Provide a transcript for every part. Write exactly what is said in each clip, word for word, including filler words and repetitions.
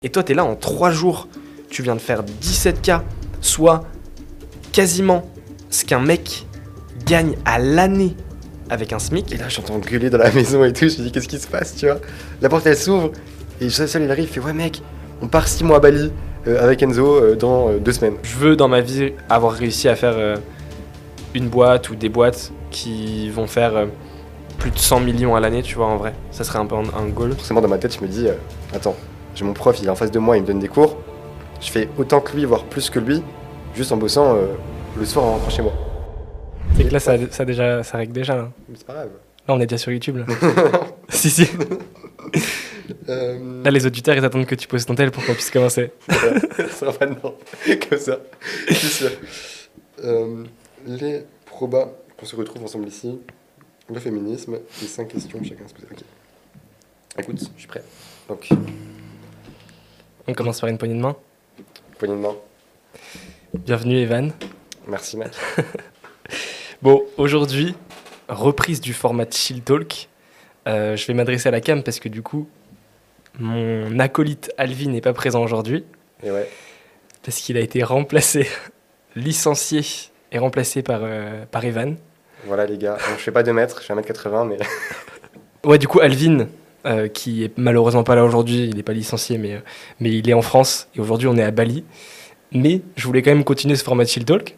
Et toi, t'es là en trois jours, tu viens de faire dix-sept K, soit quasiment ce qu'un mec gagne à l'année avec un SMIC. Et là, j'entends gueuler dans la maison et tout, je me dis qu'est-ce qui se passe, tu vois. La porte elle s'ouvre, et seul il arrive, il fait ouais mec, on part six mois à Bali euh, avec Enzo euh, dans euh, deux semaines. Je veux dans ma vie avoir réussi à faire euh, une boîte ou des boîtes qui vont faire euh, plus de cent millions à l'année, tu vois, en vrai. Ça serait un peu un, un goal. Forcément, dans ma tête, je me dis, euh, attends, j'ai mon prof, il est en face de moi, il me donne des cours, je fais autant que lui, voire plus que lui, juste en bossant euh, le soir en rentrant chez moi. C'est que là, ça, ça, déjà, ça règle déjà. Hein. Mais c'est pas grave. Là, on est déjà sur YouTube, là. Si, si. Euh... Là, les auditeurs, ils attendent que tu poses ton tel pour qu'on puisse commencer. Ça sera pas de nom, comme ça, c'est sûr. Euh, les probas qu'on se retrouve ensemble ici, le féminisme, les cinq questions, chacun se pose. Ok. Écoute, je suis prêt. Donc, on commence par une poignée de main. Poignée de main. Bienvenue, Evan. Merci, mec. Bon, aujourd'hui, reprise du format Chill Talk. Euh, je vais m'adresser à la cam parce que du coup, mon acolyte Alvin n'est pas présent aujourd'hui. Et ouais. Parce qu'il a été remplacé, licencié et remplacé par, euh, par Evan. Voilà les gars, bon, je fais pas deux mètres, je fais un mètre quatre-vingts, mais... Ouais, du coup, Alvin, euh, qui est malheureusement pas là aujourd'hui, il n'est pas licencié, mais, euh, mais il est en France. Et aujourd'hui, on est à Bali. Mais je voulais quand même continuer ce format Chill Talk.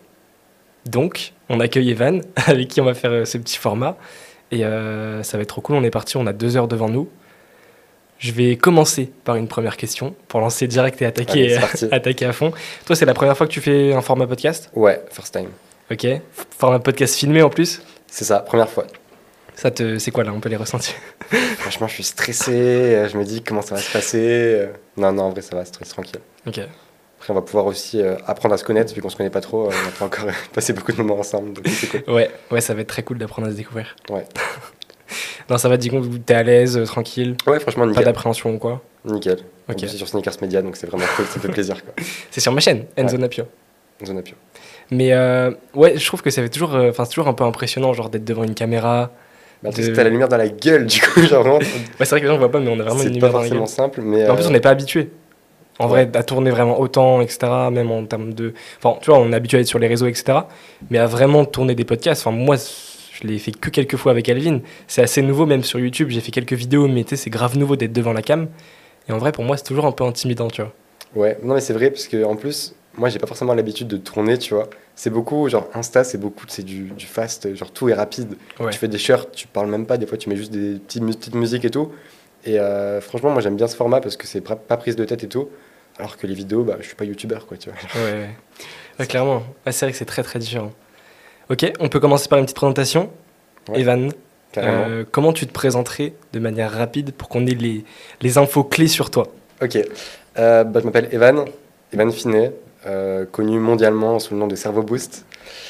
Donc, on accueille Evan, avec qui on va faire euh, ce petit format. Et euh, ça va être trop cool, on est parti, on a deux heures devant nous. Je vais commencer par une première question, pour lancer direct et attaquer, Allez, attaquer à fond. Toi, c'est la première fois que tu fais un format podcast ? Ouais, first time. Ok. Format podcast filmé en plus ? C'est ça, première fois. Ça te, c'est quoi là, on peut les ressentir ? Franchement, je suis stressé, je me dis comment ça va se passer. Non, non, en vrai, ça va, stress tranquille. Ok. Après, on va pouvoir aussi euh, apprendre à se connaître, vu qu'on se connaît pas trop. Euh, on a pas encore passé beaucoup de moments ensemble, donc c'est cool. Ouais, ouais, ça va être très cool d'apprendre à se découvrir. Ouais. Non, ça va, dis donc, t'es à l'aise, euh, tranquille ? Ouais, franchement, nickel. Pas d'appréhension ou quoi ? Nickel. Ok. C'est sur Sneakers Media, donc c'est vraiment cool, ça fait plaisir, quoi. C'est sur ma chaîne, Enzo Ouais. Napio. Enzo Napio. Mais euh, ouais, je trouve que ça fait toujours, enfin euh, c'est toujours un peu impressionnant, genre d'être devant une caméra. Bah, de... T'as la lumière dans la gueule, du coup, genre vraiment. Ouais, c'est vrai que les gens ne voient pas, mais on a vraiment une lumière dans la gueule. C'est pas forcément simple, mais. mais en euh... plus, on n'est pas habitué. En ouais. vrai, à tourner vraiment autant, et cetera. Même en termes de, enfin, tu vois, on est habitué à être sur les réseaux, et cetera. Mais à vraiment tourner des podcasts. Enfin, moi, je l'ai fait que quelques fois avec Alvin. C'est assez nouveau, même sur YouTube. J'ai fait quelques vidéos, mais tu sais, c'est grave nouveau d'être devant la cam. Et en vrai, pour moi, c'est toujours un peu intimidant, tu vois. Ouais, non mais c'est vrai, parce que en plus, moi j'ai pas forcément l'habitude de tourner, tu vois. C'est beaucoup, genre Insta, c'est beaucoup, c'est du, du fast, genre tout est rapide. Ouais. Tu fais des shirts, tu parles même pas, des fois tu mets juste des petites, mu- petites musiques et tout. Et euh, franchement, moi j'aime bien ce format parce que c'est pra- pas prise de tête et tout. Alors que les vidéos, bah je suis pas youtubeur quoi, tu vois. Ouais, ouais. Ouais, clairement. Ouais, c'est vrai que c'est très très différent. Ok, on peut commencer par une petite présentation. Ouais. Evan, Carrément. euh, comment tu te présenterais de manière rapide pour qu'on ait les, les infos clés sur toi ? Ok, euh, bah, je m'appelle Evan, Evan Finet, euh, connu mondialement sous le nom de Cerveau Boost.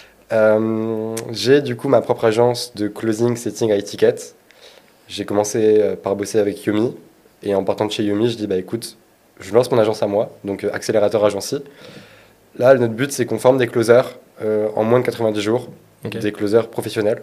Euh, j'ai du coup ma propre agence de closing, setting à étiquette. J'ai commencé euh, par bosser avec Yomi, et en partant de chez Yomi, je dis bah écoute, je lance mon agence à moi, donc euh, accélérateur agency. Là, notre but c'est qu'on forme des closers euh, en moins de quatre-vingt-dix jours, Ok. des closers professionnels.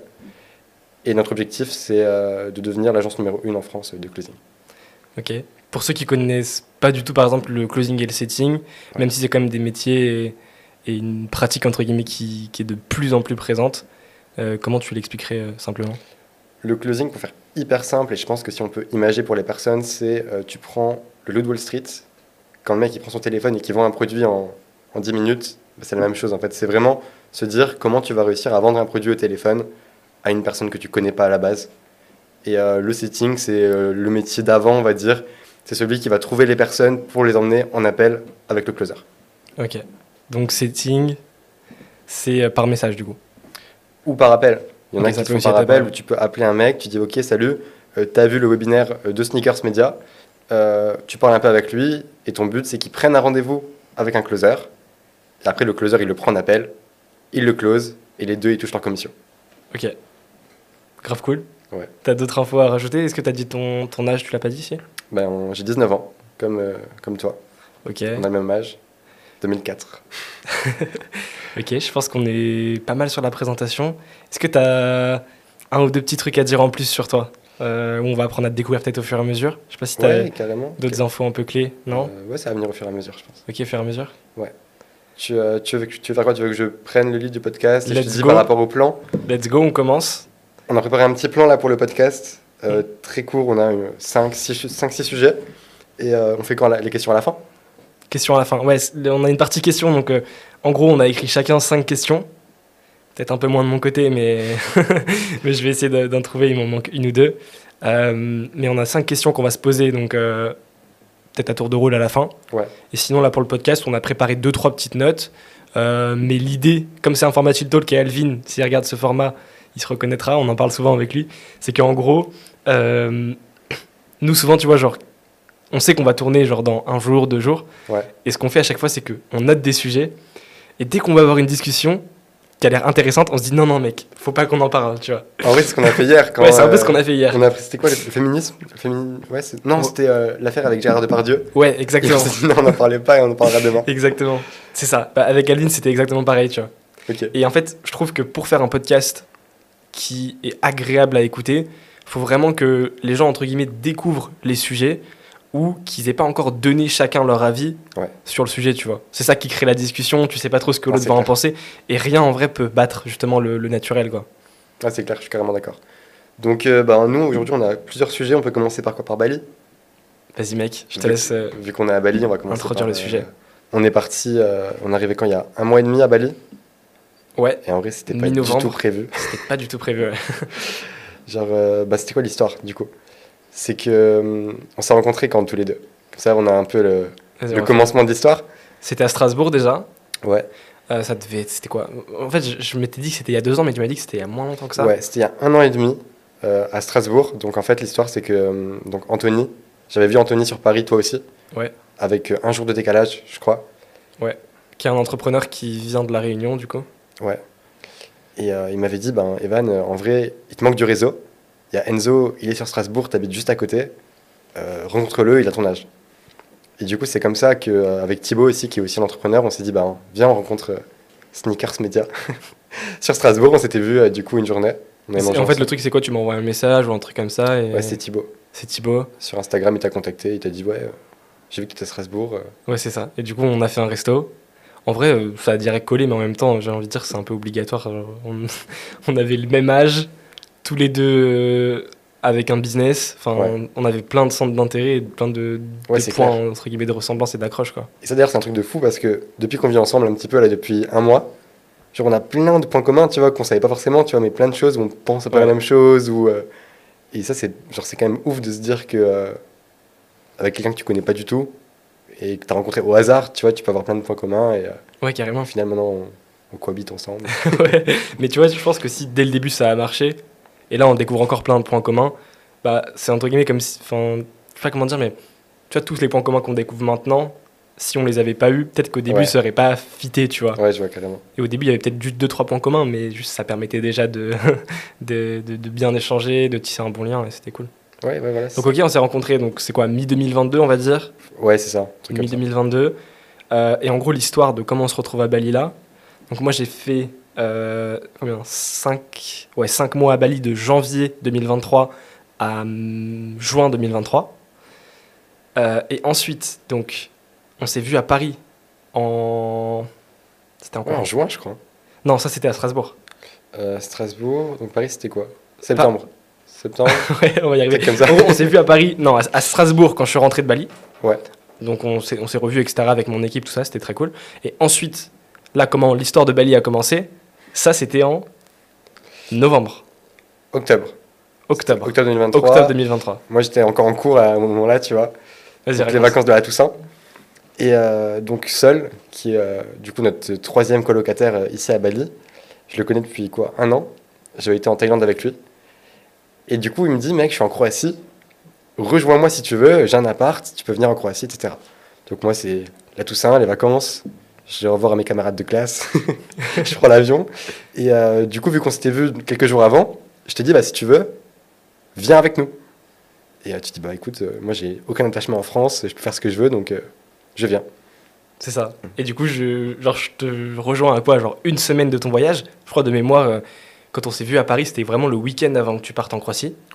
Et notre objectif c'est euh, de devenir l'agence numéro une en France euh, de closing. Ok. Pour ceux qui connaissent pas du tout, par exemple, le closing et le setting, Ouais. même si c'est quand même des métiers et, et une pratique entre guillemets qui, qui est de plus en plus présente, euh, comment tu l'expliquerais euh, simplement ? Le closing, pour faire hyper simple, et je pense que si on peut imager pour les personnes, c'est euh, tu prends le loup de Wall Street, quand le mec il prend son téléphone et qu'il vend un produit en, en dix minutes, bah, c'est la même chose en fait. C'est vraiment se dire comment tu vas réussir à vendre un produit au téléphone à une personne que tu connais pas à la base. Et euh, le setting, c'est euh, le métier d'avant, on va dire. C'est celui qui va trouver les personnes pour les emmener en appel avec le closer. Ok. Donc setting, c'est euh, par message du coup. Ou par appel. Il y en Ok, a ça qui peut font aussi par être appel par- où tu peux appeler un mec, tu dis ok salut, euh, t'as vu le webinaire euh, de Sneakers Media, euh, tu parles un peu avec lui et ton but c'est qu'il prenne un rendez-vous avec un closer. Et après le closer il le prend en appel, il le close et les deux ils touchent leur commission. Ok. Grave cool. Ouais. T'as d'autres infos à rajouter ? Est-ce que t'as dit ton, ton âge ? Tu l'as pas dit ici ? Ben, on- j'ai dix-neuf ans, comme, euh, comme toi, Ok. on a le même âge, deux mille quatre. Ok, je pense qu'on est pas mal sur la présentation. Est-ce que t'as un ou deux petits trucs à dire en plus sur toi ? euh, où on va apprendre à te découvrir peut-être au fur et à mesure. Je sais pas si tu as Ouais, carrément. d'autres infos un peu clés, non? Euh, Ouais, ça va venir au fur et à mesure, je pense. Ok, au fur et à mesure. Tu, euh, tu, veux, que- tu veux faire quoi? Tu veux que je prenne le lead du podcast et je te Let's dis go. par rapport au plan? Let's go, on commence. On a préparé un petit plan là pour le podcast, euh, Mm. très court, on a cinq six sujets et euh, on fait quand la- les questions à la fin? Question à la fin. Ouais, c'est- on a une partie questions, donc euh, en gros, on a écrit chacun cinq questions. Peut-être un peu moins de mon côté, mais, mais je vais essayer de- d'en trouver, il m'en manque une ou deux. Euh, mais on a cinq questions qu'on va se poser, donc euh, peut-être à tour de rôle à la fin. Ouais. Et sinon, là, pour le podcast, on a préparé deux, trois petites notes. Euh, mais l'idée, comme c'est un format chill talk et Alvin, s'il regarde ce format, il se reconnaîtra, on en parle souvent avec lui, c'est qu'en gros, euh, nous, souvent, tu vois, genre, on sait qu'on va tourner genre dans un jour, deux jours. Ouais. Et ce qu'on fait à chaque fois, c'est qu'on note des sujets. Et dès qu'on va avoir une discussion qui a l'air intéressante, on se dit non, non, mec, faut pas qu'on en parle, tu vois. En vrai, c'est ce qu'on a fait hier. Quand, Ouais, c'est un peu euh, ce qu'on a fait hier. On a, c'était quoi le, le féminisme, le fémini- ouais, c'est- Non, Ouais. c'était euh, l'affaire avec Gérard Depardieu. Ouais, Et on exactement. s'est dit non, on n'en parlait pas et on en parlera demain. Exactement. C'est ça. Bah, avec Alvin, c'était exactement pareil, tu vois. Ok. Et en fait, je trouve que pour faire un podcast qui est agréable à écouter, il faut vraiment que les gens, entre guillemets, découvrent les sujets ou qu'ils aient pas encore donné chacun leur avis Ouais. sur le sujet, tu vois. C'est ça qui crée la discussion, tu sais pas trop ce que Ouais, l'autre c'est va en clair. penser, et rien en vrai peut battre justement le, le naturel, quoi. Ah, c'est clair, je suis carrément d'accord. Donc, euh, bah, nous, aujourd'hui, on a plusieurs sujets. On peut commencer par quoi? Par Bali? Vas-y mec, je te Vu- laisse... euh, Vu qu'on est à Bali, on va commencer introduire par, le sujet. On est parti, euh, on est arrivé quand il y a un mois et demi à Bali. Ouais, Et en vrai, c'était pas du Mi-novembre. tout prévu. c'était pas du tout prévu, ouais. Genre, euh, bah, c'était quoi l'histoire, du coup? C'est que euh, on s'est rencontrés quand tous les deux. Comme ça, on a un peu le, Vas-y, le on va commencement de l'histoire. faire. C'était à Strasbourg déjà. Ouais. Euh, ça devait... C'était quoi? En fait, je, je m'étais dit que c'était il y a deux ans, mais tu m'as dit que c'était il y a moins longtemps que ça. Ouais, c'était il y a un an et demi euh, à Strasbourg. Donc, en fait, l'histoire, c'est que euh, donc Anthony, j'avais vu Anthony sur Paris, toi aussi. Ouais. Avec euh, un jour de décalage, je crois. Qui est un entrepreneur qui vient de La Réunion, du coup. Ouais. Et euh, il m'avait dit, ben, Evan, euh, en vrai, il te manque du réseau. Il y a Enzo, il est sur Strasbourg, t'habites juste à côté. Euh, rencontre-le, il a ton âge. Et du coup, c'est comme ça qu'avec Thibaut aussi, qui est aussi un entrepreneur, on s'est dit, ben, viens, on rencontre euh, Sneakers Media. Sur Strasbourg, on s'était vu euh, du coup une journée. On avait Et mangé en fait, le ensemble. truc, c'est quoi? Tu m'envoies un message ou un truc comme ça et... Ouais, c'est Thibaut. C'est Thibaut. Sur Instagram, il t'a contacté, il t'a dit, ouais, euh, j'ai vu que tu étais à Strasbourg. euh. Ouais, c'est ça. Et du coup, on a fait un resto. En vrai, euh, ça a direct collé, mais en même temps, j'ai envie de dire que c'est un peu obligatoire. Genre, on... on avait le même âge, tous les deux euh, avec un business. Enfin, Ouais. on, on avait plein de centres d'intérêt et plein de, Ouais, de c'est points, clair. entre guillemets, de ressemblance et d'accroche, quoi. Et ça, d'ailleurs, c'est un truc de fou parce que depuis qu'on vit ensemble un petit peu, là, depuis un mois, genre, on a plein de points communs, tu vois, qu'on savait pas forcément, tu vois, mais plein de choses où on pense pas Ouais. la même chose. Ou, euh, Et ça, c'est genre, c'est quand même ouf de se dire que, euh, avec quelqu'un que tu connais pas du tout et que tu as rencontré au hasard, tu vois, tu peux avoir plein de points communs et euh, Ouais, carrément. finalement, on, on cohabite ensemble. Ouais. Mais tu vois, je pense que si dès le début ça a marché, et là on découvre encore plein de points communs, bah c'est entre guillemets comme si. Enfin, je sais pas comment dire, mais tu vois, tous les points communs qu'on découvre maintenant, si on les avait pas eu, peut-être qu'au début Ouais. ça aurait pas fité, tu vois. Ouais, je vois carrément. Et au début, il y avait peut-être juste deux trois points communs, mais juste ça permettait déjà de, de, de, de bien échanger, de tisser un bon lien, et c'était cool. Ouais, ouais, voilà. Donc, ok, on s'est rencontrés, donc c'est quoi, mi deux mille vingt-deux, on va dire Ouais, c'est ça. un truc comme mi ça. deux mille vingt-deux. Euh, et en gros, l'histoire de comment on se retrouve à Bali là. Donc, moi, j'ai fait euh, combien cinq ouais, cinq mois à Bali de janvier deux mille vingt-trois à hum, juin deux mille vingt-trois. Euh, et ensuite, donc, on s'est vu à Paris en. C'était en Ouais, quoi en juin, je crois. Non, ça c'était à Strasbourg. Euh, Strasbourg, donc Paris, c'était quoi? Septembre. Septembre. Ouais, on va y arriver. Truc comme ça. En gros, on s'est vu à Paris, non, à, à Strasbourg quand je suis rentré de Bali. Ouais. Donc on s'est, on s'est revus, et cetera avec mon équipe, tout ça, c'était très cool. Et ensuite, là, comment l'histoire de Bali a commencé, ça c'était en novembre, Octobre. octobre. Octobre deux mille vingt-trois. Octobre deux mille vingt-trois. Moi, j'étais encore en cours à ce moment-là, tu vois. Vas-y, Donc, les raconte. vacances de la Toussaint. Et euh, donc, Sol, qui est euh, du coup notre troisième colocataire euh, ici à Bali, je le connais depuis quoi, un an. J'avais été en Thaïlande avec lui. Et du coup, il me dit, mec, je suis en Croatie. Rejoins-moi si tu veux, j'ai un appart, tu peux venir en Croatie, et cetera. Donc, moi, c'est la Toussaint, les vacances. Je vais au revoir à mes camarades de classe. Je prends l'avion. Et euh, du coup, vu qu'on s'était vu quelques jours avant, je t'ai dit, bah, si tu veux, viens avec nous. Et euh, tu dis, bah écoute, euh, moi, j'ai aucun attachement en France, je peux faire ce que je veux, donc euh, je viens. C'est ça. Et du coup, je, genre, je te rejoins à quoi? Genre une semaine de ton voyage. Je crois de mémoire, euh, quand on s'est vu à Paris, c'était vraiment le week-end avant que tu partes en Croatie. Ouais.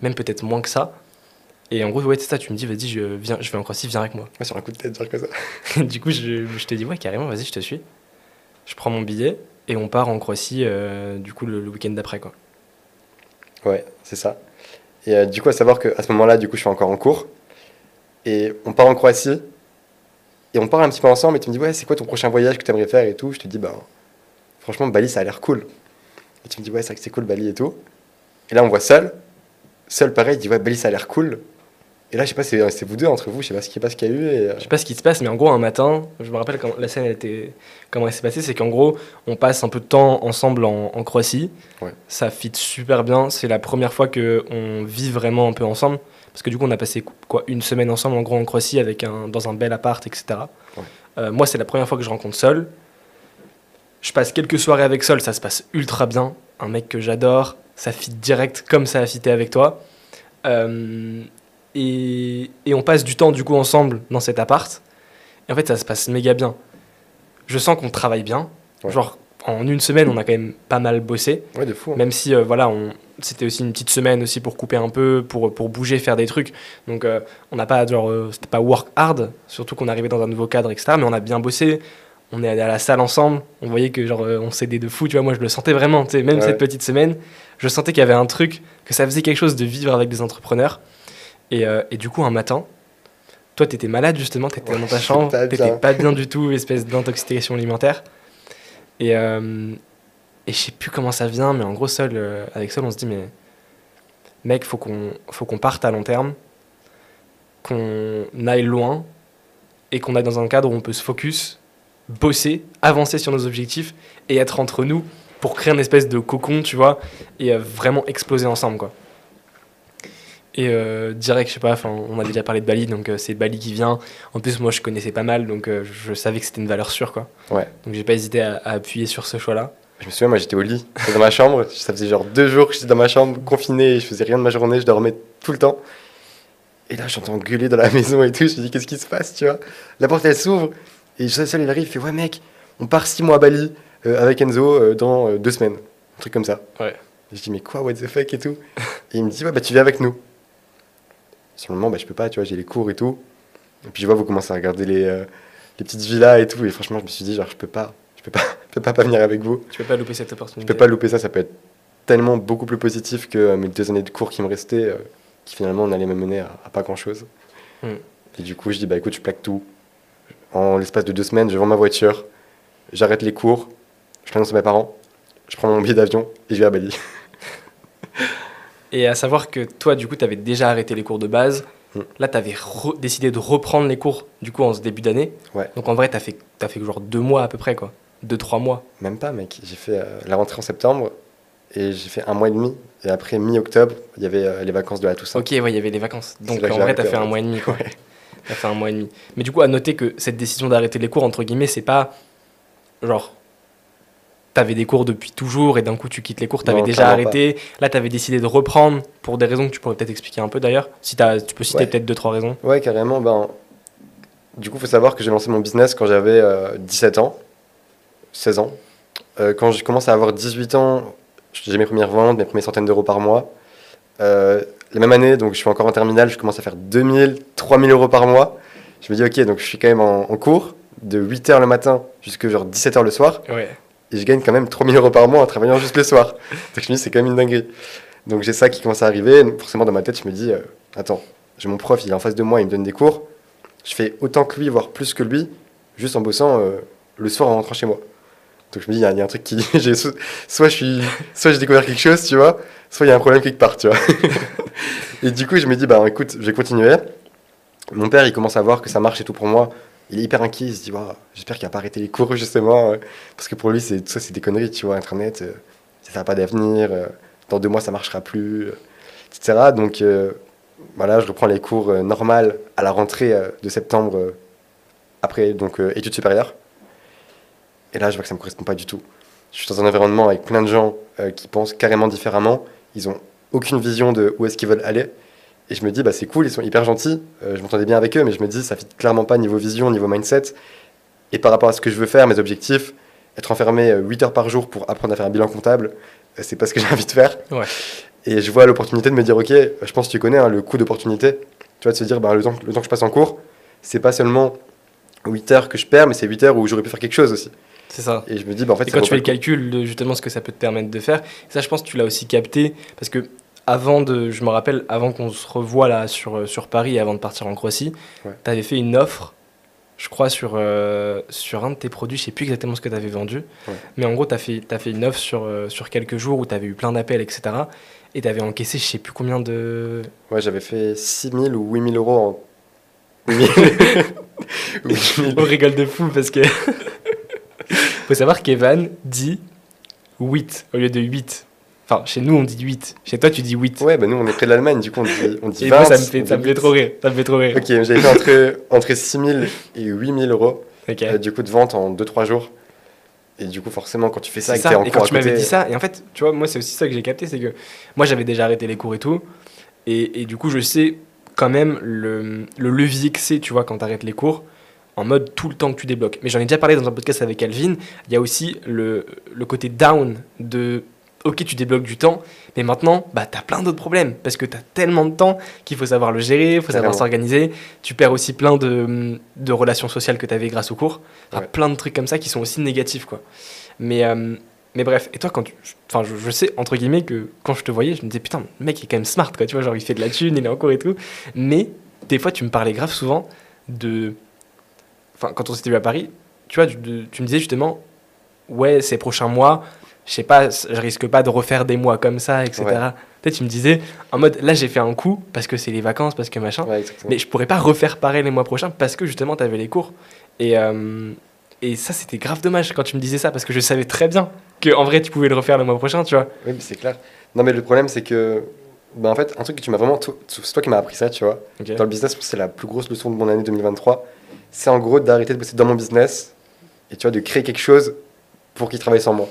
même peut-être moins que ça. Et en gros, ouais, c'est ça, tu me dis, vas-y, je, viens, je vais en Croatie, viens avec moi. Ouais, sur un coup de tête, dire que ça. Du coup, je, je te dis, ouais, carrément, vas-y, je te suis. Je prends mon billet et on part en Croatie, euh, du coup, le, le week-end d'après, quoi. Ouais, c'est ça. Et euh, du coup, à savoir qu'à ce moment-là, du coup, je suis encore en cours. Et on part en Croatie. Et on part un petit peu ensemble. Et tu me dis, ouais, c'est quoi ton prochain voyage que tu aimerais faire et tout. Je te dis, bah, franchement, Bali, ça a l'air cool. Et tu me dis, ouais, c'est vrai que c'est cool, Bali et tout. Et là, on voit Seul. Seul, pareil, il dit, ouais, Bali, ça a l'air cool. Et là, je sais pas, c'est, c'est vous deux entre vous. Je sais pas ce qu'il y a eu. Et, euh, Je sais pas ce qui se passe, mais en gros, un matin, je me rappelle quand la scène elle était, comment elle s'est passée, c'est qu'en gros, on passe un peu de temps ensemble en, en Croatie. Ouais. Ça fit super bien. C'est la première fois qu'on vit vraiment un peu ensemble. Parce que du coup, on a passé quoi, une semaine ensemble en gros en Croatie avec un, dans un bel appart, et cetera. Ouais. Euh, moi, c'est la première fois que je rencontre Sol. Je passe quelques soirées avec Sol, ça se passe ultra bien. Un mec que j'adore, ça fit direct comme ça a fité avec toi. Euh, et, et on passe du temps du coup ensemble dans cet appart. Et en fait, ça se passe méga bien. Je sens qu'on travaille bien. Ouais. Genre, en une semaine, on a quand même pas mal bossé. Ouais, de fou. Hein. Même si, euh, voilà, on, c'était aussi une petite semaine aussi pour couper un peu, pour, pour bouger, faire des trucs. Donc, euh, on n'a pas, genre, euh, c'était pas work hard, surtout qu'on arrivait dans un nouveau cadre, et cetera. Mais on a bien bossé. On est allé à la salle ensemble. On voyait que, genre, euh, on s'aidait de fou. Tu vois, moi, je le sentais vraiment. Tu sais, même Ouais. cette petite semaine, je sentais qu'il y avait un truc, que ça faisait quelque chose de vivre avec des entrepreneurs. Et, euh, et du coup, un matin, toi, t'étais malade justement, t'étais Ouais, dans ta j'étais chambre, pas t'étais bien. pas bien du tout, espèce d'intoxication alimentaire. Et, euh, et je sais plus comment ça vient, mais en gros, Sol, euh, avec Sol, on se dit, mais mec, faut qu'on, faut qu'on parte à long terme, qu'on aille loin et qu'on aille dans un cadre où on peut se focus, bosser, avancer sur nos objectifs et être entre nous pour créer une espèce de cocon, tu vois, et euh, vraiment exploser ensemble, quoi. Et euh, direct, je sais pas, on avait déjà parlé de Bali, donc euh, c'est Bali qui vient. En plus, moi, je connaissais pas mal, donc euh, je savais que c'était une valeur sûre, quoi. Ouais. Donc j'ai pas hésité à, à appuyer sur ce choix-là. Je me souviens, moi j'étais au lit, j'étais dans ma chambre, ça faisait genre deux jours que j'étais dans ma chambre, confiné, et je faisais rien de ma journée, je dormais tout le temps. Et là j'entends gueuler dans la maison et tout, je me dis qu'est-ce qui se passe, tu vois. La porte elle s'ouvre, et je sais, seul il arrive, il fait ouais mec, on part six mois à Bali euh, avec Enzo euh, dans euh, deux semaines, un truc comme ça. Ouais. Et je dis mais quoi, what the fuck et tout. Et il me dit ouais bah tu viens avec nous. Sur le moment bah je peux pas, tu vois, j'ai les cours et tout. Et puis je vois vous commencez à regarder les, euh, les petites villas et tout, et franchement je me suis dit genre je peux pas. Je peux pas, je peux pas, pas venir avec vous. Tu peux pas louper cette Je opportunité. peux pas louper ça, ça peut être tellement beaucoup plus positif que euh, mes deux années de cours qui me restaient, euh, qui finalement n'allaient me mener à, à pas grand chose. Mm. Et du coup, je dis bah écoute, je plaque tout. En l'espace de deux semaines, je vends ma voiture, j'arrête les cours, je l'annonce à mes parents, je prends mon billet d'avion et je vais à Bali. Et à savoir que toi, du coup, tu avais déjà arrêté les cours de base. Mm. Là, tu avais décidé de reprendre les cours, du coup, en ce début d'année. Ouais. Donc en vrai, tu as fait, t'as fait genre deux mois à peu près, quoi. Deux, trois mois. Même pas, mec. J'ai fait euh, la rentrée en septembre et j'ai fait un mois et demi. Et après, mi-octobre, il y avait euh, les vacances de la Toussaint. Ok, ouais, il y avait les vacances. Donc C'est là que en j'ai vrai, tu as arrêté, fait en un fait. mois et demi, quoi. Ouais. T'as fait un mois et demi. Mais du coup, à noter que cette décision d'arrêter les cours, entre guillemets, c'est pas genre t'avais des cours depuis toujours et d'un coup tu quittes les cours, t'avais Non, déjà clairement arrêté. Là, t'avais décidé de reprendre pour des raisons que tu pourrais peut-être expliquer un peu d'ailleurs. Si t'as, tu peux citer Ouais. peut-être deux, trois raisons. Ouais, carrément. Ben, du coup, il faut savoir que j'ai lancé mon business quand j'avais euh, dix-sept ans, seize ans. Euh, quand j'ai commencé à avoir dix-huit ans, j'ai mes premières ventes, mes premières centaines d'euros par mois. Euh, la même année, donc je suis encore en terminale, je commence à faire deux mille, trois mille euros par mois. Je me dis, ok, donc je suis quand même en, en cours de huit heures le matin jusqu'à genre dix-sept heures le soir. Ouais. Et je gagne quand même trois mille euros par mois en travaillant juste le soir. Donc je me dis, c'est quand même une dinguerie. Donc j'ai ça qui commence à arriver. Donc, forcément, dans ma tête, je me dis, euh, attends, j'ai mon prof, il est en face de moi, il me donne des cours. Je fais autant que lui, voire plus que lui, juste en bossant euh, le soir en rentrant chez moi. Donc je me dis, il y, a- il y a un truc qui. j'ai so- soit je suis, soit j'ai découvert quelque chose, tu vois, soit il y a un problème quelque part, tu vois. Et du coup, je me dis, bah écoute, je vais continuer. Mon père, il commence à voir que ça marche et tout pour moi. Il est hyper inquiet, il se dit, Waouh, j'espère qu'il va pas arrêté les cours, justement. euh, Parce que pour lui, c'est, ça, c'est des conneries, tu vois, Internet, euh, ça n'a pas d'avenir. euh, dans deux mois, ça marchera plus, euh, et cetera. Donc euh, voilà, je reprends les cours euh, normales à la rentrée euh, de septembre, euh, après donc euh, études supérieures. Et là, je vois que ça me correspond pas du tout. Je suis dans un environnement avec plein de gens euh, qui pensent carrément différemment. Ils ont aucune vision de où est-ce qu'ils veulent aller. Et je me dis, bah, c'est cool, ils sont hyper gentils. Euh, je m'entendais bien avec eux, mais je me dis, ça fit clairement pas niveau vision, niveau mindset. Et par rapport à ce que je veux faire, mes objectifs, être enfermé euh, huit heures par jour pour apprendre à faire un bilan comptable, euh, c'est pas ce que j'ai envie de faire. Ouais. Et je vois l'opportunité de me dire, ok, je pense que tu connais hein, le coût d'opportunité. Tu vois, de se dire, bah, le, temps, le temps que je passe en cours, c'est pas seulement huit heures que je perds, mais c'est huit heures où j'aurais pu faire quelque chose aussi. C'est ça. Et je me dis, bah, en fait, Et ça quand vaut tu pas fais le le coup. calcul de justement ce que ça peut te permettre de faire, ça je pense que tu l'as aussi capté, parce que avant de, je me rappelle, avant qu'on se revoie là sur, euh, sur Paris, avant de partir en Croatie, Ouais. tu avais fait une offre, je crois, sur, euh, sur un de tes produits, je sais plus exactement ce que tu avais vendu, Ouais. mais en gros, tu as fait, t'as fait une offre sur, euh, sur quelques jours où tu avais eu plein d'appels, et cetera. Et tu avais encaissé, je sais plus combien de... Ouais, j'avais fait six mille ou huit mille euros en. huit mille. huit mille. On rigole de fou parce que... faut savoir qu'Evan dit huit au lieu de huit. Enfin, chez nous, on dit huit. Chez toi, tu dis huit. Ouais, bah nous on est près de l'Allemagne, du coup on dit, on dit Et vingt. moi, ça me on fait, dit ça me fait huit. trop rire. Ça me fait trop rire. Ok, j'avais fait entre, entre six mille et huit mille euros Ok. euh, du coup de vente en deux trois jours. Et du coup, forcément, quand tu fais ça C'est et que t'es ça. en Et cours quand à tu m'avais côté. dit ça, et en fait, tu vois, moi, c'est aussi ça que j'ai capté, c'est que moi, j'avais déjà arrêté les cours et tout. Et, et du coup, je sais quand même le, le levier que c'est, tu vois, quand tu arrêtes les cours, en mode tout le temps que tu débloques. Mais j'en ai déjà parlé dans un podcast avec Alvin. Il y a aussi le, le côté down de ok, tu débloques du temps, mais maintenant, bah, tu as plein d'autres problèmes parce que tu as tellement de temps qu'il faut savoir le gérer, il faut savoir Carrément. s'organiser. Tu perds aussi plein de, de relations sociales que tu avais grâce au cours. Enfin, Ouais. plein de trucs comme ça qui sont aussi négatifs, quoi. Mais, euh, mais bref, et toi, quand tu... Enfin, je, je sais, entre guillemets, que quand je te voyais, je me disais, putain, le mec il est quand même smart, quoi, tu vois, genre il fait de la thune, il est en cours et tout. Mais des fois, tu me parlais grave souvent de... Enfin, quand on s'était vu à Paris, tu vois, tu, de- tu me disais justement, ouais, ces prochains mois, je sais pas, je risque pas de refaire des mois comme ça, et cetera. Peut-être tu me disais, en mode, là j'ai fait un coup, parce que c'est les vacances, parce que machin, Ouais, exactement. mais je pourrais pas refaire pareil les mois prochains, parce que justement, t'avais les cours. Et, euh, et ça, c'était grave dommage quand tu me disais ça, parce que je savais très bien que en vrai, tu pouvais le refaire le mois prochain, tu vois. Oui, mais c'est clair. Non, mais le problème, c'est que. Bah, en fait, un truc que tu m'as vraiment. to- C'est toi qui m'as appris ça, tu vois. Ok. Dans le business, c'est la plus grosse leçon de mon année deux mille vingt-trois. C'est en gros d'arrêter de bosser dans mon business et tu vois, de créer quelque chose pour qu'il travaille sans moi.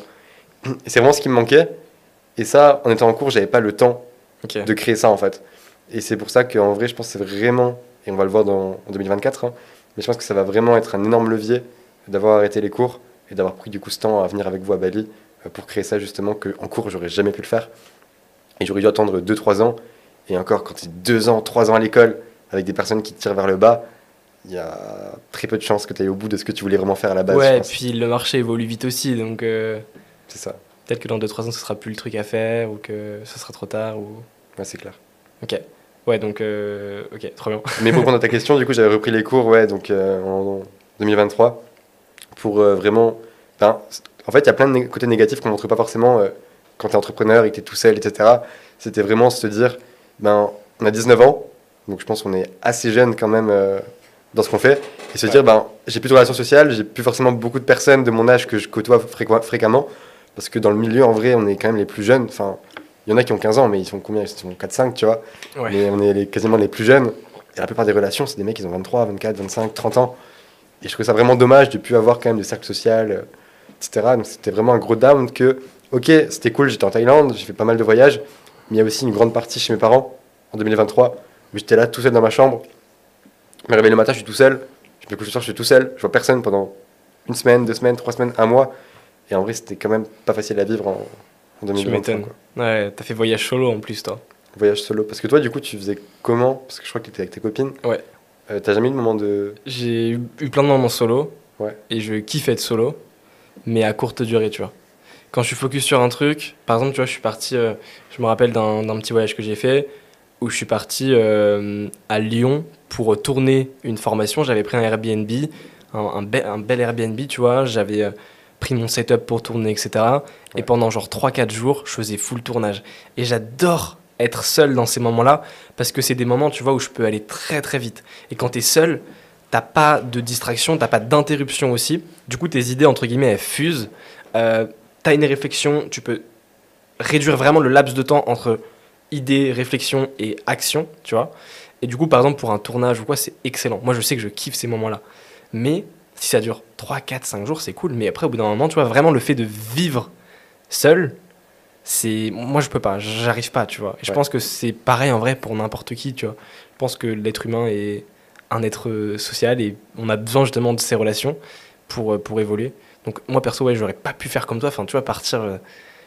Et c'est vraiment ce qui me manquait. Et ça, en étant en cours, j'avais pas le temps Ok. de créer ça en fait. Et c'est pour ça qu'en vrai, je pense que c'est vraiment, et on va le voir dans, en deux mille vingt-quatre, hein, mais je pense que ça va vraiment être un énorme levier d'avoir arrêté les cours et d'avoir pris du coup ce temps à venir avec vous à Bali euh, pour créer ça justement que en cours, j'aurais jamais pu le faire. Et j'aurais dû attendre deux trois ans. Et encore, quand tu es deux ans, trois ans à l'école avec des personnes qui te tirent vers le bas, il y a très peu de chances que tu ailles au bout de ce que tu voulais vraiment faire à la base. je Ouais, et pense. puis le marché évolue vite aussi, donc euh, C'est ça. peut-être que dans deux trois ans, ce sera plus le truc à faire, ou que ce sera trop tard, ou... Ouais, c'est clair. Ok. Ouais, donc... euh, ok, trop bien. Mais pour répondre à ta question, du coup, j'avais repris les cours ouais, donc, euh, en deux mille vingt-trois pour euh, vraiment. Ben, en fait, il y a plein de né- côtés négatifs qu'on ne montre pas forcément euh, quand tu es entrepreneur et que tu es tout seul, et cetera. C'était vraiment se dire ben, on a dix-neuf ans, donc je pense qu'on est assez jeune quand même euh, dans ce qu'on fait, et se Ouais. dire ben, j'ai plus de relations sociales, j'ai plus forcément beaucoup de personnes de mon âge que je côtoie fréqu- fréquemment, parce que dans le milieu, en vrai, on est quand même les plus jeunes. Enfin, il y en a qui ont quinze ans, mais ils sont combien? Ils sont quatre cinq, tu vois. Ouais. Mais on est les- quasiment les plus jeunes. Et la plupart des relations, c'est des mecs qui ont vingt-trois, vingt-quatre, vingt-cinq, trente ans. Et je trouvais ça vraiment dommage de ne plus avoir quand même de cercle social, euh, et cetera. Donc c'était vraiment un gros down que, ok, c'était cool, j'étais en Thaïlande, j'ai fait pas mal de voyages, mais il y a aussi une grande partie chez mes parents, en deux mille vingt-trois, où j'étais là tout seul dans ma chambre. Je me réveille le matin, je suis tout seul. Je me couche le soir, je suis tout seul. Je vois personne pendant une semaine, deux semaines, trois semaines, un mois. Et en vrai, c'était quand même pas facile à vivre en, en deux mille Tu vingt-trois. m'étonnes. quoi. Ouais, t'as fait voyage solo en plus, toi. Voyage solo. Parce que toi, du coup, tu faisais comment? Parce que je crois que tu étais avec tes copines. Ouais. Euh, T'as jamais eu de moment de. J'ai eu, eu plein de moments solo, Ouais. et je kiffe être solo, mais à courte durée, tu vois. Quand je suis focus sur un truc, par exemple, tu vois, je suis parti, euh, je me rappelle d'un d'un petit voyage que j'ai fait, où je suis parti euh, à Lyon pour tourner une formation. J'avais pris un Airbnb, un, un, be- un bel Airbnb, tu vois, j'avais euh, pris mon setup pour tourner, et cetera. Et Ouais. pendant genre trois quatre jours, je faisais full tournage. Et j'adore être seul dans ces moments-là, parce que c'est des moments, tu vois, où je peux aller très très vite. Et quand t'es seul, t'as pas de distraction, t'as pas d'interruption aussi. Du coup, tes idées, entre guillemets, elles fusent. Euh, t'as une réflexion, tu peux réduire vraiment le laps de temps entre idée, réflexion et action, tu vois. Et du coup, par exemple, pour un tournage ou quoi, c'est excellent. Moi, je sais que je kiffe ces moments-là. Mais si ça dure trois quatre cinq jours, c'est cool. Mais après, au bout d'un moment, tu vois, vraiment le fait de vivre seul, c'est... Moi, je peux pas, j'arrive pas, tu vois. Et je Ouais. pense que c'est pareil en vrai pour n'importe qui, tu vois. Je pense que l'être humain est un être euh, social et on a besoin justement de ces relations pour, euh, pour évoluer. Donc moi, perso, ouais, j'aurais pas pu faire comme toi. Enfin, tu vois, partir... euh,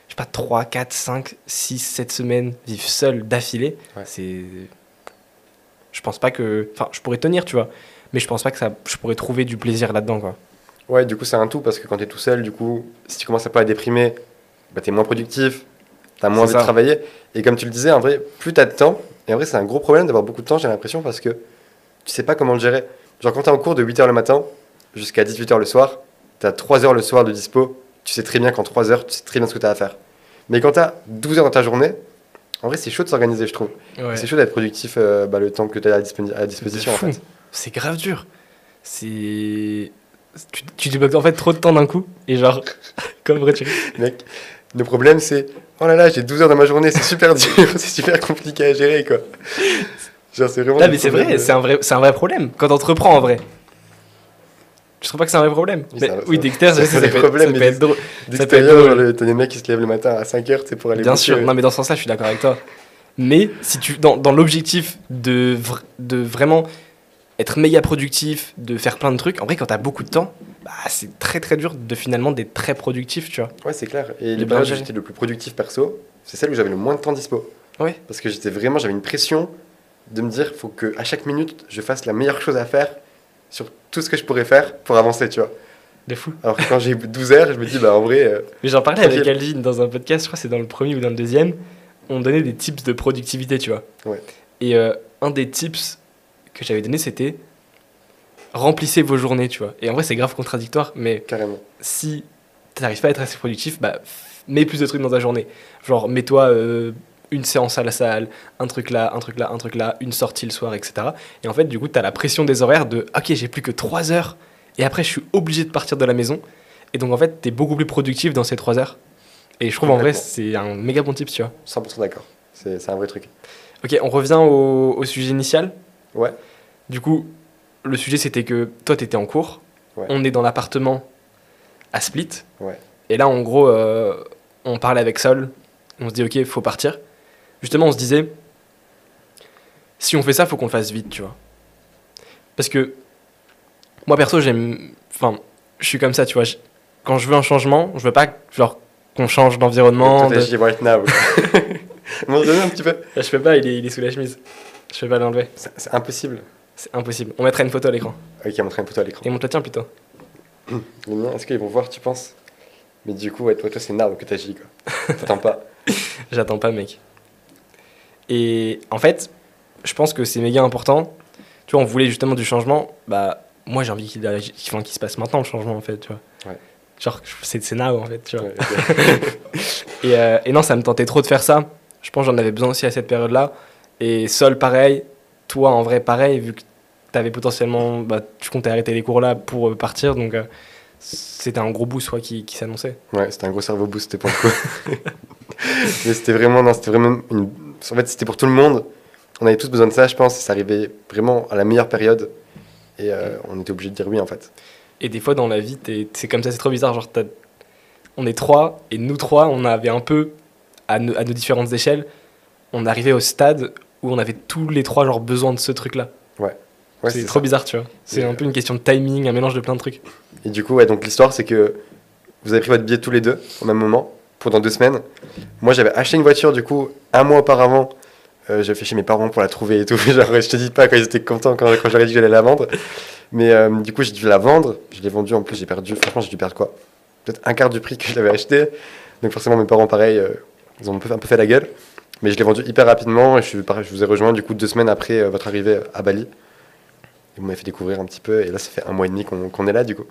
je sais pas, trois, quatre, cinq, six, sept semaines vivre seul d'affilée, Ouais. c'est. Je pense pas que. Enfin, je pourrais tenir, tu vois. Mais je pense pas que ça, je pourrais trouver du plaisir là-dedans, quoi. Ouais, du coup, c'est un tout parce que quand t'es tout seul, du coup, si tu commences à pas à déprimer, bah, t'es moins productif, t'as moins C'est envie de ça. travailler. Et comme tu le disais, en vrai, plus t'as de temps, et en vrai, c'est un gros problème d'avoir beaucoup de temps, j'ai l'impression, parce que tu sais pas comment le gérer. Genre, quand t'es en cours de huit heures le matin jusqu'à dix-huit heures le soir, t'as trois heures le soir de dispo, tu sais très bien qu'en trois heures, tu sais très bien ce que t'as à faire. Mais quand t'as douze heures dans ta journée, en vrai, c'est chaud de s'organiser, je trouve. Ouais. C'est chaud d'être productif euh, bah, le temps que t'as à, dispo- à disposition, en fou. fait. C'est grave dur. C'est. Tu, tu débloques en fait trop de temps d'un coup, et genre, comme vrai, tu Mec, le problème, c'est oh là là, j'ai douze heures dans ma journée, c'est super dur, c'est super compliqué à gérer, quoi. Genre, c'est vraiment. Là, des mais c'est problèmes, vrai, euh, c'est un vrai, c'est un vrai problème. Quand t'entreprends en vrai. Je trouve pas que c'est un vrai problème. Oui, Mais- c'est un- oui, c'est- Dexter, je c'est sais, un ça vrai peut, être, problème, ça mais peut être drôle. Ça peut être D'extérieur, drôle. genre, le- t'as des mecs qui se lèvent le matin à cinq heures, tu sais, pour aller Bien bosser. sûr, non mais dans ce sens-là, je suis d'accord avec toi. Mais si tu, dans, dans l'objectif de, vr- de vraiment être méga productif, de faire plein de trucs, en vrai, quand t'as beaucoup de temps, bah, c'est très très dur de finalement d'être très productif, tu vois. Ouais, c'est clair. Et De les bien périodes où gérer. j'étais le plus productif perso, c'est celle où j'avais le moins de temps dispo. Ouais. Parce que j'étais vraiment, j'avais une pression de me dire, faut que à chaque minute, je fasse la meilleure chose à faire sur tout ce que je pourrais faire pour avancer, tu vois. De fou. Alors que quand j'ai douze heures, je me dis, bah en vrai, euh, Mais j'en parlais Tranquille. avec Alvin dans un podcast, je crois que c'est dans le premier ou dans le deuxième, on donnait des tips de productivité, tu vois. Ouais. Et euh, un des tips que j'avais donné, c'était remplissez vos journées, tu vois. Et en vrai, c'est grave contradictoire, mais carrément. si t'arrives pas à être assez productif, bah f- mets plus de trucs dans ta journée. Genre, mets-toi euh, une séance à la salle, un truc là, un truc là, un truc là, une sortie le soir, et cetera. Et en fait, du coup, t'as la pression des horaires de ok, j'ai plus que trois heures, et après, je suis obligé de partir de la maison. Et donc, en fait, t'es beaucoup plus productif dans ces trois heures. Et je trouve en vrai, Complètement. c'est un méga bon tip, tu vois. cent pour cent d'accord. C'est c'est un vrai truc. Ok, on revient au, au sujet initial. Ouais. Du coup, le sujet c'était que toi t'étais en cours, Ouais. on est dans l'appartement à Split, Ouais. et là en gros, euh, on parlait avec Sol, on se dit ok, faut partir. Justement, on se disait, si on fait ça, faut qu'on le fasse vite, tu vois. Parce que moi perso, j'aime. Enfin, je suis comme ça, tu vois. je- Quand je veux un changement, je veux pas genre, qu'on change d'environnement. Toi, de- t'as dit right now. Montre-le un petit peu. Là, je peux pas, il est, il est sous la chemise. Je peux pas l'enlever. C'est c'est impossible. C'est impossible. On mettra une photo à l'écran. Ok, montrer une photo à l'écran. Et montre le tien plutôt. Les miens, est-ce qu'ils vont voir, tu penses? Mais du coup, ouais, toi, toi c'est Nard que t'agis, quoi. T'attends pas. J'attends pas, mec. Et en fait, je pense que c'est méga important. Tu vois, on voulait justement du changement. Bah, moi, j'ai envie qu'il agi- qu'il- enfin, qu'il se passe maintenant, le changement, en fait, tu vois. Ouais. Genre, c'est c'est now, en fait, tu vois. Ouais, ok. Et, euh, et non, ça me tentait trop de faire ça. Je pense que j'en avais besoin aussi à cette période-là. Et Sol, pareil. Toi, en vrai, pareil, vu que t'avais potentiellement... Bah, tu comptais arrêter les cours là pour euh, partir, donc... euh, c'était un gros boost, soit qui, qui s'annonçait. Ouais, c'était un gros cerveau boost pour le coup. Mais c'était vraiment, non, c'était vraiment une... En fait, c'était pour tout le monde. On avait tous besoin de ça, je pense. Et ça arrivait vraiment à la meilleure période. Et euh, on était obligé de dire oui, en fait. Et des fois, dans la vie, t'es- c'est comme ça, c'est trop bizarre. Genre, t'as- on est trois, et nous trois, on avait un peu, à, no- à nos différentes échelles, on arrivait au stade où on avait tous les trois genre, besoin de ce truc-là. Ouais, c'est c'est trop ça. bizarre, tu vois. C'est Et, un peu une question de timing, un mélange de plein de trucs. Et du coup, ouais, donc l'histoire, c'est que vous avez pris votre billet tous les deux au même moment, pendant deux semaines. Moi, j'avais acheté une voiture, du coup, un mois auparavant. Euh, j'avais fait chez mes parents pour la trouver et tout. Genre, je te dis pas quand ils étaient contents quand, quand j'aurais dit que j'allais la vendre. Mais euh, du coup, j'ai dû la vendre. Je l'ai vendue, en plus, j'ai perdu. Franchement, j'ai dû perdre quoi? Peut-être un quart du prix que je l'avais acheté. Donc, forcément, mes parents, pareil, euh, ils ont un peu, un peu fait la gueule. Mais je l'ai vendue hyper rapidement et je, suis, pareil, je vous ai rejoint, du coup, deux semaines après euh, votre arrivée à Bali. Et vous m'avez fait découvrir un petit peu. Et là, ça fait un mois et demi qu'on qu'on est là, du coup.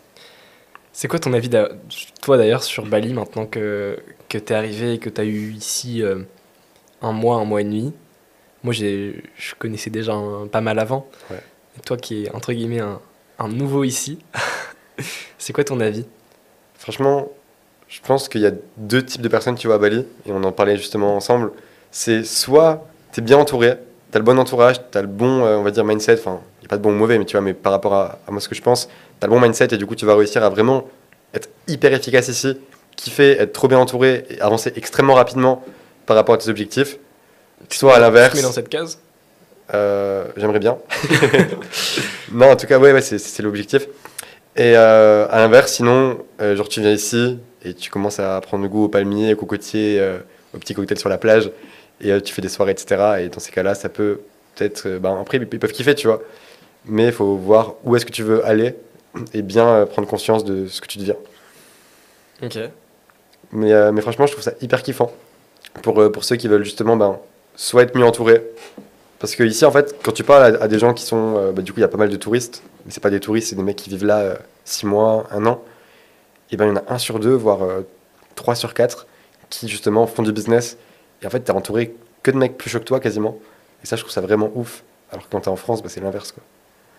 C'est quoi ton avis, d'a- toi d'ailleurs, sur Bali, maintenant que, que t'es arrivé et que t'as eu ici euh, un mois, un mois et demi? Moi, j'ai- je connaissais déjà un- pas mal avant. Ouais. Et toi qui es, entre guillemets, un, un nouveau ici, c'est quoi ton avis? Franchement, je pense qu'il y a deux types de personnes, tu vois, à Bali, et on en parlait justement ensemble. C'est soit tu es bien entouré, tu as le bon entourage, tu as le bon, euh, on va dire, mindset, enfin, il n'y a pas de bon ou mauvais, mais tu vois, mais par rapport à, à moi, ce que je pense, tu as le bon mindset et du coup, tu vas réussir à vraiment être hyper efficace ici, kiffer, être trop bien entouré et avancer extrêmement rapidement par rapport à tes objectifs. Soit à Tu te l'inverse, mets dans cette case? euh, j'aimerais bien. Non, en tout cas, ouais, ouais c'est c'est l'objectif. Et euh, à l'inverse, sinon, euh, genre tu viens ici et tu commences à prendre goût aux palmiers, aux cocotiers, euh, aux petits cocktails sur la plage, et euh, tu fais des soirées, et cetera. Et dans ces cas-là, ça peut peut-être... euh, ben, après, ils peuvent kiffer, tu vois. Mais il faut voir où est-ce que tu veux aller et bien euh, prendre conscience de ce que tu deviens. Ok. Mais, euh, mais franchement, je trouve ça hyper kiffant pour, euh, pour ceux qui veulent justement ben, soit être mieux entourés. Parce que ici, en fait, quand tu parles à, à des gens qui sont... euh, bah, du coup, il y a pas mal de touristes, mais c'est pas des touristes, c'est des mecs qui vivent là euh, six mois, un an. Et ben il y en a un sur deux, voire euh, trois sur quatre, qui justement font du business. Et en fait, t'es entouré que de mecs plus chauds que toi, quasiment. Et ça, je trouve ça vraiment ouf. Alors que quand t'es en France, bah, c'est l'inverse, quoi.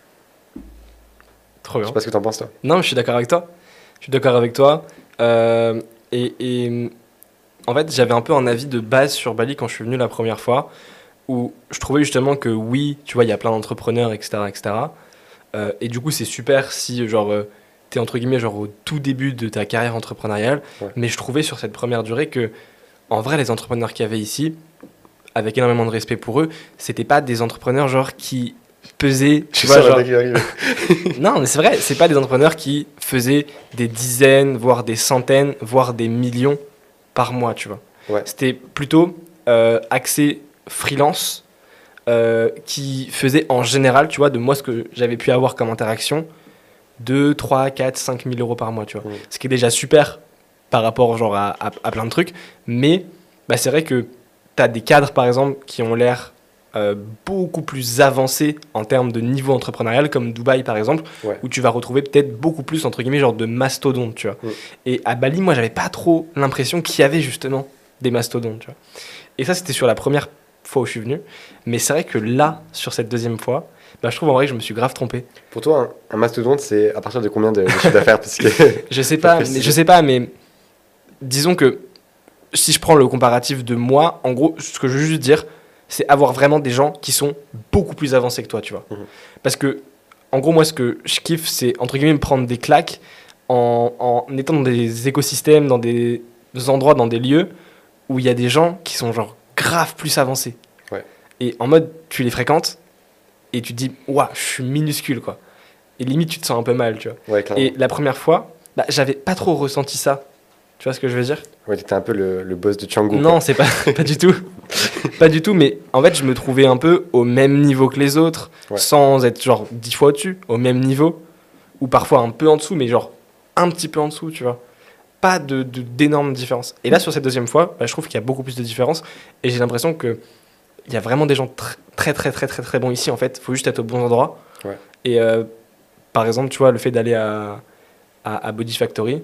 Trop Je bien. sais pas ce que t'en penses, toi. Non, mais je suis d'accord avec toi. Je suis d'accord avec toi. Euh, et, et en fait, j'avais un peu un avis de base sur Bali quand je suis venu la première fois, où je trouvais justement que oui, tu vois, il y a plein d'entrepreneurs, et cetera, et cetera. Euh, et du coup, c'est super si, genre, euh, t'es entre guillemets, genre, au tout début de ta carrière entrepreneuriale. Ouais. Mais je trouvais sur cette première durée que, en vrai, les entrepreneurs qu'il y avait ici, avec énormément de respect pour eux, c'était pas des entrepreneurs, genre, qui pesaient, tu vois, genre, non, mais c'est vrai, c'est pas des entrepreneurs qui faisaient des dizaines, voire des centaines, voire des millions par mois, tu vois. Ouais. C'était plutôt euh, axé freelance, euh, qui faisait en général, tu vois, de moi ce que j'avais pu avoir comme interaction, deux, trois, quatre, cinq mille euros par mois, tu vois. Mmh. Ce qui est déjà super par rapport genre, à, à, à plein de trucs, mais bah, c'est vrai que tu as des cadres, par exemple, qui ont l'air euh, beaucoup plus avancés en termes de niveau entrepreneurial, comme Dubaï, par exemple, Ouais. où tu vas retrouver peut-être beaucoup plus, entre guillemets, genre de mastodontes, tu vois. Mm. Et à Bali, moi, j'avais pas trop l'impression qu'il y avait justement des mastodontes, tu vois. Et ça, c'était sur la première fois où je suis venu. Mais c'est vrai que là, sur cette deuxième fois, bah, je trouve en vrai que je me suis grave trompé. Pour toi, un, un mastodonte, c'est à partir de combien de, de chiffre d'affaires? Parce que... Je sais pas, mais je sais pas, mais disons que si je prends le comparatif de moi, en gros, ce que je veux juste dire, c'est avoir vraiment des gens qui sont beaucoup plus avancés que toi, tu vois. Mhm. Parce que, en gros, moi, ce que je kiffe, c'est entre guillemets me prendre des claques en, en étant dans des écosystèmes, dans des endroits, dans des lieux où il y a des gens qui sont genre grave plus avancés. Ouais. Et en mode, tu les fréquentes et tu te dis, ouah, je suis minuscule, quoi. Et limite, tu te sens un peu mal, tu vois. Ouais, clairement. Et la première fois, bah, j'avais pas trop ressenti ça. Tu vois ce que je veux dire? Ouais, t'étais un peu le, le boss de Django. Non, quoi. c'est pas, pas du tout. Pas du tout, mais en fait, je me trouvais un peu au même niveau que les autres, Ouais. sans être genre dix fois au-dessus, au même niveau, ou parfois un peu en dessous, mais genre un petit peu en dessous, tu vois. Pas de, de- d'énormes différences. Et là, sur cette deuxième fois, bah, je trouve qu'il y a beaucoup plus de différences, et j'ai l'impression que il y a vraiment des gens tr- très, très, très, très, très bons ici, en fait. Il faut juste être au bon endroit. Ouais. Et euh, par exemple, tu vois, le fait d'aller à, à, à Body Factory,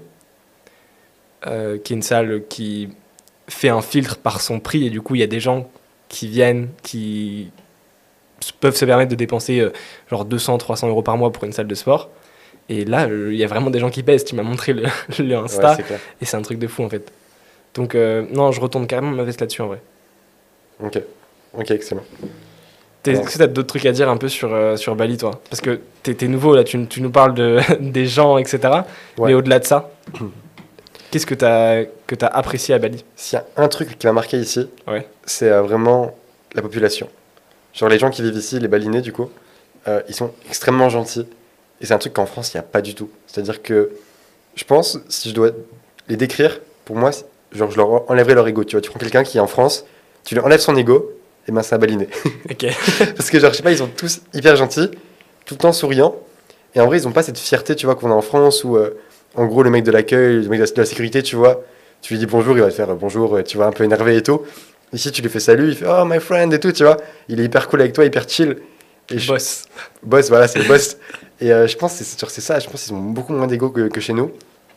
euh, qui est une salle qui fait un filtre par son prix, et du coup, il y a des gens qui viennent, qui s- peuvent se permettre de dépenser euh, genre deux cents, trois cents euros par mois pour une salle de sport. Et là, euh, il y a vraiment des gens qui pèsent. Tu m'as montré le, le Insta, Ouais, c'est clair. et c'est un truc de fou, en fait. Donc, euh, non, je retourne carrément ma veste là-dessus, en vrai. Ok. Ok, excellent. T'es- Alors- Est-ce que tu as d'autres trucs à dire un peu sur, euh, sur Bali, toi? Parce que t'es t'es nouveau, là, tu, tu nous parles de, des gens, et cetera. Ouais. Mais au-delà de ça, qu'est-ce que tu as que t'as apprécié à Bali? S'il y a un truc qui m'a marqué ici, Ouais. c'est euh, vraiment la population. Genre les gens qui vivent ici, les Balinais du coup, euh, ils sont extrêmement gentils. Et c'est un truc qu'en France, il n'y a pas du tout. C'est-à-dire que je pense, si je dois les décrire, pour moi, c'est- genre je leur enlèverais leur ego. Tu vois, tu prends quelqu'un qui est en France, tu lui enlèves son ego, et ben c'est un Balinais. Ok. Parce que genre, je sais pas, ils sont tous hyper gentils, tout le temps souriants. Et en vrai, ils ont pas cette fierté, tu vois, qu'on a en France où, euh, en gros, le mec de l'accueil, le mec de la, de la sécurité, tu vois, tu lui dis bonjour, il va te faire euh, bonjour, euh, tu vois, un peu énervé et tout. Ici, tu lui fais salut, il fait oh my friend et tout, tu vois. Il est hyper cool avec toi, hyper chill. Et je- Boss. Boss, voilà, c'est le boss. Et euh, je pense que c'est, genre, c'est ça, je pense qu'ils ont beaucoup moins d'ego que, que chez nous.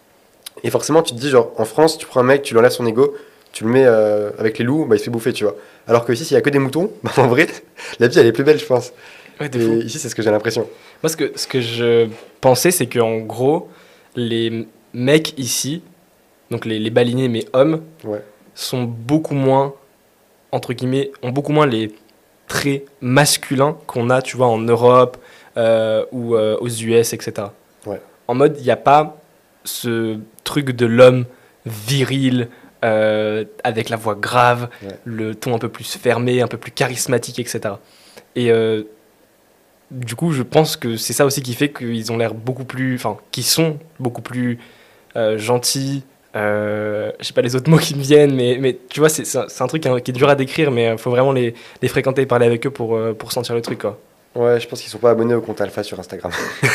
Et forcément, tu te dis, genre, en France, tu prends un mec, tu lui enlèves son ego, tu le mets euh, avec les loups, bah, il se fait bouffer, tu vois. Alors que ici, s'il y a que des moutons, bah, en vrai, la vie, elle est plus belle, je pense. Ouais, t'es Et fou. ici, c'est ce que j'ai l'impression. Moi, ce que, ce que je pensais, c'est qu'en gros, les mecs ici, donc les, les balinés, mais hommes, Ouais. sont beaucoup moins, entre guillemets, ont beaucoup moins les traits masculins qu'on a, tu vois, en Europe euh, ou euh, aux U S, et cetera. Ouais. En mode, il n'y a pas ce truc de l'homme viril, euh, avec la voix grave, Ouais. le ton un peu plus fermé, un peu plus charismatique, et cetera. Et euh, du coup, je pense que c'est ça aussi qui fait qu'ils ont l'air beaucoup plus, enfin, qu'ils sont beaucoup plus euh, gentils, Euh, j'ai pas les autres mots qui me viennent, mais, mais tu vois, c'est, c'est, un, c'est un truc qui est, qui est dur à décrire, mais il faut vraiment les, les fréquenter et parler avec eux pour, euh, pour sentir le truc, quoi. Ouais, je pense qu'ils sont pas abonnés au compte Alpha sur Instagram.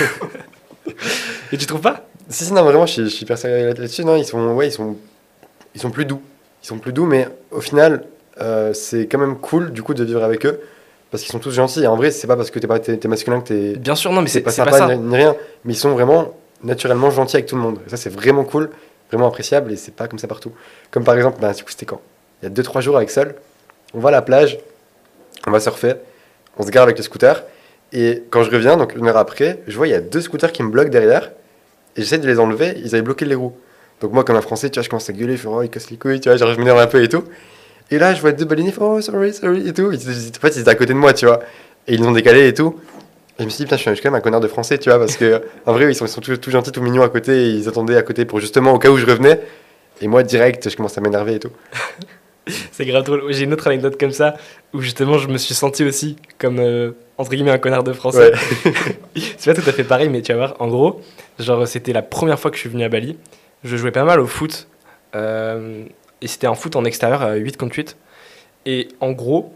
Et tu trouves pas? Si, si, non, vraiment, je suis, je suis hyper sérieux là-dessus. Non, ils sont, ouais, ils sont, ils sont plus doux. Ils sont plus doux, mais au final, euh, c'est quand même cool, du coup, de vivre avec eux. Parce qu'ils sont tous gentils. Et en vrai, c'est pas parce que t'es, pas, t'es, t'es masculin que t'es. Bien sûr, non, mais c'est c'est, pas c'est pas sympa ça. ni, ni rien. Mais ils sont vraiment naturellement gentils avec tout le monde. Et ça, c'est vraiment cool, vraiment appréciable. Et c'est pas comme ça partout. Comme par exemple, bah, du coup, c'était quand? Il y a deux trois jours avec Sol. On va à la plage, on va surfer, on se gare avec le scooter. Et quand je reviens, donc une heure après, je vois il y a deux scooters qui me bloquent derrière. Et j'essaie de les enlever, ils avaient bloqué les roues. Donc moi, comme un Français, tu vois, je commence à gueuler, je fais oh, ils cassent les couilles, tu vois, genre je m'énerve un peu et tout. Et là, je vois deux baleiniers, oh, sorry, sorry, et tout. Ils, en fait, ils étaient à côté de moi, tu vois. Et ils nous ont décalé et tout. Et je me suis dit, putain, je suis quand même un connard de Français, tu vois, parce que en vrai, ils sont, ils sont tout, tout gentils, tout mignons à côté, et ils attendaient à côté pour justement au cas où je revenais. Et moi, direct, je commence à m'énerver et tout. C'est grave drôle. J'ai une autre anecdote comme ça, où justement, je me suis senti aussi comme, euh, entre guillemets, un connard de Français. Ouais. C'est pas tout à fait pareil, mais tu vas voir, en gros, genre, c'était la première fois que je suis venu à Bali. Je jouais pas mal au foot. Euh, et c'était un foot en extérieur, à huit contre huit. Et en gros,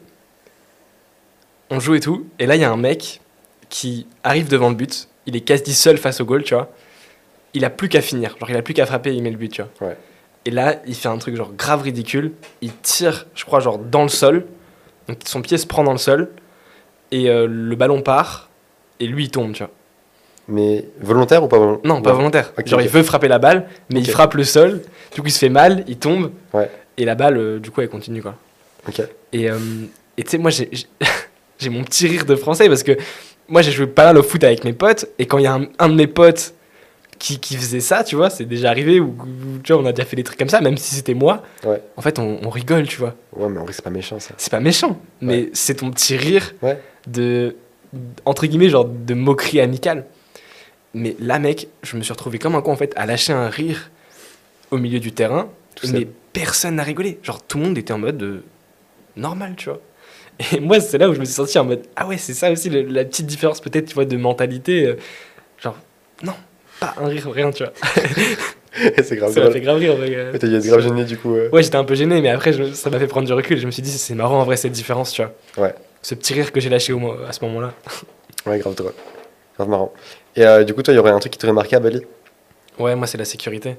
on joue et tout. Et là, il y a un mec qui arrive devant le but. Il est quasi seul face au goal, tu vois. Il a plus qu'à finir. Genre, il a plus qu'à frapper et il met le but, tu vois. Ouais. Et là, il fait un truc genre grave ridicule. Il tire, je crois, genre dans le sol. Donc son pied se prend dans le sol. Et euh, le ballon part. Et lui, il tombe, tu vois. Mais volontaire ou pas volontaire? Non, pas volontaire. Ok, Genre, ok. il veut frapper la balle, mais Ok. il frappe le sol. Du coup, il se fait mal, il tombe. Ouais. Et la balle, euh, du coup, elle continue, quoi. Ok. Et euh, et tu sais, moi, j'ai, j'ai- j'ai mon petit rire de français parce que moi, j'ai joué pas mal au foot avec mes potes. Et quand il y a un, un de mes potes qui, qui faisait ça, tu vois, c'est déjà arrivé, ou ou, tu vois, on a déjà fait des trucs comme ça, même si c'était moi. Ouais. En fait, on, on rigole, tu vois. Ouais, mais en vrai, c'est pas méchant ça. C'est pas méchant, mais Ouais. c'est ton petit rire Ouais. de, entre guillemets, genre de moquerie amicale. Mais là, mec, je me suis retrouvé comme un con, en fait, à lâcher un rire au milieu du terrain, Tout mais seul. personne n'a rigolé. Genre, tout le monde était en mode de... normal, tu vois. Et moi, c'est là où je me suis senti en mode, ah ouais, c'est ça aussi, le- la petite différence peut-être, tu vois, de mentalité. euh, genre, non, pas un rire, rien, tu vois. C'est grave Ça m'a drôle. fait grave rire. en vrai, euh. Ouais, t'as dû être grave gêné du coup. euh. Ouais, j'étais un peu gêné, mais après, je- ça m'a fait prendre du recul. Je me suis dit, c'est marrant en vrai cette différence, tu vois. Ouais. Ce petit rire que j'ai lâché au, mo- à ce moment-là. Ouais, grave drôle. Grave marrant. Et euh, du coup, toi, il y aurait un truc qui t'aurait marqué à Bali? Ouais, moi, c'est la sécurité.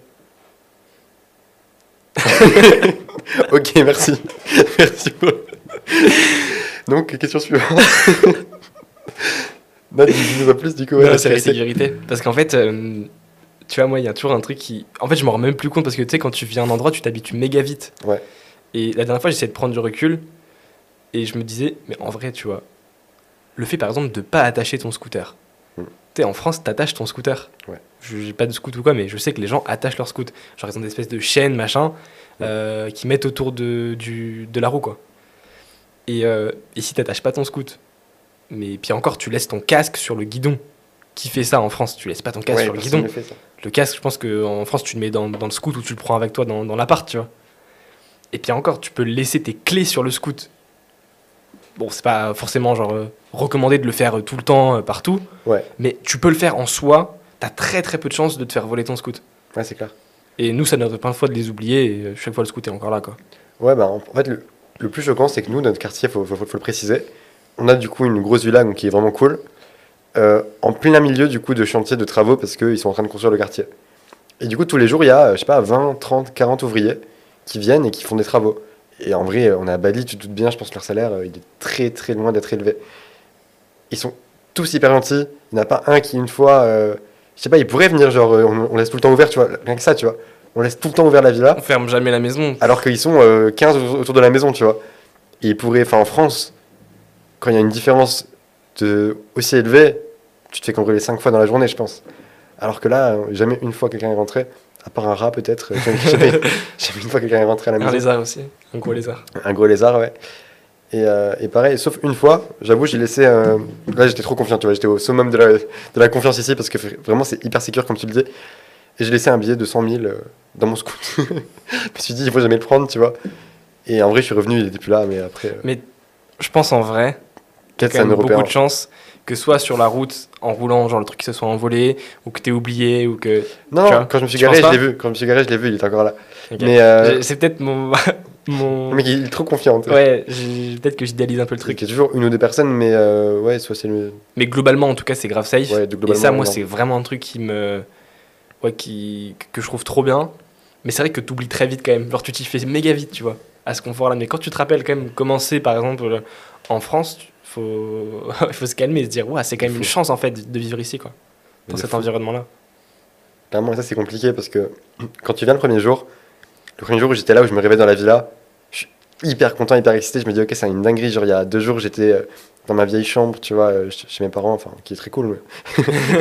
Ok, merci. Merci pour. Donc, question suivante. Non, dis-nous en plus du coup. Ouais, Non, la c'est la sécurité. sécurité. Parce qu'en fait, euh, tu vois, moi, il y a toujours un truc qui. En fait, je m'en rends même plus compte parce que tu sais, quand tu viens à un endroit, tu t'habitues méga vite. Ouais. Et la dernière fois, j'essayais de prendre du recul et je me disais, mais en vrai, tu vois, le fait par exemple de pas attacher ton scooter. Mm. Tu sais, en France, t'attaches ton scooter. Ouais. Je j'ai pas de scoot ou quoi, mais je sais que les gens attachent leur scoot. Genre, ils ont des espèces de chaînes, machin, euh, qui mettent autour de, du, de la roue, quoi. Et, euh, et si t'attaches pas ton scoot, mais puis encore, tu laisses ton casque sur le guidon. Qui fait ça en France? Tu laisses pas ton casque Ouais, sur le personne guidon. ne fait ça. Le casque, je pense qu'en France, tu le mets dans, dans le scoot ou tu le prends avec toi dans, dans l'appart, tu vois. Et puis encore, tu peux laisser tes clés sur le scoot. Bon, c'est pas forcément genre euh, recommandé de le faire euh, tout le temps, euh, partout, Ouais, mais tu peux le faire en soi. T'as très très peu de chances de te faire voler ton scoot. ouais, c'est clair. Et nous, ça nous arrive plein de fois de les oublier et euh, chaque fois le scoot est encore là, quoi. Ouais, bah en en fait, le, le plus choquant, c'est que nous, notre quartier, faut, faut, faut le préciser, on a du coup une grosse villa donc, qui est vraiment cool, euh, en plein milieu du coup de chantier de travaux parce qu'ils sont en train de construire le quartier. Et du coup, tous les jours, il y a, euh, je sais pas, vingt, trente, quarante ouvriers qui viennent et qui font des travaux. Et en vrai, euh, on est à Bali, tu te doutes bien, je pense que leur salaire, euh, il est très très loin d'être élevé. Ils sont tous hyper gentils, il n'y en a pas un qui, une fois, euh, je sais pas, il pourrait venir, genre, euh, on, on laisse tout le temps ouvert, tu vois, rien que ça, tu vois. On laisse tout le temps ouvert la villa. On ferme jamais la maison. Alors qu'ils sont euh, quinze au- autour de la maison, tu vois. Et ils pourraient, enfin en France, quand il y a une différence de, aussi élevée, tu te fais cambrioler cinq fois dans la journée, je pense. Alors que là, euh, jamais une fois quelqu'un est rentré, à part un rat peut-être, euh, jamais, jamais une fois quelqu'un est rentré à la Un maison. lézard aussi, un gros lézard. Un gros lézard, ouais. Et, euh, et pareil, sauf une fois, j'avoue, j'ai laissé. euh, Là, j'étais trop confiant, tu vois, j'étais au summum de la, de la confiance ici parce que vraiment, c'est hyper sécure, comme tu le dis. Et j'ai laissé un billet de cent mille euh, dans mon scoot. Je me suis dit, il faut jamais le prendre, tu vois. Et en vrai, je suis revenu, il était plus là, mais après. euh, Mais je pense en vrai, t'as Peut-être quand c'est un même européen. beaucoup de chance que soit sur la route, en roulant, genre le truc qui se soit envolé, ou que t'aies oublié, ou que... Non, Tu non, vois, quand je me suis tu garé, penses je pas l'ai vu. Quand je me suis garé, je l'ai vu, il était encore là. Ok. Mais euh, J'ai- C'est peut-être mon... mon... le mec, il est trop confiant. tu sais. Ouais, j'ai- peut-être que j'idéalise un peu le Il y truc. a toujours une ou deux personnes, mais euh, ouais, soit c'est le. Mais globalement, en tout cas, c'est grave safe. Ouais, de Et globalement. ça, moi, non. c'est vraiment un truc qui me... Ouais, qui... que je trouve trop bien. Mais c'est vrai que t'oublies très vite quand même. Genre, tu t'y fais méga vite, tu vois, à ce confort-là. Mais quand tu te rappelles quand même commencer, par exemple, en France, tu- faut... il faut se calmer et se dire, ouais, c'est quand même Il une faut. chance, en fait, de vivre ici, quoi. Dans De cet fou. environnement-là. Clairement, ça c'est compliqué parce que quand tu viens le premier jour, le premier jour où j'étais là, où je me réveille dans la villa, je suis hyper content, hyper excité. Je me dis, ok, c'est une dinguerie. Genre, il y a deux jours, j'étais euh, dans ma vieille chambre, tu vois, euh, chez mes parents, enfin, qui est très cool, mais.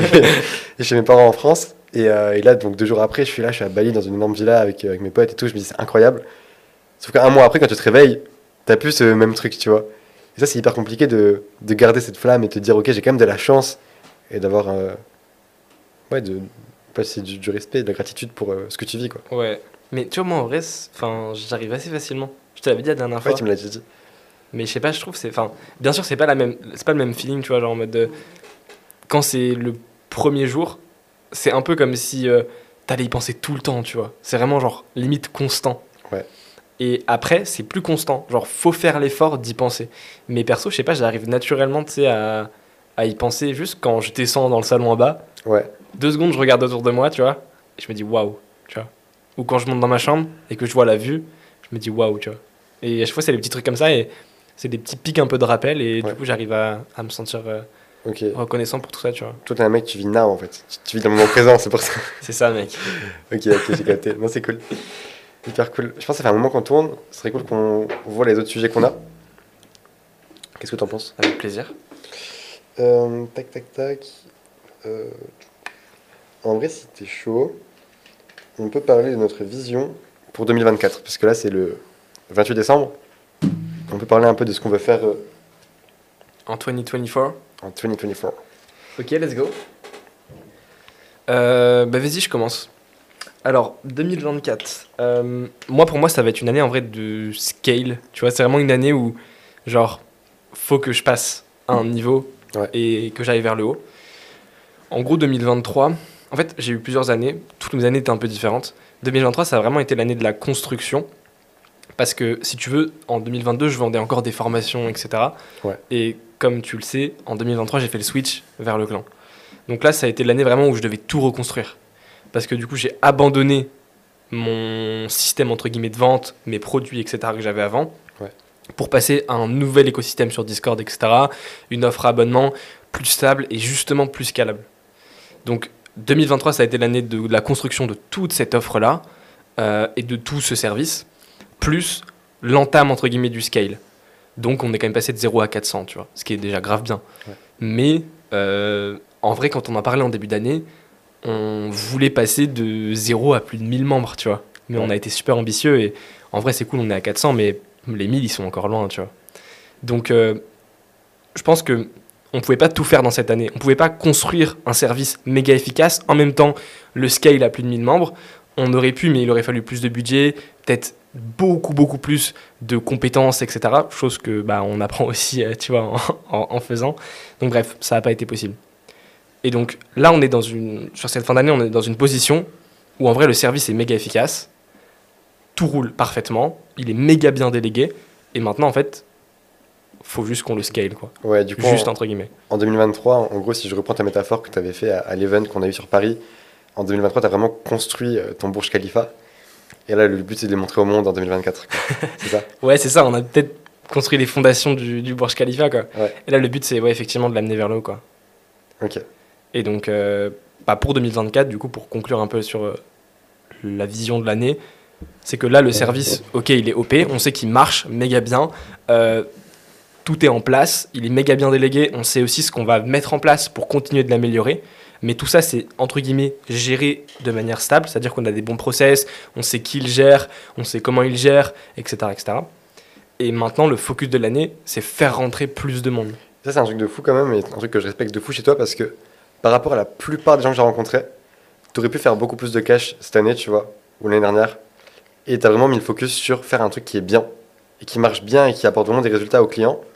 Et chez mes parents en France. Et, euh, et là, donc deux jours après, je suis là, je suis à Bali dans une énorme villa avec, euh, avec mes potes et tout. Je me dis, c'est incroyable. Sauf qu'un mois après, quand tu te réveilles, t'as plus ce même truc, tu vois. Et ça, c'est hyper compliqué de, de garder cette flamme et te dire, ok, j'ai quand même de la chance et d'avoir. euh, ouais, de. Pas c'est du, du respect, de la gratitude pour euh, ce que tu vis, quoi. Ouais. Mais tu vois, moi, en vrai, c'est- enfin, j'arrive assez facilement. Je te l'avais dit la dernière Ouais, fois. tu me l'as déjà dit. Mais je sais pas, je trouve c'est enfin bien sûr, c'est pas la même c'est pas le même feeling, tu vois, genre en mode de- quand c'est le premier jour, c'est un peu comme si euh, t'allais y penser tout le temps, tu vois. C'est vraiment genre limite constant. Ouais. Et après, c'est plus constant, genre faut faire l'effort d'y penser. Mais perso, je sais pas, j'arrive naturellement, tu sais, à à y penser juste quand je descends dans le salon en bas, Ouais. deux secondes, je regarde autour de moi, tu vois, et je me dis waouh, tu vois. Ou quand je monte dans ma chambre et que je vois la vue, je me dis waouh, tu vois. Et à chaque fois, c'est des petits trucs comme ça et c'est des petits pics un peu de rappel et Ouais. du coup, j'arrive à, à me sentir euh, Ok. reconnaissant pour tout ça, tu vois. Toi, t'es un mec, tu vis now en fait. Tu, tu vis dans le moment présent, c'est pour ça. C'est ça, mec. Ok, ok, j'ai capté. Non, c'est cool. Hyper cool. Je pense que ça fait un moment qu'on tourne. Ce serait cool qu'on voit les autres sujets qu'on a. Qu'est-ce que t'en penses? Avec plaisir. Euh, tac, tac, tac. Euh, En vrai, si t'es chaud, on peut parler de notre vision pour deux mille vingt-quatre. Parce que là, c'est le vingt-huit décembre. On peut parler un peu de ce qu'on veut faire euh, En deux mille vingt-quatre. en deux mille vingt-quatre. Ok, let's go. Euh, bah vas-y, je commence. Alors, deux mille vingt-quatre. Euh, moi, pour moi, ça va être une année en vrai de scale. Tu vois, c'est vraiment une année où, genre, faut que je passe à un niveau Ouais. et que j'aille vers le haut. En gros, deux mille vingt-trois, en fait, j'ai eu plusieurs années. Toutes mes années étaient un peu différentes. deux mille vingt-trois, ça a vraiment été l'année de la construction. Parce que, si tu veux, en deux mille vingt-deux, je vendais encore des formations, et cetera. Ouais. Et comme tu le sais, en deux mille vingt-trois, j'ai fait le switch vers le clan. Donc là, ça a été l'année vraiment où je devais tout reconstruire. Parce que du coup, j'ai abandonné mon système entre guillemets de vente, mes produits, et cetera que j'avais avant, Ouais. pour passer à un nouvel écosystème sur Discord, et cetera. Une offre à abonnement plus stable et justement plus scalable. Donc deux mille vingt-trois, ça a été l'année de la construction de toute cette offre-là euh, et de tout ce service, plus l'entame entre guillemets du scale. Donc on est quand même passé de zéro à quatre cents, tu vois, ce qui est déjà grave bien. Ouais. Mais euh, en vrai, quand on en parlait en début d'année, on voulait passer de zéro à plus de mille membres, tu vois. Mais Ouais. on a été super ambitieux et en vrai, c'est cool, on est à quatre cents, mais les mille, ils sont encore loin, tu vois. Donc, euh, je pense que on pouvait pas tout faire dans cette année. On pouvait pas construire un service méga efficace, en même temps, le scale à plus de mille membres. On aurait pu, mais il aurait fallu plus de budget, peut-être beaucoup, beaucoup plus de compétences, et cetera. Chose que bah, on apprend aussi, euh, tu vois, en, en- en faisant. Donc bref, ça n'a pas été possible. Et donc là, on est dans une, sur cette fin d'année, on est dans une position où en vrai le service est méga efficace, tout roule parfaitement, il est méga bien délégué, et maintenant en fait, faut juste qu'on le scale, quoi. Ouais, du coup, Juste en, entre guillemets. en deux mille vingt-trois, en gros, si je reprends ta métaphore que tu avais fait à, à l'event qu'on a eu sur Paris, en deux mille vingt-trois, tu as vraiment construit euh, ton Burj Khalifa. Et là, le but, c'est de les montrer au monde en deux mille vingt-quatre. quoi. C'est ça? Ouais, c'est ça, on a peut-être construit les fondations du, du Burj Khalifa, quoi. Ouais. Et là, le but, c'est ouais, effectivement de l'amener vers le haut, quoi. Ok. Et donc, euh, bah, pour deux mille vingt-quatre, du coup, pour conclure un peu sur euh, la vision de l'année, c'est que là, le service, ok, il est O P, on sait qu'il marche méga bien, euh, tout est en place, il est méga bien délégué, on sait aussi ce qu'on va mettre en place pour continuer de l'améliorer, mais tout ça, c'est entre guillemets géré de manière stable, c'est-à-dire qu'on a des bons process, on sait qui le gère, on sait comment il gère, et cetera, et cetera. Et maintenant, le focus de l'année, c'est faire rentrer plus de monde. Ça, c'est un truc de fou quand même, et un truc que je respecte de fou chez toi parce que par rapport à la plupart des gens que j'ai rencontrés, tu aurais pu faire beaucoup plus de cash cette année, tu vois, ou l'année dernière, et tu as vraiment mis le focus sur faire un truc qui est bien, et qui marche bien, et qui apporte vraiment des résultats aux clients,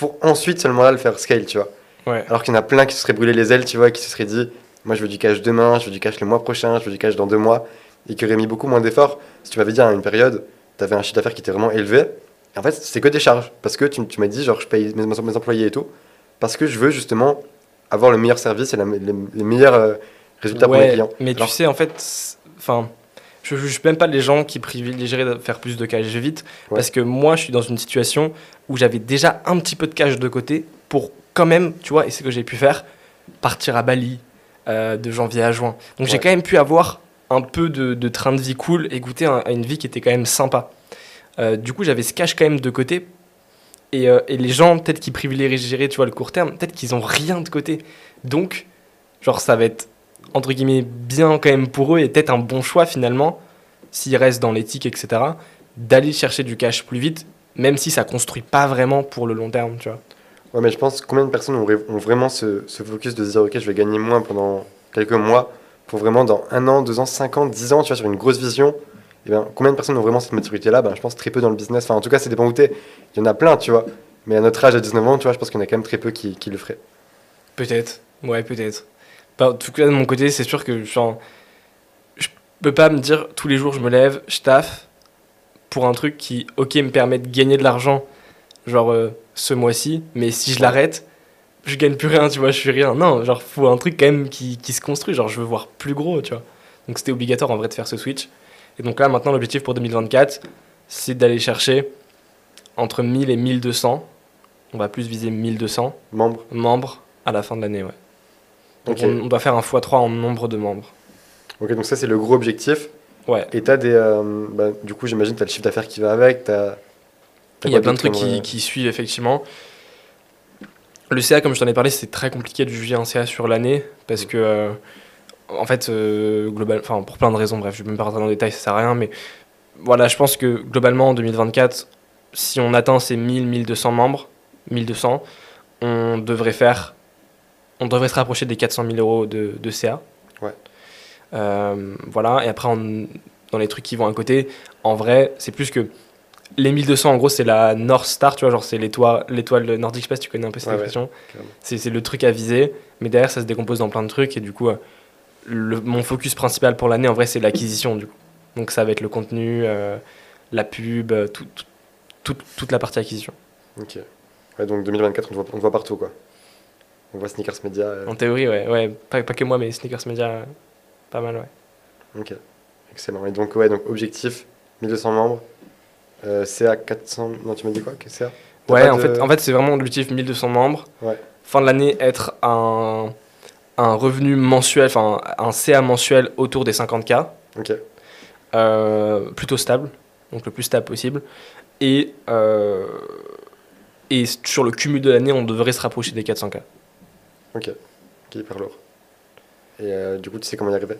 pour ensuite seulement là le faire scale, tu vois. Ouais. Alors qu'il y en a plein qui se seraient brûlé les ailes, tu vois, et qui se seraient dit, moi je veux du cash demain, je veux du cash le mois prochain, je veux du cash dans deux mois, et qui auraient mis beaucoup moins d'efforts. Si tu m'avais dit à une période, tu avais un chiffre d'affaires qui était vraiment élevé, et en fait c'est que des charges, parce que tu, tu m'as dit, genre je paye mes, mes employés et tout, parce que je veux justement avoir le meilleur service et la, les, les meilleurs euh, résultats Ouais, pour mes clients. mais Alors, tu sais, en fait, enfin, je ne juge même pas les gens qui privilégieraient de faire plus de cash vite, Ouais. parce que moi, je suis dans une situation où j'avais déjà un petit peu de cash de côté pour quand même, tu vois, et c'est ce que j'ai pu faire, partir à Bali euh, de janvier à juin. Donc j'ai Ouais. quand même pu avoir un peu de, de train de vie cool et goûter un- à une vie qui était quand même sympa. Euh, du coup, j'avais ce cash quand même de côté. Et, euh, et les gens, peut-être qui privilégieraient, tu vois, le court terme, peut-être qu'ils ont rien de côté. Donc, genre, ça va être, entre guillemets, bien quand même pour eux et peut-être un bon choix finalement, s'ils restent dans l'éthique, et cetera, d'aller chercher du cash plus vite, même si ça construit pas vraiment pour le long terme, tu vois. ouais, mais je pense combien de personnes ont, ré- ont vraiment ce, ce focus de se dire, ok, je vais gagner moins pendant quelques mois, pour vraiment dans un an, deux ans, cinq ans, dix ans, tu vois, sur une grosse vision. Et ben, combien de personnes ont vraiment cette maturité-là? Ben, je pense très peu dans le business. Enfin, en tout cas, ça dépend où t'es. Il y en a plein, tu vois. Mais à notre âge, à dix-neuf ans, tu vois, je pense qu'il y en a quand même très peu qui, qui le feraient. Peut-être, ouais, peut-être. Bah, en tout cas, de mon côté, c'est sûr que genre, je peux pas me dire tous les jours je me lève, je taffe pour un truc qui, ok, me permet de gagner de l'argent, genre euh, ce mois-ci, mais si je Ouais. l'arrête, je gagne plus rien, tu vois, je suis rien. Non, genre, faut un truc quand même qui, qui se construit, genre, je veux voir plus gros, tu vois. Donc c'était obligatoire en vrai de faire ce switch. Et donc là, maintenant, l'objectif pour deux mille vingt-quatre, c'est d'aller chercher entre mille et mille deux cents, on va plus viser mille deux cents Membres. membres à la fin de l'année, ouais. Donc Ok. on, on doit faire un fois trois en nombre de membres. Ok, donc ça, c'est le gros objectif. Ouais. Et t'as des. euh, bah, du coup, j'imagine, t'as le chiffre d'affaires qui va avec. T'as, t'as Il y a quoi plein de d'autre trucs comme, qui, euh, qui suivent effectivement. Le C A, comme je t'en ai parlé, c'est très compliqué de juger un C A sur l'année parce que, euh, en fait, euh, global, enfin pour plein de raisons, bref, je ne vais même pas rentrer dans le détail, ça sert à rien, mais voilà, je pense que globalement en deux mille vingt-quatre, si on atteint ces mille, mille deux cents membres, mille deux cents, on devrait faire, on devrait se rapprocher des quatre cent mille euros de, de C A. Ouais. Euh, voilà, et après, on- dans les trucs qui vont à côté, en vrai, c'est plus que les mille deux cents, en gros, c'est la North Star, tu vois, genre c'est l'étoile, l'étoile nordique, je sais pas si tu connais un peu cette Ouais, ouais, expression. carrément. C'est, c'est le truc à viser, mais derrière, ça se décompose dans plein de trucs, et du coup, euh, le, mon focus principal pour l'année, en vrai, c'est l'acquisition, du coup. Donc ça va être le contenu, euh, la pub, euh, tout, tout- toute, toute la partie acquisition. Ok. Ouais, donc deux mille vingt-quatre, on te voit, on te voit partout, quoi. On voit Sneakers Media. euh, En théorie, ouais, ouais, pas, pas que moi, mais Sneakers Media, euh, pas mal, ouais. Ok. Excellent. Et donc, ouais, donc objectif, mille deux cents membres. Euh, C A quatre cents. Non, tu m'as dit quoi que C A? T'as Ouais, pas en de- fait, en fait c'est vraiment l'objectif mille deux cents membres. Ouais. Fin de l'année, être un, un revenu mensuel, enfin un C A mensuel autour des cinquante K, Ok. euh, plutôt stable, donc le plus stable possible. Et, euh, et sur le cumul de l'année, on devrait se rapprocher des quatre cents K. Ok. Ok, hyper lourd. Et euh, du coup, tu sais comment y arriver?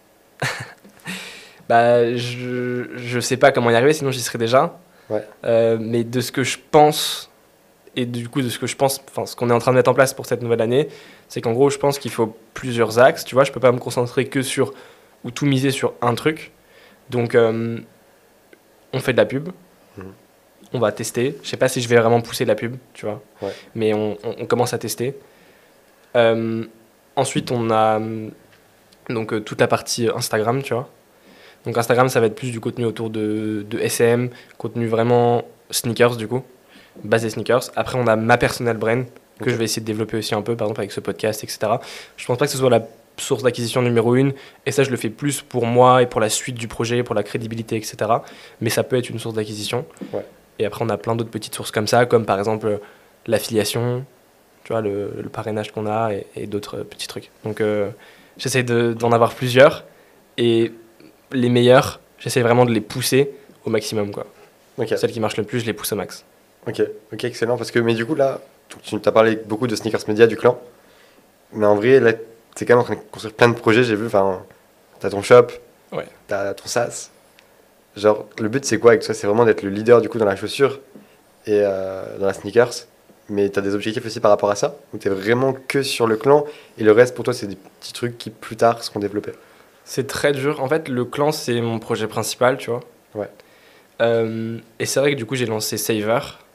Bah, je, je sais pas comment y arriver, sinon j'y serais déjà. Ouais. Euh, mais de ce que je pense, et du coup de ce que je pense, enfin ce qu'on est en train de mettre en place pour cette nouvelle année, c'est qu'en gros, je pense qu'il faut plusieurs axes. Tu vois, je peux pas me concentrer que sur, ou tout miser sur un truc. Donc, euh, on fait de la pub. Mhm. On va tester. Je sais pas si je vais vraiment pousser la pub, tu vois. Ouais. Mais on, on- on commence à tester. Euh, ensuite, on a hum, donc euh, toute la partie Instagram, tu vois. Donc Instagram, ça va être plus du contenu autour de, de S M, contenu vraiment sneakers du coup, basé sneakers. Après, on a ma personal brand que Ok. je vais essayer de développer aussi un peu, par exemple avec ce podcast, et cetera. Je pense pas que ce soit la source d'acquisition numéro une, et ça, je le fais plus pour moi et pour la suite du projet, pour la crédibilité, et cetera. Mais ça peut être une source d'acquisition. Ouais. Et après, on a plein d'autres petites sources comme ça, comme par exemple euh, l'affiliation, tu vois, le, le parrainage qu'on a et, et d'autres euh, petits trucs. Donc, euh, j'essaie de- d'en avoir plusieurs, et les meilleurs, j'essaie vraiment de les pousser au maximum, quoi. Ok. Celles qui marchent le plus, je les pousse au max. Ok. Ok, excellent. Parce que, mais du coup, là, tu t'as parlé beaucoup de Sneakers Media, du clan. Mais en vrai, là, t'es quand même en train de construire plein de projets, j'ai vu. Enfin, t'as ton shop, Ouais. t'as ton SaaS. Genre, le but, c'est quoi avec toi? C'est vraiment d'être le leader, du coup, dans la chaussure et euh, dans la sneakers. Mais t'as des objectifs aussi par rapport à ça? Ou t'es vraiment que sur le clan et le reste, pour toi, c'est des petits trucs qui, plus tard, seront développés? C'est très dur. En fait, le clan, c'est mon projet principal, tu vois. Ouais. Euh, et c'est vrai que du coup, j'ai lancé Saver.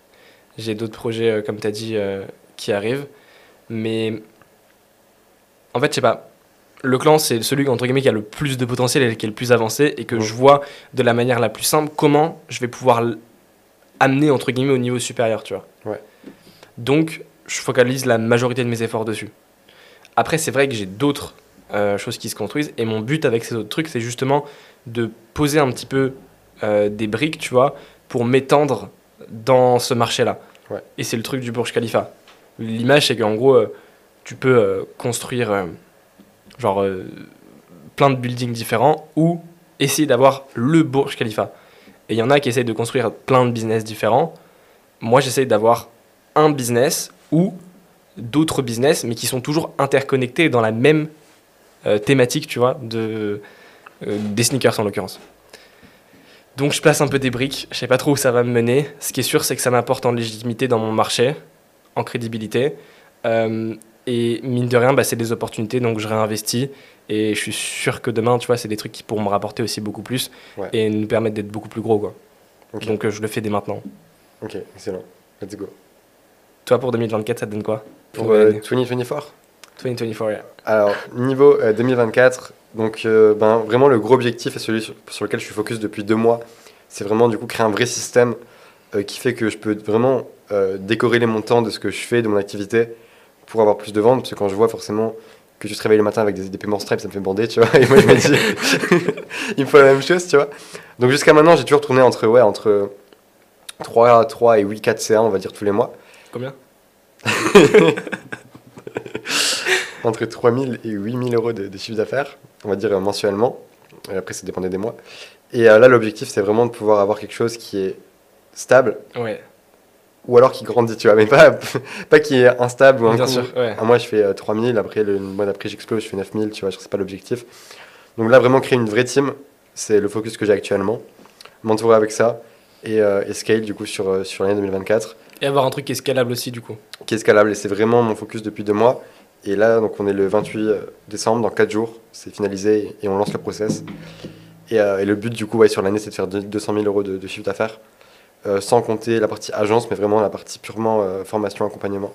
J'ai d'autres projets, euh, comme tu as dit, euh, qui arrivent. Mais en fait, je sais pas. Le clan, c'est celui entre guillemets, qui a le plus de potentiel et qui est le plus avancé et que Ouais. je vois de la manière la plus simple comment je vais pouvoir l- amener entre guillemets au niveau supérieur, tu vois. Ouais. Donc, je focalise la majorité de mes efforts dessus. Après, c'est vrai que j'ai d'autres euh, choses qui se construisent et mon but avec ces autres trucs, c'est justement de poser un petit peu euh, des briques, tu vois, pour m'étendre dans ce marché-là. Ouais. Et c'est le truc du Burj Khalifa. L'image, c'est qu'en gros, euh, tu peux euh, construire euh, genre euh, plein de buildings différents ou essayer d'avoir le Burj Khalifa. Et il y en a qui essayent de construire plein de business différents. Moi, j'essaye d'avoir un business ou d'autres business, mais qui sont toujours interconnectés dans la même euh, thématique, tu vois, de, euh, des sneakers en l'occurrence. Donc je place un peu des briques, je sais pas trop où ça va me mener. Ce qui est sûr, c'est que ça m'apporte en légitimité dans mon marché, en crédibilité. Euh, et mine de rien, bah, c'est des opportunités, donc je réinvestis. Et je suis sûr que demain, tu vois, c'est des trucs qui pourront me rapporter aussi beaucoup plus Ouais. et nous permettre d'être beaucoup plus gros, quoi. Ok. Donc euh, je le fais dès maintenant. Ok, excellent. Let's go. Toi, pour deux mille vingt-quatre, ça te donne quoi? Pour Nouvelle euh, année. deux mille vingt-quatre. deux mille vingt-quatre, yeah. Alors, niveau euh, deux mille vingt-quatre, donc euh, ben, vraiment le gros objectif et celui sur, sur lequel je suis focus depuis deux mois, c'est vraiment du coup créer un vrai système euh, qui fait que je peux vraiment euh, décorréler mon temps de ce que je fais, de mon activité, pour avoir plus de ventes. Parce que quand je vois forcément que tu te réveilles le matin avec des, des paiements Stripe, ça me fait bander, tu vois. Et moi je me dis, il me faut la même chose, tu vois. Donc jusqu'à maintenant, j'ai toujours tourné entre, ouais, entre trois, trois et huit, quatre C A, on va dire, tous les mois. Combien? Entre trois mille et huit mille euros de, de chiffre d'affaires, on va dire euh, mensuellement. Et après, ça dépendait des mois. Et euh, là, l'objectif, c'est vraiment de pouvoir avoir quelque chose qui est stable Ouais, ou alors qui grandit, tu vois. Mais pas, pas qui est instable ou un bien coup. sûr, ouais. Un mois, je fais euh, trois mille, après, le mois d'après, j'explose, je fais neuf mille, tu vois. C'est pas l'objectif. Donc là, vraiment créer une vraie team, c'est le focus que j'ai actuellement. M'entourer avec ça et, euh, et scale, du coup, sur, euh, sur l'année deux mille vingt-quatre, Et avoir un truc qui est scalable aussi, du coup. qui est scalable. Et c'est vraiment mon focus depuis deux mois. Et là, donc, on est le vingt-huit décembre, dans quatre jours, c'est finalisé et on lance le process. Et, euh, et le but, du coup, ouais, sur l'année, c'est de faire deux cent mille euros de, de chiffre d'affaires, euh, sans compter la partie agence, mais vraiment la partie purement euh, formation, accompagnement,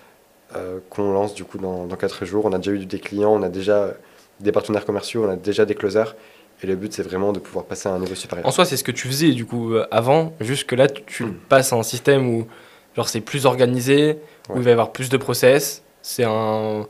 euh, qu'on lance du coup dans, dans quatre jours. On a déjà eu des clients, on a déjà des partenaires commerciaux, on a déjà des closers. Et le but, c'est vraiment de pouvoir passer à un niveau supérieur. En soi, c'est ce que tu faisais, du coup, euh, avant. Juste que là, tu, tu passes à un système où, genre, c'est plus organisé, où Ouais. il va y avoir plus de process. C'est un...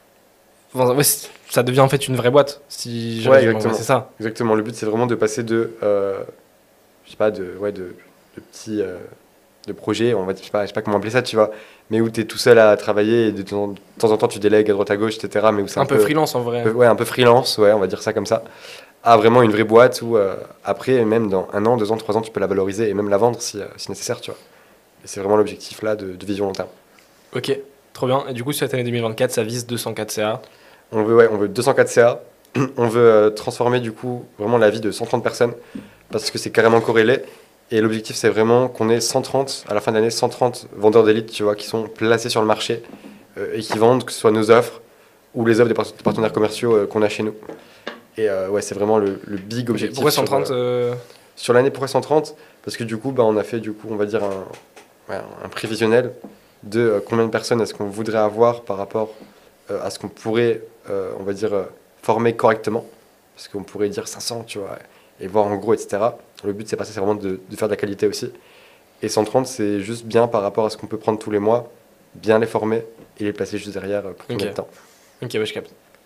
Enfin, ouais, c'est- ça devient en fait une vraie boîte. Si je Ouais, résume, en exactement. vrai, c'est ça. Exactement. Le but, c'est vraiment de passer de, euh, je sais pas, de, ouais, de, de petits euh, de projets, on va, je sais pas, je sais pas comment appeler ça, tu vois, mais où tu es tout seul à travailler et de temps, de temps en temps tu délègues à droite à gauche, et cetera. Mais où c'est Un, peu freelance, en vrai. peu- ouais, un peu freelance, ouais, on va dire ça comme ça. À vraiment une vraie boîte où euh, après, même dans un an, deux ans, trois ans, tu peux la valoriser et même la vendre si, euh, si nécessaire, tu vois. Et c'est vraiment l'objectif là de, de vision long terme. Ok, trop bien. Et du coup, cette année deux mille vingt-quatre, ça vise deux cent quatre C A. On veut, ouais, on veut deux cent quatre C A. On veut euh, transformer du coup vraiment la vie de cent trente personnes parce que c'est carrément corrélé. Et l'objectif, c'est vraiment qu'on ait cent trente, à la fin de l'année, cent trente vendeurs d'élite, tu vois, qui sont placés sur le marché euh, et qui vendent, que ce soit nos offres ou les offres des, par- des partenaires commerciaux euh, qu'on a chez nous. Et euh, ouais, c'est vraiment le, le big objectif. Pourquoi sur, cent trente euh, euh, Sur l'année, pourquoi cent trente? Parce que du coup, bah, on a fait, du coup, on va dire, un, ouais, un prévisionnel de euh, combien de personnes est-ce qu'on voudrait avoir par rapport euh, à ce qu'on pourrait, euh, on va dire, euh, former correctement. Parce qu'on pourrait dire cinq cents, tu vois, et voir en gros, et cetera. Le but, c'est pas ça, c'est vraiment de, de faire de la qualité aussi. Et cent trente, c'est juste bien par rapport à ce qu'on peut prendre tous les mois, bien les former et les placer juste derrière euh, pour Ok. combien de temps. Ok, ouais, je capte.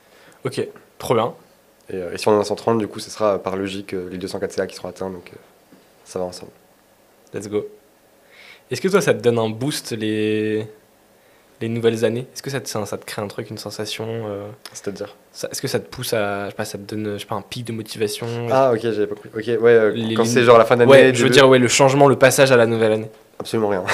Ok, trop bien. Et, euh, et si on en a cent trente, du coup, ce sera euh, par logique euh, les deux cent quatre C A qui seront atteints, donc euh, ça va ensemble. Let's go. Est-ce que toi, ça te donne un boost les, les nouvelles années? Est-ce que ça te, ça te crée un truc, une sensation euh, C'est-à-dire ça- Est-ce que ça te pousse à, je sais pas, ça te donne, je sais pas, un pic de motivation? Ah, ok, j'avais pas compris. Ok, ouais, euh, Les- quand c'est genre la fin d'année. Ouais, je veux début- dire, ouais, le changement, le passage à la nouvelle année. Absolument rien.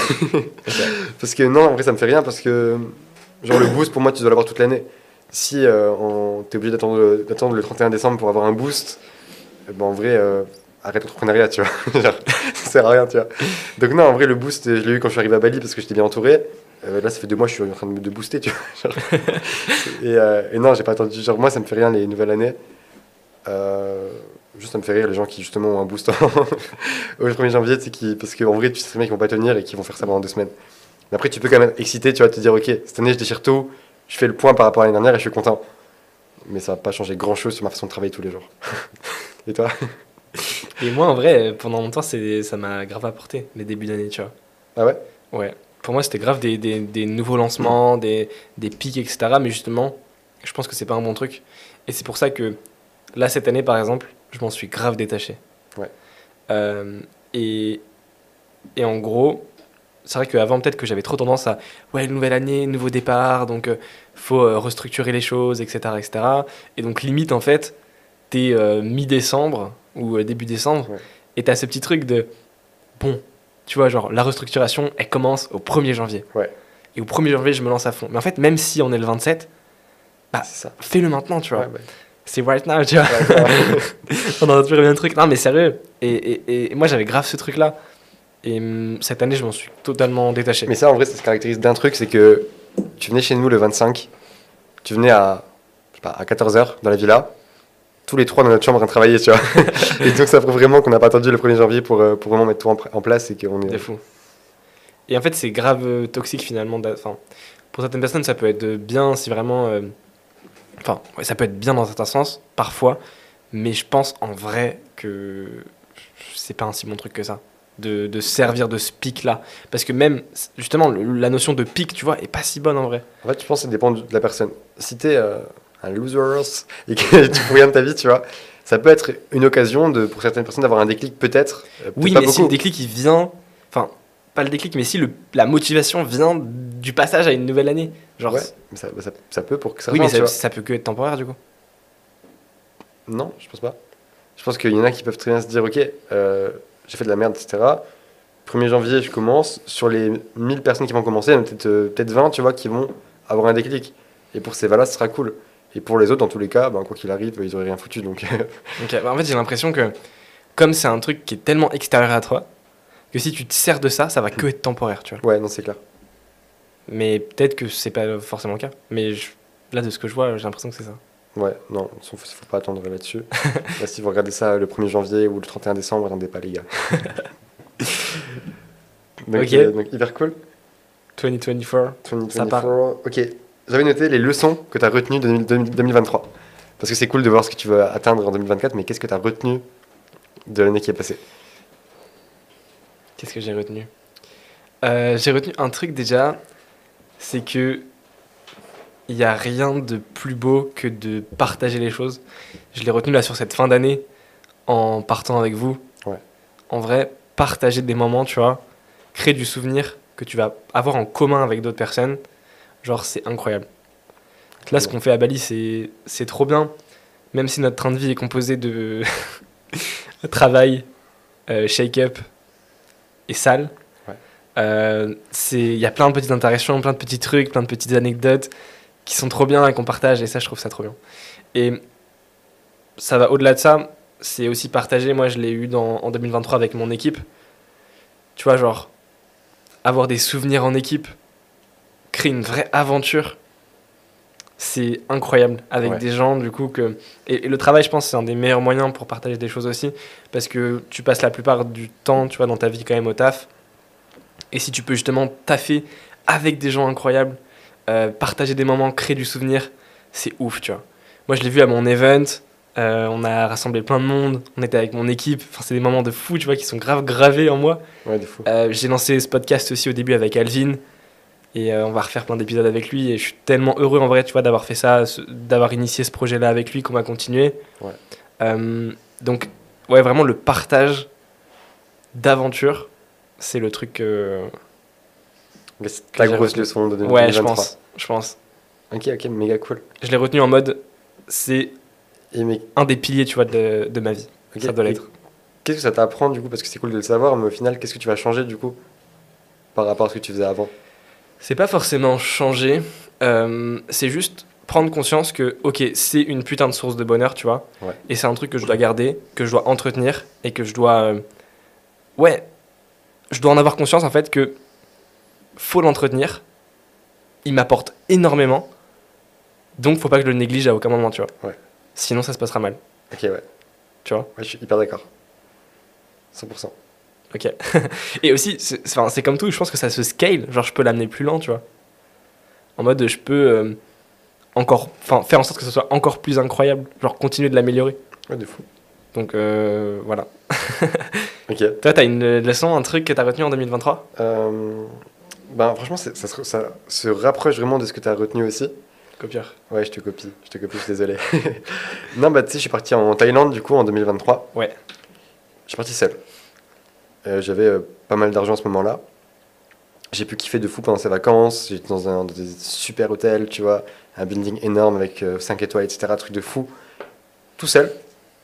Parce que non, en vrai, ça me fait rien parce que, genre, le boost, pour moi, tu dois l'avoir toute l'année. Si euh, on- t'es obligé d'attendre le, d'attendre le trente et un décembre pour avoir un boost, eh ben, en vrai, euh, arrête l'entrepreneuriat, tu vois. Genre, ça sert à rien, tu vois. Donc, non, en vrai, le boost, je l'ai eu quand je suis arrivé à Bali parce que j'étais bien entouré. Euh, là, ça fait deux mois que je suis en train de, de booster, tu vois. Genre. et, euh, et non, j'ai pas attendu. Genre, moi, ça me fait rien les nouvelles années. Euh, Juste, ça me fait rire les gens qui, justement, ont un boost en- au premier janvier, tu sais, qui... parce qu'en vrai, tu sais très bien qu'ils vont pas tenir et qu'ils vont faire ça pendant deux semaines. Mais après, tu peux quand même être excité, tu vois, te dire, ok, cette année, je déchire tout, je fais le point par rapport à l'année dernière et je suis content. Mais ça va pas changer grand-chose sur ma façon de travailler tous les jours. Et toi? Et moi, en vrai, pendant longtemps, c'est, ça m'a grave apporté, les débuts d'année, tu vois. Ah ouais? Ouais. Pour moi, c'était grave des, des, des nouveaux lancements, des, des pics, et cetera. Mais justement, je pense que c'est pas un bon truc. Et c'est pour ça que, là, cette année, par exemple, je m'en suis grave détaché. Ouais. Euh, et, et en gros, c'est vrai qu'avant, peut-être que j'avais trop tendance à, ouais, nouvelle année, nouveau départ, donc euh, faut euh, restructurer les choses, et cetera, et cetera. Et donc, limite, en fait, t'es euh, mi-décembre ou euh, début décembre, Ouais. et t'as ce petit truc de, bon, tu vois, genre, la restructuration, elle commence au premier janvier. Ouais. Et au premier janvier, je me lance à fond. Mais en fait, même si on est le vingt-sept, bah, C'est ça. fais-le maintenant, tu vois. Ouais, bah, C'est right now, tu vois. ouais, grave. On en a toujours bien le truc. Non, mais sérieux. Et, et, et moi, j'avais grave ce truc-là. Et hum, cette année, je m'en suis totalement détaché. Mais ça, en vrai, ça se caractérise d'un truc, c'est que tu venais chez nous le vingt-cinq, tu venais à, je sais pas, à quatorze heures dans la villa, tous les trois dans notre chambre en train de travailler, tu vois. Et donc ça prouve vraiment qu'on n'a pas attendu le premier janvier pour, euh, pour vraiment mettre tout en, pr- en place et qu'on est... De fou. Et en fait, c'est grave euh, toxique finalement. d'a- Enfin, pour certaines personnes, ça peut être bien si vraiment. euh, Enfin, ouais, ça peut être bien dans certains sens, parfois. Mais je pense en vrai que c'est pas un si bon truc que ça. De, de servir de ce pic-là. Parce que même, justement, le- la notion de pic, tu vois, est pas si bonne en vrai. En fait, je pense que ça dépend de la personne. Si t'es euh, un loser et que tu fous rien de ta vie, tu vois, ça peut être une occasion de, pour certaines personnes d'avoir un déclic, peut-être. euh, peut-être Oui, pas mais si beaucoup. le déclic, il vient. Enfin, pas le déclic, mais si le, la motivation vient du passage à une nouvelle année. Genre, Ouais, mais ça, bah, ça, ça peut pour que ça oui, mais change, tu ça, vois. ça peut que être temporaire du coup. Non, je pense pas. Je pense qu'il y en a qui peuvent très bien se dire, ok, euh, j'ai fait de la merde, et cetera. premier janvier, je commence. Sur les mille personnes qui vont commencer, il y en a peut-être euh, peut-être vingt, tu vois, qui vont avoir un déclic. Et pour ces vingt-là, ce sera cool. Et pour les autres, dans tous les cas, ben, quoi qu'il arrive, ils auraient rien foutu. Donc, Donc, euh, en fait, j'ai l'impression que, comme c'est un truc qui est tellement extérieur à toi, que si tu te sers de ça, ça va que être temporaire, tu vois. ouais, non, c'est clair. Mais peut-être que c'est pas forcément le cas. Mais je- là, de ce que je vois, j'ai l'impression que c'est ça. Ouais, non, il faut, faut pas attendre là-dessus. Là, si vous regardez ça le premier janvier ou le trente et un décembre, attendez pas, les gars. donc, Ok. euh, donc, hyper cool. deux mille vingt-quatre. Ça part. deux mille vingt-quatre. Ok, j'avais noté les leçons que tu as retenues de deux mille vingt-trois. Parce que c'est cool de voir ce que tu veux atteindre en deux mille vingt-quatre, mais qu'est-ce que tu as retenu de l'année qui est passée? Qu'est-ce que j'ai retenu Euh, J'ai retenu un truc déjà, c'est que il n'y a rien de plus beau que de partager les choses. Je l'ai retenu là sur cette fin d'année en partant avec vous. Ouais. En vrai, partager des moments, tu vois, créer du souvenir que tu vas avoir en commun avec d'autres personnes, genre c'est incroyable. Là, ce qu'on fait à Bali, c'est c'est trop bien. Même si notre train de vie est composé de travail, euh, shake-up et salle, Ouais. euh, c'est- il y a plein de petites interactions, plein de petits trucs, plein de petites anecdotes qui sont trop bien et qu'on partage. Et ça, je trouve ça trop bien. Et ça va au-delà de ça. C'est aussi partagé. Moi, je l'ai eu dans, en deux mille vingt-trois avec mon équipe. Tu vois, genre, avoir des souvenirs en équipe, créer une vraie aventure, c'est incroyable avec Ouais. des gens du coup que et, et le travail, je pense, c'est un des meilleurs moyens pour partager des choses aussi parce que tu passes la plupart du temps, tu vois, dans ta vie quand même au taf, et si tu peux justement taffer avec des gens incroyables, euh, partager des moments, créer du souvenir, c'est ouf, tu vois. Moi, je l'ai vu à mon event, euh, on a rassemblé plein de monde, on était avec mon équipe, enfin c'est des moments de fou, tu vois, qui sont grave gravés en moi. Ouais, de fou. Euh, j'ai lancé ce podcast aussi au début avec Alvin. Et euh, on va refaire plein d'épisodes avec lui. Et je suis tellement heureux en vrai, tu vois, d'avoir fait ça, ce- d'avoir initié ce projet-là avec lui, qu'on va continuer. Ouais. Euh, donc, ouais, vraiment le partage d'aventure, c'est le truc. euh, Mais c'est ta j'ai grosse retenu. leçon de deux mille Ouais, vingt-trois. je pense. Je pense. Ok, ok, méga cool. Je l'ai retenu en mode, c'est Et mais, un des piliers, tu vois, de, de ma vie. ok, Ça doit et l'être. qu'est-ce que ça t'apprend du coup? Parce que c'est cool de le savoir, mais au final, qu'est-ce que tu vas changer du coup par rapport à ce que tu faisais avant? C'est pas forcément changer, euh, c'est juste prendre conscience que, ok, c'est une putain de source de bonheur, tu vois, Ouais. et c'est un truc que je dois garder, que je dois entretenir, et que je dois... euh, ouais, je dois en avoir conscience en fait que faut l'entretenir, il m'apporte énormément, donc faut pas que je le néglige à aucun moment, tu vois. Ouais. Sinon ça se passera mal. Ok, ouais. tu vois. Ouais, je suis hyper d'accord. cent pour cent. Ok. Et aussi, c'est, c'est, enfin, c'est comme tout, je pense que ça se scale. Genre, je peux l'amener plus lent, tu vois. En mode, je peux euh, encore, enfin, faire en sorte que ce soit encore plus incroyable. Genre, continuer de l'améliorer. Ouais, de fou. Donc, euh, voilà. Ok. Toi, t'as une leçon, un truc que t'as retenu en deux mille vingt-trois? Euh, ben, franchement, c'est- ça se, ça se rapproche vraiment de ce que tu as retenu aussi. Copieur. Ouais, je te copie. Je te copie, je suis désolé. Non, bah, tu sais, je suis parti en Thaïlande, du coup, en deux mille vingt-trois. Ouais. Je suis parti seul. Euh, j'avais euh, pas mal d'argent à ce moment-là. J'ai pu kiffer de fou pendant ces vacances. J'étais dans un dans des super hôtels, tu vois, un building énorme avec euh, cinq étoiles, et cetera. Truc de fou. Tout seul.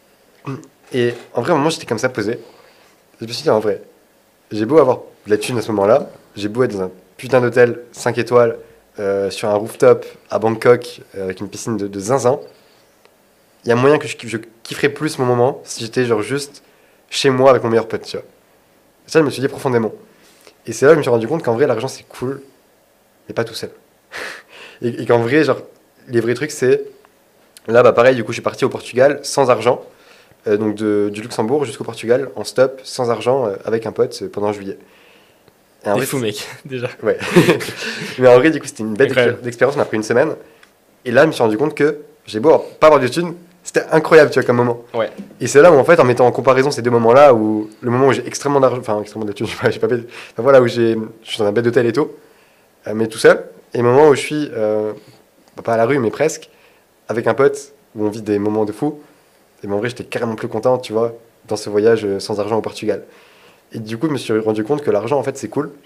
Et en vrai, à un moment, j'étais comme ça posé. Je me suis dit, en vrai, j'ai beau avoir de la thune à ce moment-là, j'ai beau être dans un putain d'hôtel cinq étoiles, euh, sur un rooftop à Bangkok, euh, avec une piscine de, de zinzin, il y a moyen que je, kiffe- je kifferais plus mon moment si j'étais genre juste chez moi avec mon meilleur pote, tu vois. Et ça, je me suis dit profondément. Et c'est là que je me suis rendu compte qu'en vrai, l'argent, c'est cool, mais pas tout seul. Et, et qu'en vrai, genre, les vrais trucs, c'est... Là, bah pareil, du coup, je suis parti au Portugal sans argent, euh, donc de, du Luxembourg jusqu'au Portugal, en stop, sans argent, euh, avec un pote, euh, pendant juillet. Et en T'es vrai, fou, mec, déjà. ouais. Mais en vrai, du coup, c'était une bête Incroyable. d'expé- d'expérience. On a pris une semaine. Et là, je me suis rendu compte que j'ai beau avoir- pas avoir de thunes, c'était incroyable, tu vois, comme moment. Ouais. Et c'est là où, en fait, en mettant en comparaison ces deux moments-là, où le moment où j'ai extrêmement d'argent, enfin, extrêmement de thunes, je sais pas, j'ai pas payé- enfin, voilà, où j'ai, je suis dans un bête d'hôtel et tout, euh, mais tout seul. Et le moment où je suis, euh, bah, pas à la rue, mais presque, avec un pote, où on vit des moments de fou. Et ben, en vrai, j'étais carrément plus content, tu vois, dans ce voyage euh, sans argent au Portugal. Et du coup, je me suis rendu compte que l'argent, en fait, c'est cool,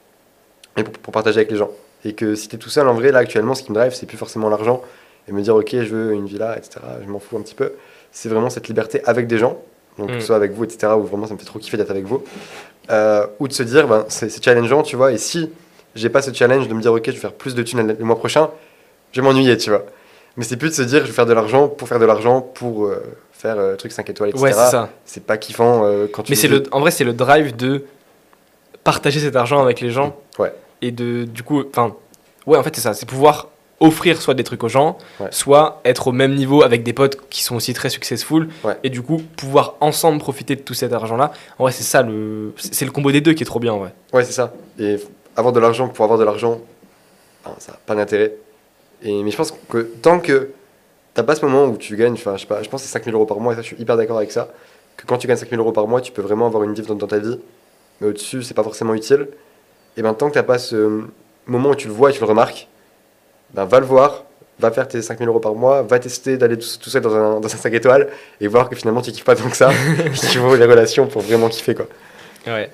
et pour, pour partager avec les gens. Et que si t'es tout seul, en vrai, là, actuellement, ce qui me drive, c'est plus forcément l'argent et me dire, ok, je veux une villa, et cetera. Je m'en fous un petit peu. C'est vraiment cette liberté avec des gens, donc que Mm. ce soit avec vous, et cetera, où vraiment ça me fait trop kiffer d'être avec vous. Euh, ou de se dire, ben, c'est c'est challengeant, tu vois, et si j'ai pas ce challenge de me dire, ok, je vais faire plus de thunes le mois prochain, je vais m'ennuyer, tu vois. Mais c'est plus de se dire, je vais faire de l'argent pour faire de l'argent, pour euh, faire euh, truc cinq étoiles, Ouais, c'est et cetera. ça. C'est pas kiffant euh, quand tu Mais c'est vis- le, en vrai, c'est le drive de partager cet argent avec les gens. Ouais. Et de, du coup, enfin, ouais, en fait, c'est ça. C'est pouvoir offrir soit des trucs aux gens, Ouais. soit être au même niveau avec des potes qui sont aussi très successful. Ouais. Et du coup, pouvoir ensemble profiter de tout cet argent-là. En vrai, c'est ça, le, c'est c'est le combo des deux qui est trop bien, en vrai. Ouais, c'est ça. Et avoir de l'argent pour avoir de l'argent, ben, ça n'a pas d'intérêt. Et, mais je pense que tant que t'as pas ce moment où tu gagnes, enfin, je sais pas, je pense que c'est cinq mille euros par mois, et ça, je suis hyper d'accord avec ça, que quand tu gagnes cinq mille euros par mois, tu peux vraiment avoir une div dans, dans ta vie, mais au-dessus, c'est pas forcément utile. Et ben, tant que t'as pas ce moment où tu le vois et tu le remarques, ben, va le voir, va faire tes cinq mille euros par mois, va tester d'aller tout, tout seul dans un, dans un cinq étoiles et voir que finalement tu kiffes pas tant que ça, qu'il faut les relations pour vraiment kiffer, quoi. Ouais.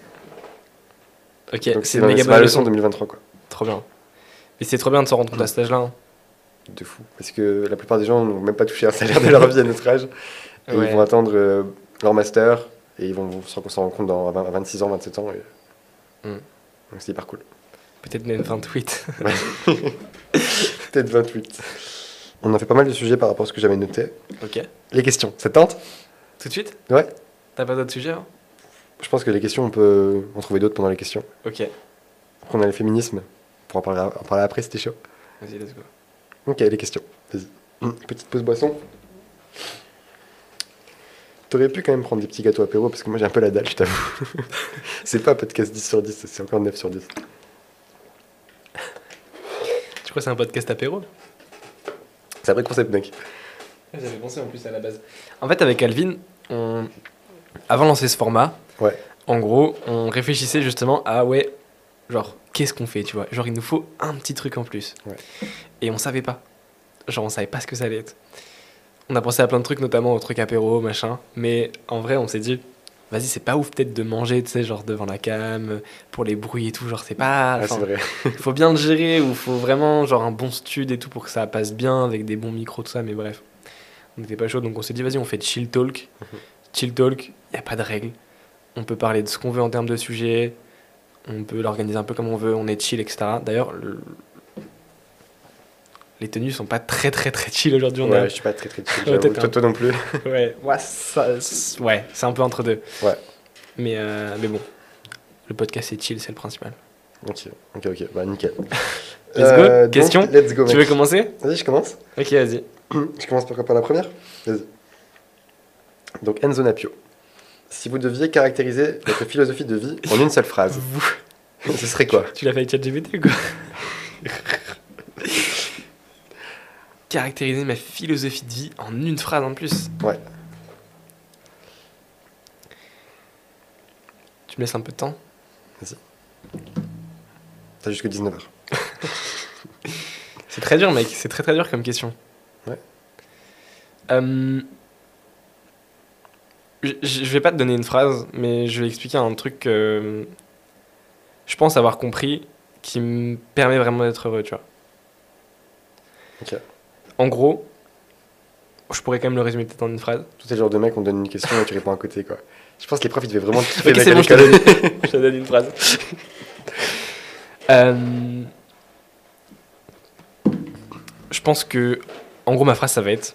Ok, Donc c'est c'est une ma, méga c'est ma bonne leçon leçon. deux mille vingt-trois, quoi. Trop bien. Et c'est trop bien de se rendre compte à cet âge-là. hein. De fou. Parce que la plupart des gens n'ont même pas touché un salaire de leur vie à notre âge. Et Ouais. ils vont attendre euh, leur master et ils vont se s'en rendre compte dans, à vingt- à vingt-six ans, vingt-sept ans. Et... Mm. Donc c'est hyper cool. Peut-être même vingt-huit. Peut-être vingt-huit. On a fait pas mal de sujets par rapport à ce que j'avais noté. Ok. Les questions, ça te tente? Tout de suite? Ouais. T'as pas d'autres sujets? hein Je pense que les questions, on peut en trouver d'autres pendant les questions. Ok. Après, on a le féminisme. Pour en parler, en parler après, c'était chaud. Vas-y, let's go. Ok, les questions. Vas-y. Hum, Petite pause boisson. T'aurais pu quand même prendre des petits gâteaux apéro parce que moi j'ai un peu la dalle, je t'avoue. C'est pas un podcast dix sur dix, c'est encore neuf sur dix. Tu crois que c'est un podcast apéro? C'est un vrai concept, mec. J'avais pensé en plus à la base. En fait, avec Alvin, on... avant de lancer ce format, Ouais. en gros, on réfléchissait justement à, ouais, genre, qu'est-ce qu'on fait, tu vois? Genre, il nous faut un petit truc en plus. Ouais. Et on savait pas. Genre, on savait pas ce que ça allait être. On a pensé à plein de trucs, notamment aux trucs apéro, machin. Mais en vrai, on s'est dit, vas-y, c'est pas ouf peut-être de manger, tu sais, genre devant la cam, pour les bruits et tout. Genre, c'est pas. Ah, c'est enfin, vrai. faut bien le gérer, ou faut vraiment, genre, un bon stud et tout pour que ça passe bien, avec des bons micros, tout ça. Mais bref, on n'était pas chaud, donc on s'est dit, vas-y, on fait chill talk. Chill talk, y a pas de règles. On peut parler de ce qu'on veut en termes de sujet. On peut l'organiser un peu comme on veut, on est chill, et cetera. D'ailleurs, le- les tenues sont pas très très très chill aujourd'hui. On Ouais, a... je suis pas très très chill, Ouais, j'avoue. peut-être toi, un- toi non plus. ouais, ouais, ça- c'est- ouais, c'est un peu entre deux. Ouais. Mais, euh, mais bon, le podcast c'est chill, c'est le principal. Ok, ok, ok. Bah, nickel. Let's go. Euh, donc, Question. Let's go, mec. Tu veux commencer? Vas-y, je commence. Ok, vas-y. Je commence par, par la première. Vas-y. Donc Enzo Napio, si vous deviez caractériser votre philosophie de vie en une seule phrase, ce serait quoi? Tu l'as fait avec ChatGPT ou quoi? Caractériser ma philosophie de vie en une phrase en plus. Ouais. Tu me laisses un peu de temps? Vas-y. T'as jusque dix-neuf heures. C'est très dur, mec. C'est très très dur comme question. Ouais. Euh, je, je vais pas te donner une phrase, mais je vais expliquer un truc que je pense avoir compris qui me permet vraiment d'être heureux, tu vois. Ok. En gros, je pourrais quand même le résumer peut-être en une phrase. Tout est le genre de mec, on te donne une question et tu réponds à côté, quoi. Je pense que les profs, ils devaient vraiment kiffer Ok, le mec c'est à bon, je te l'école. donne, je te donne une phrase. Euh, je pense que, en gros, ma phrase, ça va être: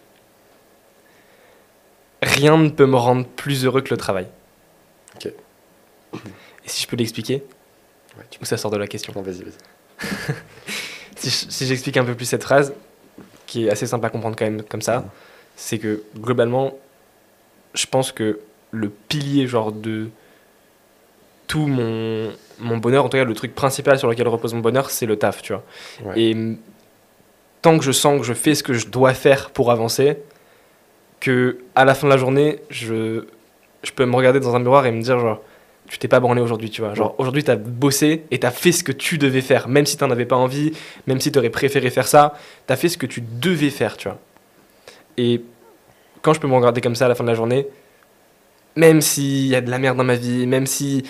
rien ne peut me rendre plus heureux que le travail. Ok. Et si je peux l'expliquer, Ouais, tu où ça sort de la question. Non, vas-y, vas-y. Si, je- si j'explique un peu plus cette phrase, qui est assez simple à comprendre quand même comme ça, c'est que globalement, je pense que le pilier genre de tout mon, mon bonheur, en tout cas le truc principal sur lequel repose mon bonheur, c'est le taf, tu vois. Ouais. Et mm, tant que je sens que je fais ce que je dois faire pour avancer, que à la fin de la journée, je, je peux me regarder dans un miroir et me dire genre, tu t'es pas branlé aujourd'hui, tu vois. Genre, Ouais. aujourd'hui, t'as bossé et t'as fait ce que tu devais faire, même si t'en avais pas envie, même si t'aurais préféré faire ça, t'as fait ce que tu devais faire, tu vois. Et quand je peux me regarder comme ça à la fin de la journée, même s'il y a de la merde dans ma vie, même si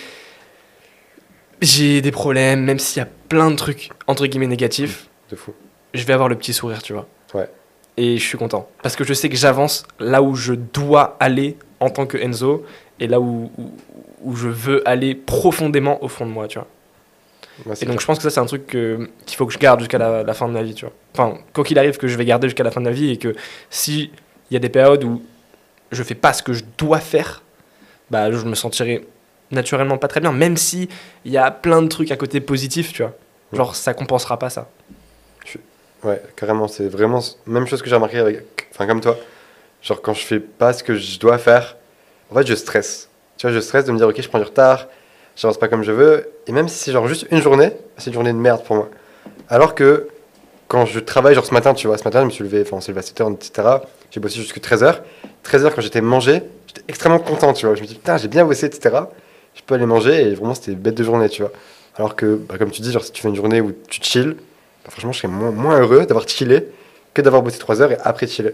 j'ai des problèmes, même s'il y a plein de trucs, entre guillemets, négatifs, De fou. je vais avoir le petit sourire, tu vois. Ouais. Et je suis content. Parce que je sais que j'avance là où je dois aller en tant que Enzo, et là où, où, où je veux aller profondément au fond de moi, tu vois. Ouais, c'est Et donc clair. je pense que ça, c'est un truc que- qu'il faut que je garde jusqu'à la, la fin de ma vie, tu vois. Enfin, quoi qu'il arrive, que je vais garder jusqu'à la fin de ma vie, et que si il y a des périodes où je fais pas ce que je dois faire, bah je me sentirai naturellement pas très bien, même si il y a plein de trucs à côté positifs, tu vois. Genre, ça compensera pas ça. Ouais, carrément, c'est vraiment s- même chose que j'ai remarqué avec, enfin comme toi, genre quand je fais pas ce que je dois faire, en fait je stresse. Tu vois, je stresse de me dire ok, je prends du retard, j'avance pas comme je veux, et même si c'est genre juste une journée, c'est une journée de merde pour moi. Alors que quand je travaille, genre ce matin, tu vois, ce matin je me suis levé, enfin on s'est levé à sept heures, et cetera. J'ai bossé jusqu'à treize heures. treize heures quand j'étais mangé, j'étais extrêmement content, tu vois. Je me dis putain, j'ai bien bossé, et cetera. Je peux aller manger, et vraiment c'était bête de journée, tu vois. Alors que, bah, comme tu dis, genre si tu fais une journée où tu chill, bah, franchement, je serais moins, moins heureux d'avoir chillé que d'avoir bossé trois heures et après chiller.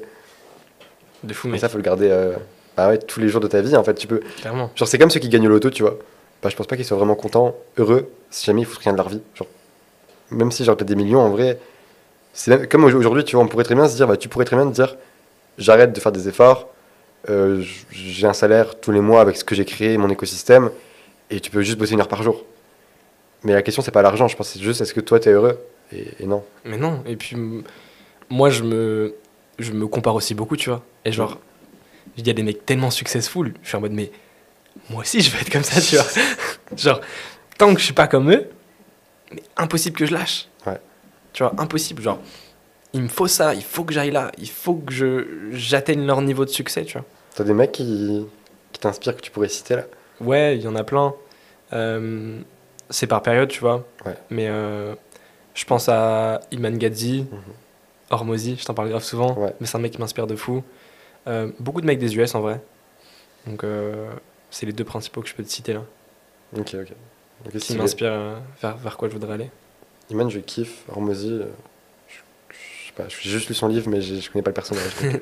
De fou, Mais mais ça, faut le garder euh, bah ouais, tous les jours de ta vie. En fait, tu peux. clairement. Genre, c'est comme ceux qui gagnent au loto, tu vois. Bah, je pense pas qu'ils soient vraiment contents, heureux, si jamais ils foutent rien de leur vie. Genre, même si genre t'as des millions, en vrai, c'est même- comme au- aujourd'hui, tu vois, on pourrait très bien se dire, bah, tu pourrais très bien te dire, j'arrête de faire des efforts, euh, j- j'ai un salaire tous les mois avec ce que j'ai créé, mon écosystème, et tu peux juste bosser une heure par jour. Mais la question, c'est pas l'argent, je pense, que c'est juste est-ce que toi, t'es heureux et, et non. Mais non, et puis m- moi je me, je me compare aussi beaucoup, tu vois. Et genre, il y a des mecs tellement successful, je suis en mode, mais moi aussi je veux être comme ça, tu vois. Genre, tant que je suis pas comme eux, mais impossible que je lâche. Ouais. Tu vois, impossible. Genre, il me faut ça, il faut que j'aille là, il faut que je, j'atteigne leur niveau de succès, tu vois. T'as des mecs qui, qui t'inspirent, que tu pourrais citer là? Ouais, il y en a plein. Euh, c'est par période, tu vois. Ouais. Mais euh, je pense à Iman Gadzi, Mhm. Hormozy, je t'en parle grave souvent, Ouais. mais c'est un mec qui m'inspire de fou. Euh, beaucoup de mecs des U S en vrai. Donc euh, c'est les deux principaux que je peux te citer là, Ok, ok. Ok, qui stylé. m'inspirent euh, vers, vers quoi je voudrais aller. Iman, je kiffe. Hormozy, euh, je, je sais pas, j'ai juste lu son livre, mais j'ai- je connais pas le personnage. donc,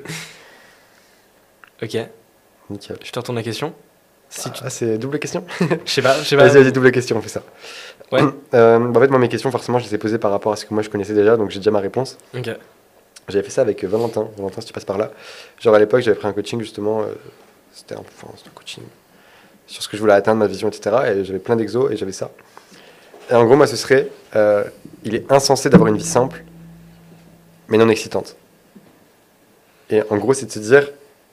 Ok, nickel. je te retourne la question. Si tu... Ah, c'est double question? Je sais pas, je sais pas. Vas-y, vas-y, double question, on fait ça. Ouais. Euh, bah, en fait, moi, mes questions, forcément, je les ai posées par rapport à ce que moi je connaissais déjà, donc j'ai déjà ma réponse. Ok, J'avais fait ça avec euh, Valentin. Valentin, si tu passes par là. Genre, à l'époque, j'avais pris un coaching, justement. euh, c'était un, enfin, c'était un coaching sur ce que je voulais atteindre, ma vision, et cetera. Et j'avais plein d'exos et j'avais ça. Et en gros, moi, ce serait euh, il est insensé d'avoir une vie simple, mais non excitante. Et en gros, c'est de se dire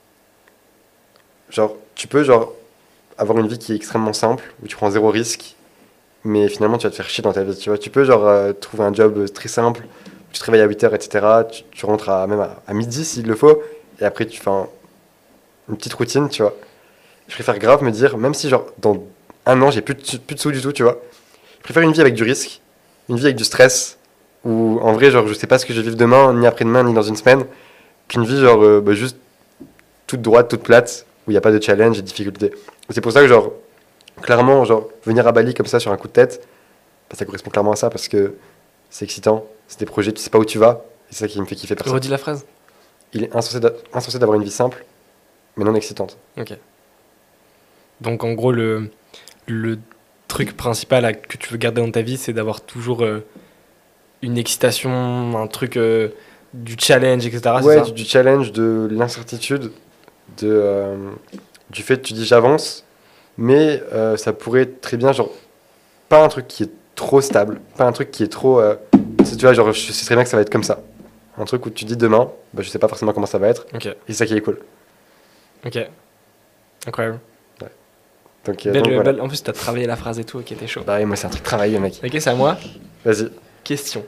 genre, tu peux, genre, avoir une vie qui est extrêmement simple, où tu prends zéro risque, mais finalement, tu vas te faire chier dans ta vie. Tu vois, tu peux, genre, euh, trouver un job euh, très simple, tu te réveilles à huit heures, et cetera. Tu, tu rentres à, même à, à midi s'il le faut, et après, tu, 'fin, une petite routine, tu vois. Je préfère grave me dire, même si genre dans un an j'ai plus de, plus de sous du tout, tu vois, je préfère une vie avec du risque, une vie avec du stress, où en vrai, genre je sais pas ce que je vais vivre demain, ni après-demain, ni dans une semaine, qu'une vie genre euh, bah, juste toute droite, toute plate, où il n'y a pas de challenge et de difficulté. Et c'est pour ça que genre, clairement, genre venir à Bali comme ça sur un coup de tête, bah, ça correspond clairement à ça, parce que c'est excitant, c'est des projets, tu sais pas où tu vas, et c'est ça qui me fait kiffer personne. Redis la phrase. Il est insensé d'a- insensé d'avoir une vie simple, mais non excitante. Ok. Donc en gros, le, le truc principal à- que tu veux garder dans ta vie, c'est d'avoir toujours euh, une excitation, un truc, euh, du challenge, et cetera. Ouais, C'est ça du, du challenge, de l'incertitude, de, euh, du fait que tu dis j'avance, mais euh, ça pourrait être très bien, genre, pas un truc qui est trop stable, pas un truc qui est trop. Euh, tu vois, genre, je sais très bien que ça va être comme ça. Un truc où tu dis demain, bah, je sais pas forcément comment ça va être, Ok, et c'est ça qui est cool. ok. Incroyable. Donc, euh, Belle, donc voilà. belle- En plus, t'as travaillé la phrase et tout, qui était chaud. Bah, ouais, moi, c'est un truc travaillé, mec. Ok, c'est à moi. Vas-y. Question.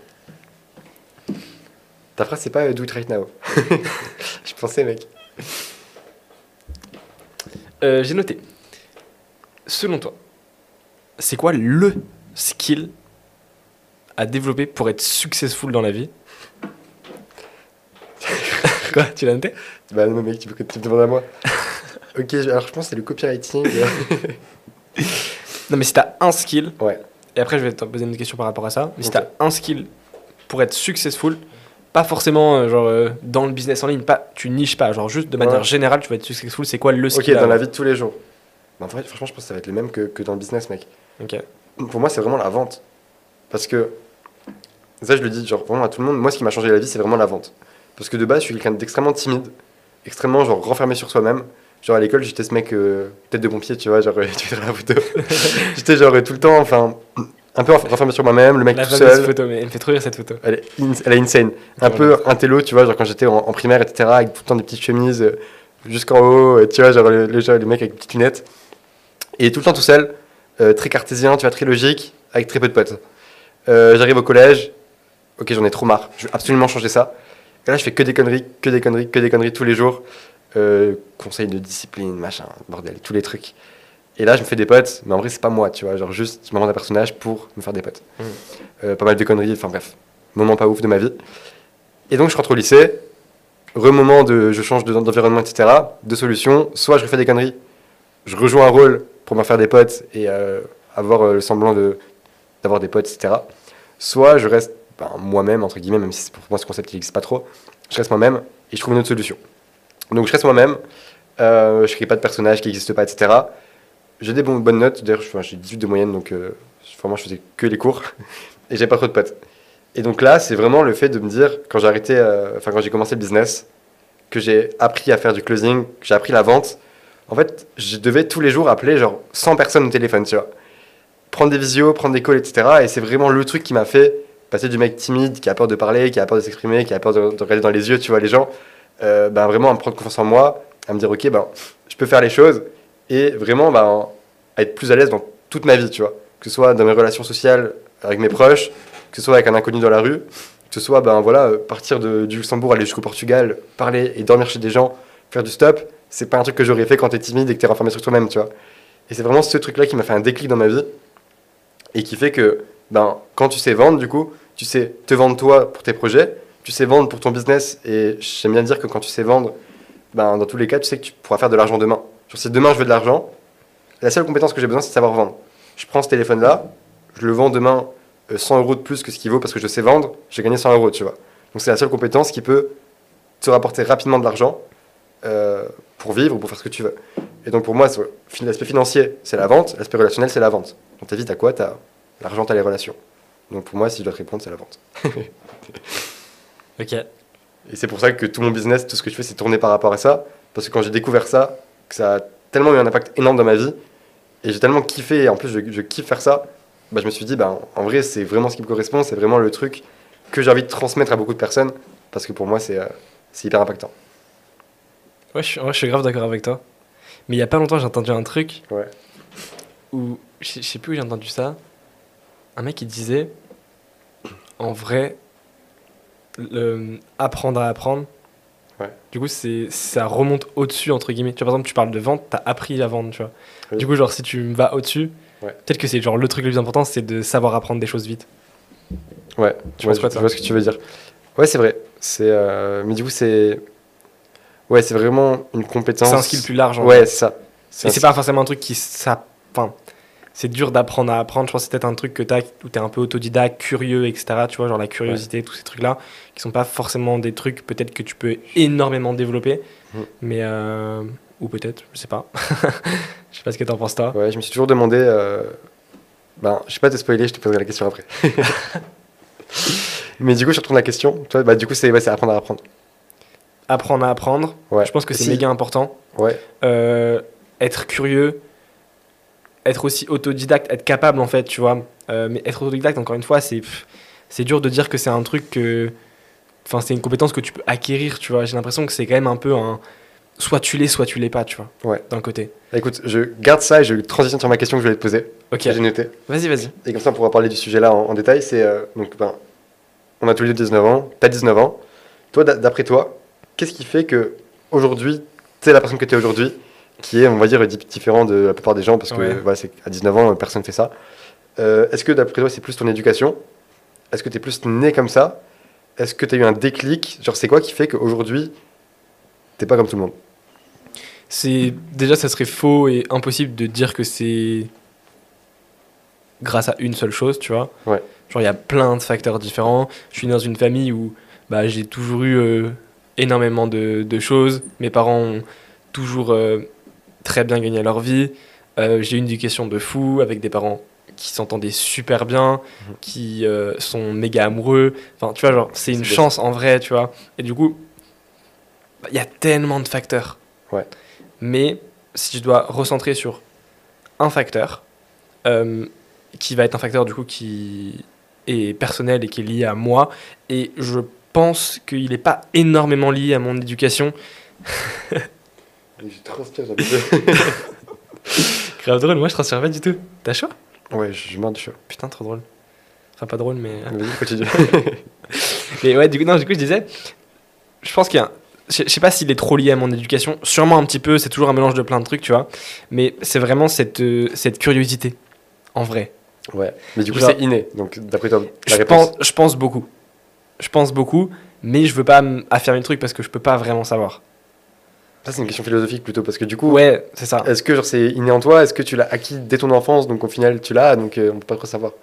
Ta phrase, c'est pas euh, do it right now. Je pensais, mec. Euh, j'ai noté. Selon toi, c'est quoi le skill à développer pour être successful dans la vie? Quoi, tu l'as noté? Bah, non, mec, tu veux que tu me demandes à moi. Ok, je- alors je pense que c'est le copywriting. Non, mais si t'as un skill, Ouais. et après je vais te poser une question par rapport à ça, mais si Ok. t'as un skill pour être successful, pas forcément euh, genre euh, dans le business en ligne, pas, tu niches pas, genre juste de manière Ouais. générale, tu vas être successful, c'est quoi le Ok, skill à dans la avoir? vie de tous les jours. Bah, en vrai, franchement, je pense que ça va être le même que, que dans le business, mec. Ok. Pour moi, c'est vraiment la vente. Parce que, ça, je le dis genre vraiment à tout le monde, moi, ce qui m'a changé la vie, c'est vraiment la vente. Parce que de base, je suis quelqu'un d'extrêmement timide, extrêmement genre renfermé sur soi-même. Genre à l'école, j'étais ce mec euh, tête de pompier, tu vois, genre tu verras la photo. J'étais genre tout le temps, enfin, un peu renfermé sur moi-même, le mec La tout fameuse seul. photo, mais elle me fait trop rire cette photo. Elle est, ins- elle est insane. Un peu un télo, tu vois, genre quand j'étais en, en primaire, et cetera, avec tout le temps des petites chemises euh, jusqu'en haut, euh, tu vois, genre le, le, genre, le mec avec des petites lunettes. Et tout le temps tout seul, euh, très cartésien, tu vois, très logique, avec très peu de potes. Euh, J'arrive au collège, ok, j'en ai trop marre, je veux absolument changer ça. Et là, je fais que des conneries, que des conneries, que des conneries tous les jours. Euh, conseil de discipline, machin, bordel, tous les trucs. Et là, je me fais des potes, mais en vrai, c'est pas moi, tu vois, genre juste, je m'invente un personnage pour me faire des potes. Mm. Euh, pas mal de conneries, enfin bref, moment pas ouf de ma vie. Et donc, je rentre au lycée, re-moment de je change de- d'environnement, et cetera. Deux solutions, soit je refais des conneries, je rejoue un rôle pour me faire des potes et euh, avoir euh, le semblant de, d'avoir des potes, et cetera. Soit je reste ben, moi-même, entre guillemets, même si pour moi ce concept il n'existe pas trop, je reste moi-même et je trouve une autre solution. Donc je reste moi-même, euh, je crée pas de personnage qui n'existe pas, et cetera. J'ai des bon- bonnes notes, d'ailleurs je- enfin, j'ai dix-huit de moyenne, donc euh, vraiment je faisais que les cours et j'avais pas trop de potes. Et donc là, c'est vraiment le fait de me dire, quand j'ai arrêté, euh, enfin quand j'ai commencé le business, que j'ai appris à faire du closing, que j'ai appris la vente, en fait, je devais tous les jours appeler genre cent personnes au téléphone, tu vois. Prendre des visios, prendre des calls, et cetera. Et c'est vraiment le truc qui m'a fait passer du mec timide, qui a peur de parler, qui a peur de s'exprimer, qui a peur de, de regarder dans les yeux, tu vois, les gens, euh, ben, vraiment à me prendre confiance en moi, à me dire, ok, ben, je peux faire les choses, et vraiment ben, à être plus à l'aise dans toute ma vie, tu vois. Que ce soit dans mes relations sociales avec mes proches, que ce soit avec un inconnu dans la rue, que ce soit ben, voilà, euh, partir de, du Luxembourg, aller jusqu'au Portugal, parler et dormir chez des gens, faire du stop, c'est pas un truc que j'aurais fait quand t'es timide et que t'es renfermé sur toi-même, tu vois. Et c'est vraiment ce truc-là qui m'a fait un déclic dans ma vie et qui fait que ben, quand tu sais vendre, du coup, tu sais te vendre toi pour tes projets, tu sais vendre pour ton business et j'aime bien dire que quand tu sais vendre, ben, dans tous les cas, tu sais que tu pourras faire de l'argent demain. Genre, si demain je veux de l'argent, la seule compétence que j'ai besoin, c'est de savoir vendre. Je prends ce téléphone-là, je le vends demain euh, cent euros de plus que ce qu'il vaut parce que je sais vendre, j'ai gagné cent euros, tu vois. Donc c'est la seule compétence qui peut te rapporter rapidement de l'argent euh, pour vivre ou pour faire ce que tu veux. Et donc pour moi, c'est- l'aspect financier, c'est la vente, l'aspect relationnel, c'est la vente. Dans ta vie, t'as quoi? T'as l'argent, t'as les relations. Donc pour moi, si je dois te répondre, c'est la vente. Ok. Et c'est pour ça que tout mon business, tout ce que je fais, c'est tourné par rapport à ça. Parce que quand j'ai découvert ça, que ça a tellement eu un impact énorme dans ma vie, et j'ai tellement kiffé, et en plus je, je kiffe faire ça, bah, je me suis dit, bah, en vrai, c'est vraiment ce qui me correspond, c'est vraiment le truc que j'ai envie de transmettre à beaucoup de personnes, parce que pour moi, c'est euh, c'est hyper impactant. Ouais, je suis, ouais, je suis grave d'accord avec toi. Mais il y a pas longtemps, j'ai entendu un truc Ouais. où, je sais je sais plus où j'ai entendu ça. Un mec qui disait, en vrai, le- apprendre à apprendre, Ouais. Du coup, c'est, ça remonte au-dessus, entre guillemets. Tu vois, par exemple, tu parles de vente, t'as appris à vendre, tu vois. Oui. Du coup, genre, si tu me vas au-dessus, Ouais. peut-être que c'est genre le truc le plus important, c'est de savoir apprendre des choses vite. Ouais, Tu ouais, penses quoi de je ça? vois ce que tu veux dire. Ouais, c'est vrai. C'est, euh, Mais du coup, c'est. Ouais, c'est vraiment une compétence. C'est un skill plus large, en Ouais, vrai. c'est ça. Et un c'est pas forcément un truc qui... Ça, enfin, c'est dur d'apprendre à apprendre. Je pense que c'est peut-être un truc que t'as, où t'es un peu autodidacte, curieux, et cetera. Tu vois, genre la curiosité, tous ces trucs-là, qui sont pas forcément des trucs peut-être que tu peux énormément développer. Mm. Mais... euh, Ou peut-être, je sais pas. Je sais pas ce que t'en penses, toi. Ouais, je me suis toujours demandé. euh, Ben, je sais pas te spoiler, je te poserai la question après. Mais du coup, je retourne la question. Toi, bah, du coup, c'est ouais, c'est apprendre à apprendre. Apprendre à apprendre, Ouais. je pense que c'est Si- méga important. Ouais, Euh, être curieux, être aussi autodidacte, être capable en fait, tu vois. Euh, mais être autodidacte, encore une fois, c'est pff, c'est dur de dire que c'est un truc que, enfin, c'est une compétence que tu peux acquérir, tu vois. J'ai l'impression que c'est quand même un peu un, soit tu l'es, soit tu l'es pas, tu vois. Ouais. D'un côté. Bah, écoute, je garde ça et je transitionne sur ma question que je voulais te poser. Ok. Que j'ai noté. Vas-y, vas-y. Et comme ça, on pourra parler du sujet là en, en détail. C'est euh, donc, ben, on a tous les deux dix-neuf ans. T'as dix-neuf ans. Toi, d'a- d'après toi, qu'est-ce qui fait que aujourd'hui, t'es la personne que t'es aujourd'hui, qui est, on va dire, di- différent de la plupart des gens, parce que Ouais. voilà, c'est à dix-neuf ans, personne fait ça. Euh, Est-ce que d'après toi, c'est plus ton éducation? Est-ce que t'es plus né comme ça? Est-ce que t'as eu un déclic? Genre, c'est quoi qui fait qu'aujourd'hui, t'es pas comme tout le monde? C'est déjà, ça serait faux et impossible de dire que c'est grâce à une seule chose, tu vois. Ouais. Genre, il y a plein de facteurs différents. Je suis né dans une famille où bah, j'ai toujours eu euh, énormément de, de choses. Mes parents ont toujours euh, très bien gagné leur vie. Euh, j'ai eu une éducation de fou avec des parents qui s'entendaient super bien, Mhm. qui euh, sont méga amoureux. Enfin, tu vois, genre, c'est une C'est bien chance en vrai, tu vois. Et du coup, bah, il y a tellement de facteurs. Ouais. Mais si je dois recentrer sur un facteur, euh, qui va être un facteur du coup qui est personnel et qui est lié à moi, et je pense qu'il n'est pas énormément lié à mon éducation. Je transpire, j'ai un peu. Grave drôle, moi je transpire pas du tout. T'as chaud? Ouais, je meurs du chaud. Putain, trop drôle. Enfin, pas drôle, mais. Vas-y, continue. Mais ouais, du coup, non, du coup, je disais, je pense qu'il y a. un- Je je sais pas s'il est trop lié à mon éducation, sûrement un petit peu, c'est toujours un mélange de plein de trucs, tu vois. Mais c'est vraiment cette, euh, cette curiosité, en vrai. Ouais, mais du coup, Genre- c'est inné. Donc, d'après toi, la Je réponse. pense, je pense beaucoup. Je pense beaucoup, mais je veux pas m- affirmer le truc parce que je peux pas vraiment savoir. Ça, c'est une question philosophique plutôt, parce que du coup, Ouais, c'est ça. est-ce que genre, c'est inné en toi? Est-ce que tu l'as acquis dès ton enfance? Donc, au final, tu l'as, donc euh, on peut pas trop savoir.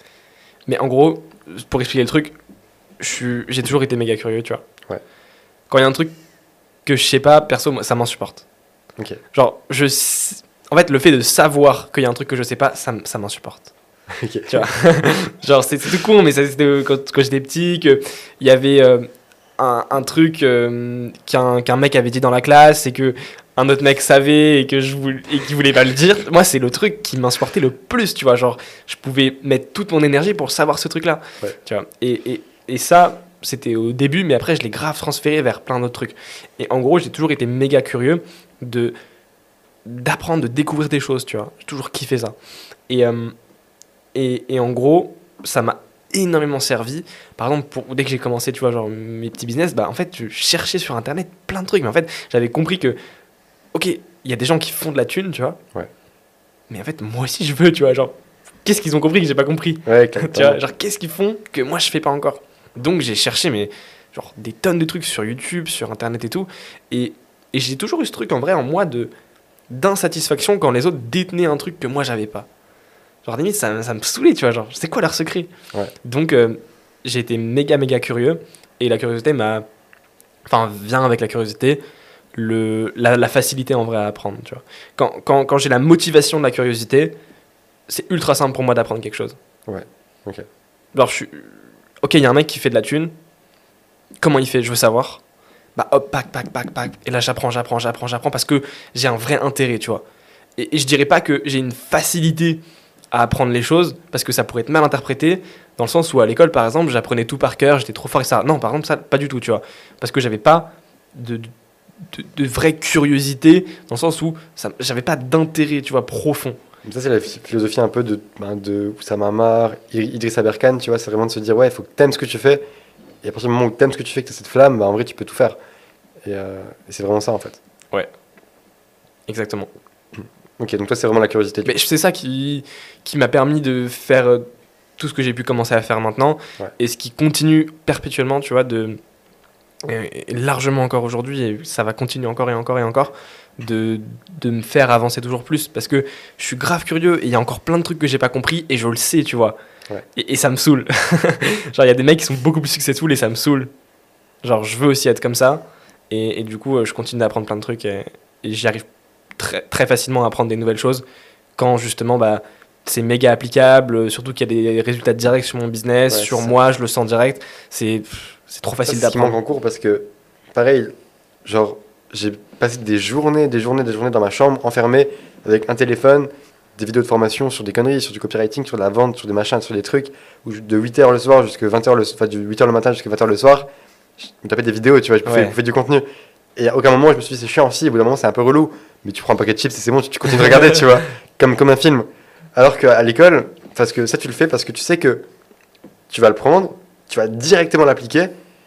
Mais en gros, pour expliquer le truc, je suis- j'ai toujours été méga curieux, tu vois. Ouais. Quand il y a un truc que je sais pas, perso, moi, ça m'insupporte. Ok. Genre, je. s- En fait, le fait de savoir qu'il y a un truc que je sais pas, ça, m- ça m'insupporte. Ok. Tu vois. Genre, c'est c'est tout con, mais ça, c'était euh, quand, quand j'étais petit, qu'il y avait euh, un, un truc euh, qu'un qu'un mec avait dit dans la classe et que un autre mec savait et que je voulais, et qui voulait pas le dire. Moi, c'est le truc qui m'insupportait le plus, tu vois. Genre, je pouvais mettre toute mon énergie pour savoir ce truc-là. Ouais. Tu vois. Et, et, et ça, c'était au début, mais après, je l'ai grave transféré vers plein d'autres trucs. Et en gros, j'ai toujours été méga curieux de d'apprendre, de découvrir des choses, tu vois. J'ai toujours kiffé ça. Et, euh, et, et en gros, ça m'a énormément servi. Par exemple, pour, dès que j'ai commencé, tu vois, genre mes petits business, bah en fait, je cherchais sur Internet plein de trucs. Mais en fait, j'avais compris que, ok, il y a des gens qui font de la thune, tu vois. Ouais. Mais en fait, moi aussi, je veux, tu vois. Genre, qu'est-ce qu'ils ont compris que j'ai pas compris? Ouais, clairement. Tu vois, genre, qu'est-ce qu'ils font que moi, je fais pas encore? Donc, j'ai cherché, mais genre, des tonnes de trucs sur YouTube, sur Internet et tout. Et, et j'ai toujours eu ce truc, en vrai, en moi, de d'insatisfaction quand les autres détenaient un truc que moi, j'avais pas. Genre, limite, ça, ça me saoulait, tu vois. Genre, c'est quoi leur secret? Ouais. Donc, euh, j'ai été méga, méga curieux. Et la curiosité m'a. Enfin, vient avec la curiosité, le, la, la facilité en vrai à apprendre, tu vois. Quand, quand, quand j'ai la motivation de la curiosité, c'est ultra simple pour moi d'apprendre quelque chose. Ouais, ok. Genre, je suis. Ok, il y a un mec qui fait de la thune. Comment il fait? Je veux savoir. Bah, hop, pack, pack, pack, pack. Et là, j'apprends, j'apprends, j'apprends, j'apprends parce que j'ai un vrai intérêt, tu vois. Et, et je dirais pas que j'ai une facilité à apprendre les choses parce que ça pourrait être mal interprété dans le sens où à l'école, par exemple, j'apprenais tout par cœur, j'étais trop fort et ça. Non, par exemple, ça, pas du tout, tu vois. Parce que j'avais pas de, de, de, de vraie curiosité dans le sens où ça, j'avais pas d'intérêt, tu vois, profond. Ça, c'est la phi- philosophie un peu de, ben, de Oussama Ammar, I- Idriss Aberkan, tu vois, c'est vraiment de se dire, ouais, il faut que t'aimes ce que tu fais. Et à partir du moment où t'aimes ce que tu fais, que t'as cette flamme, bah, en vrai, tu peux tout faire. Et, euh, et c'est vraiment ça en fait. Exactement. Ok, donc toi c'est vraiment la curiosité. Mais c'est ça qui, qui m'a permis de faire euh, tout ce que j'ai pu commencer à faire maintenant, Ouais. et ce qui continue perpétuellement, tu vois, de, et largement encore aujourd'hui, et ça va continuer encore et encore et encore, de, de me faire avancer toujours plus, parce que je suis grave curieux, et il y a encore plein de trucs que j'ai pas compris, et je le sais, tu vois. Ouais. Et, et ça me saoule. Genre, il y a des mecs qui sont beaucoup plus successful, et ça me saoule. Genre, je veux aussi être comme ça, et, et du coup, euh, je continue d'apprendre plein de trucs, et, et j'y arrive très, très facilement à apprendre des nouvelles choses, quand justement, bah, c'est méga applicable, euh, surtout qu'il y a des résultats directs sur mon business, Ouais, sur c'est ça. moi, je le sens direct, c'est, c'est trop Ça, facile c'est ce qui manque d'apprendre. en cours parce que, pareil, genre, j'ai passé des journées, des journées, des journées dans ma chambre, enfermé, avec un téléphone, des vidéos de formation sur des conneries, sur du copywriting, sur de la vente, sur des machins, sur des trucs, où je- de huit heures le soir jusqu'à vingt heures le soir, enfin, du huit heures le matin jusqu'à vingt heures le soir, je me tapais des vidéos, tu vois, je bouffais, Ouais. bouffais du contenu. Et à aucun moment, je me suis dit, c'est chiant, si, au bout d'un moment, c'est un peu relou, mais tu prends un paquet de chips et c'est bon, tu, tu continues de regarder, tu vois, comme, comme un film. Alors qu'à l'école, parce que ça, tu le fais parce que tu sais que tu vas le prendre, tu vas directement l'appliquer,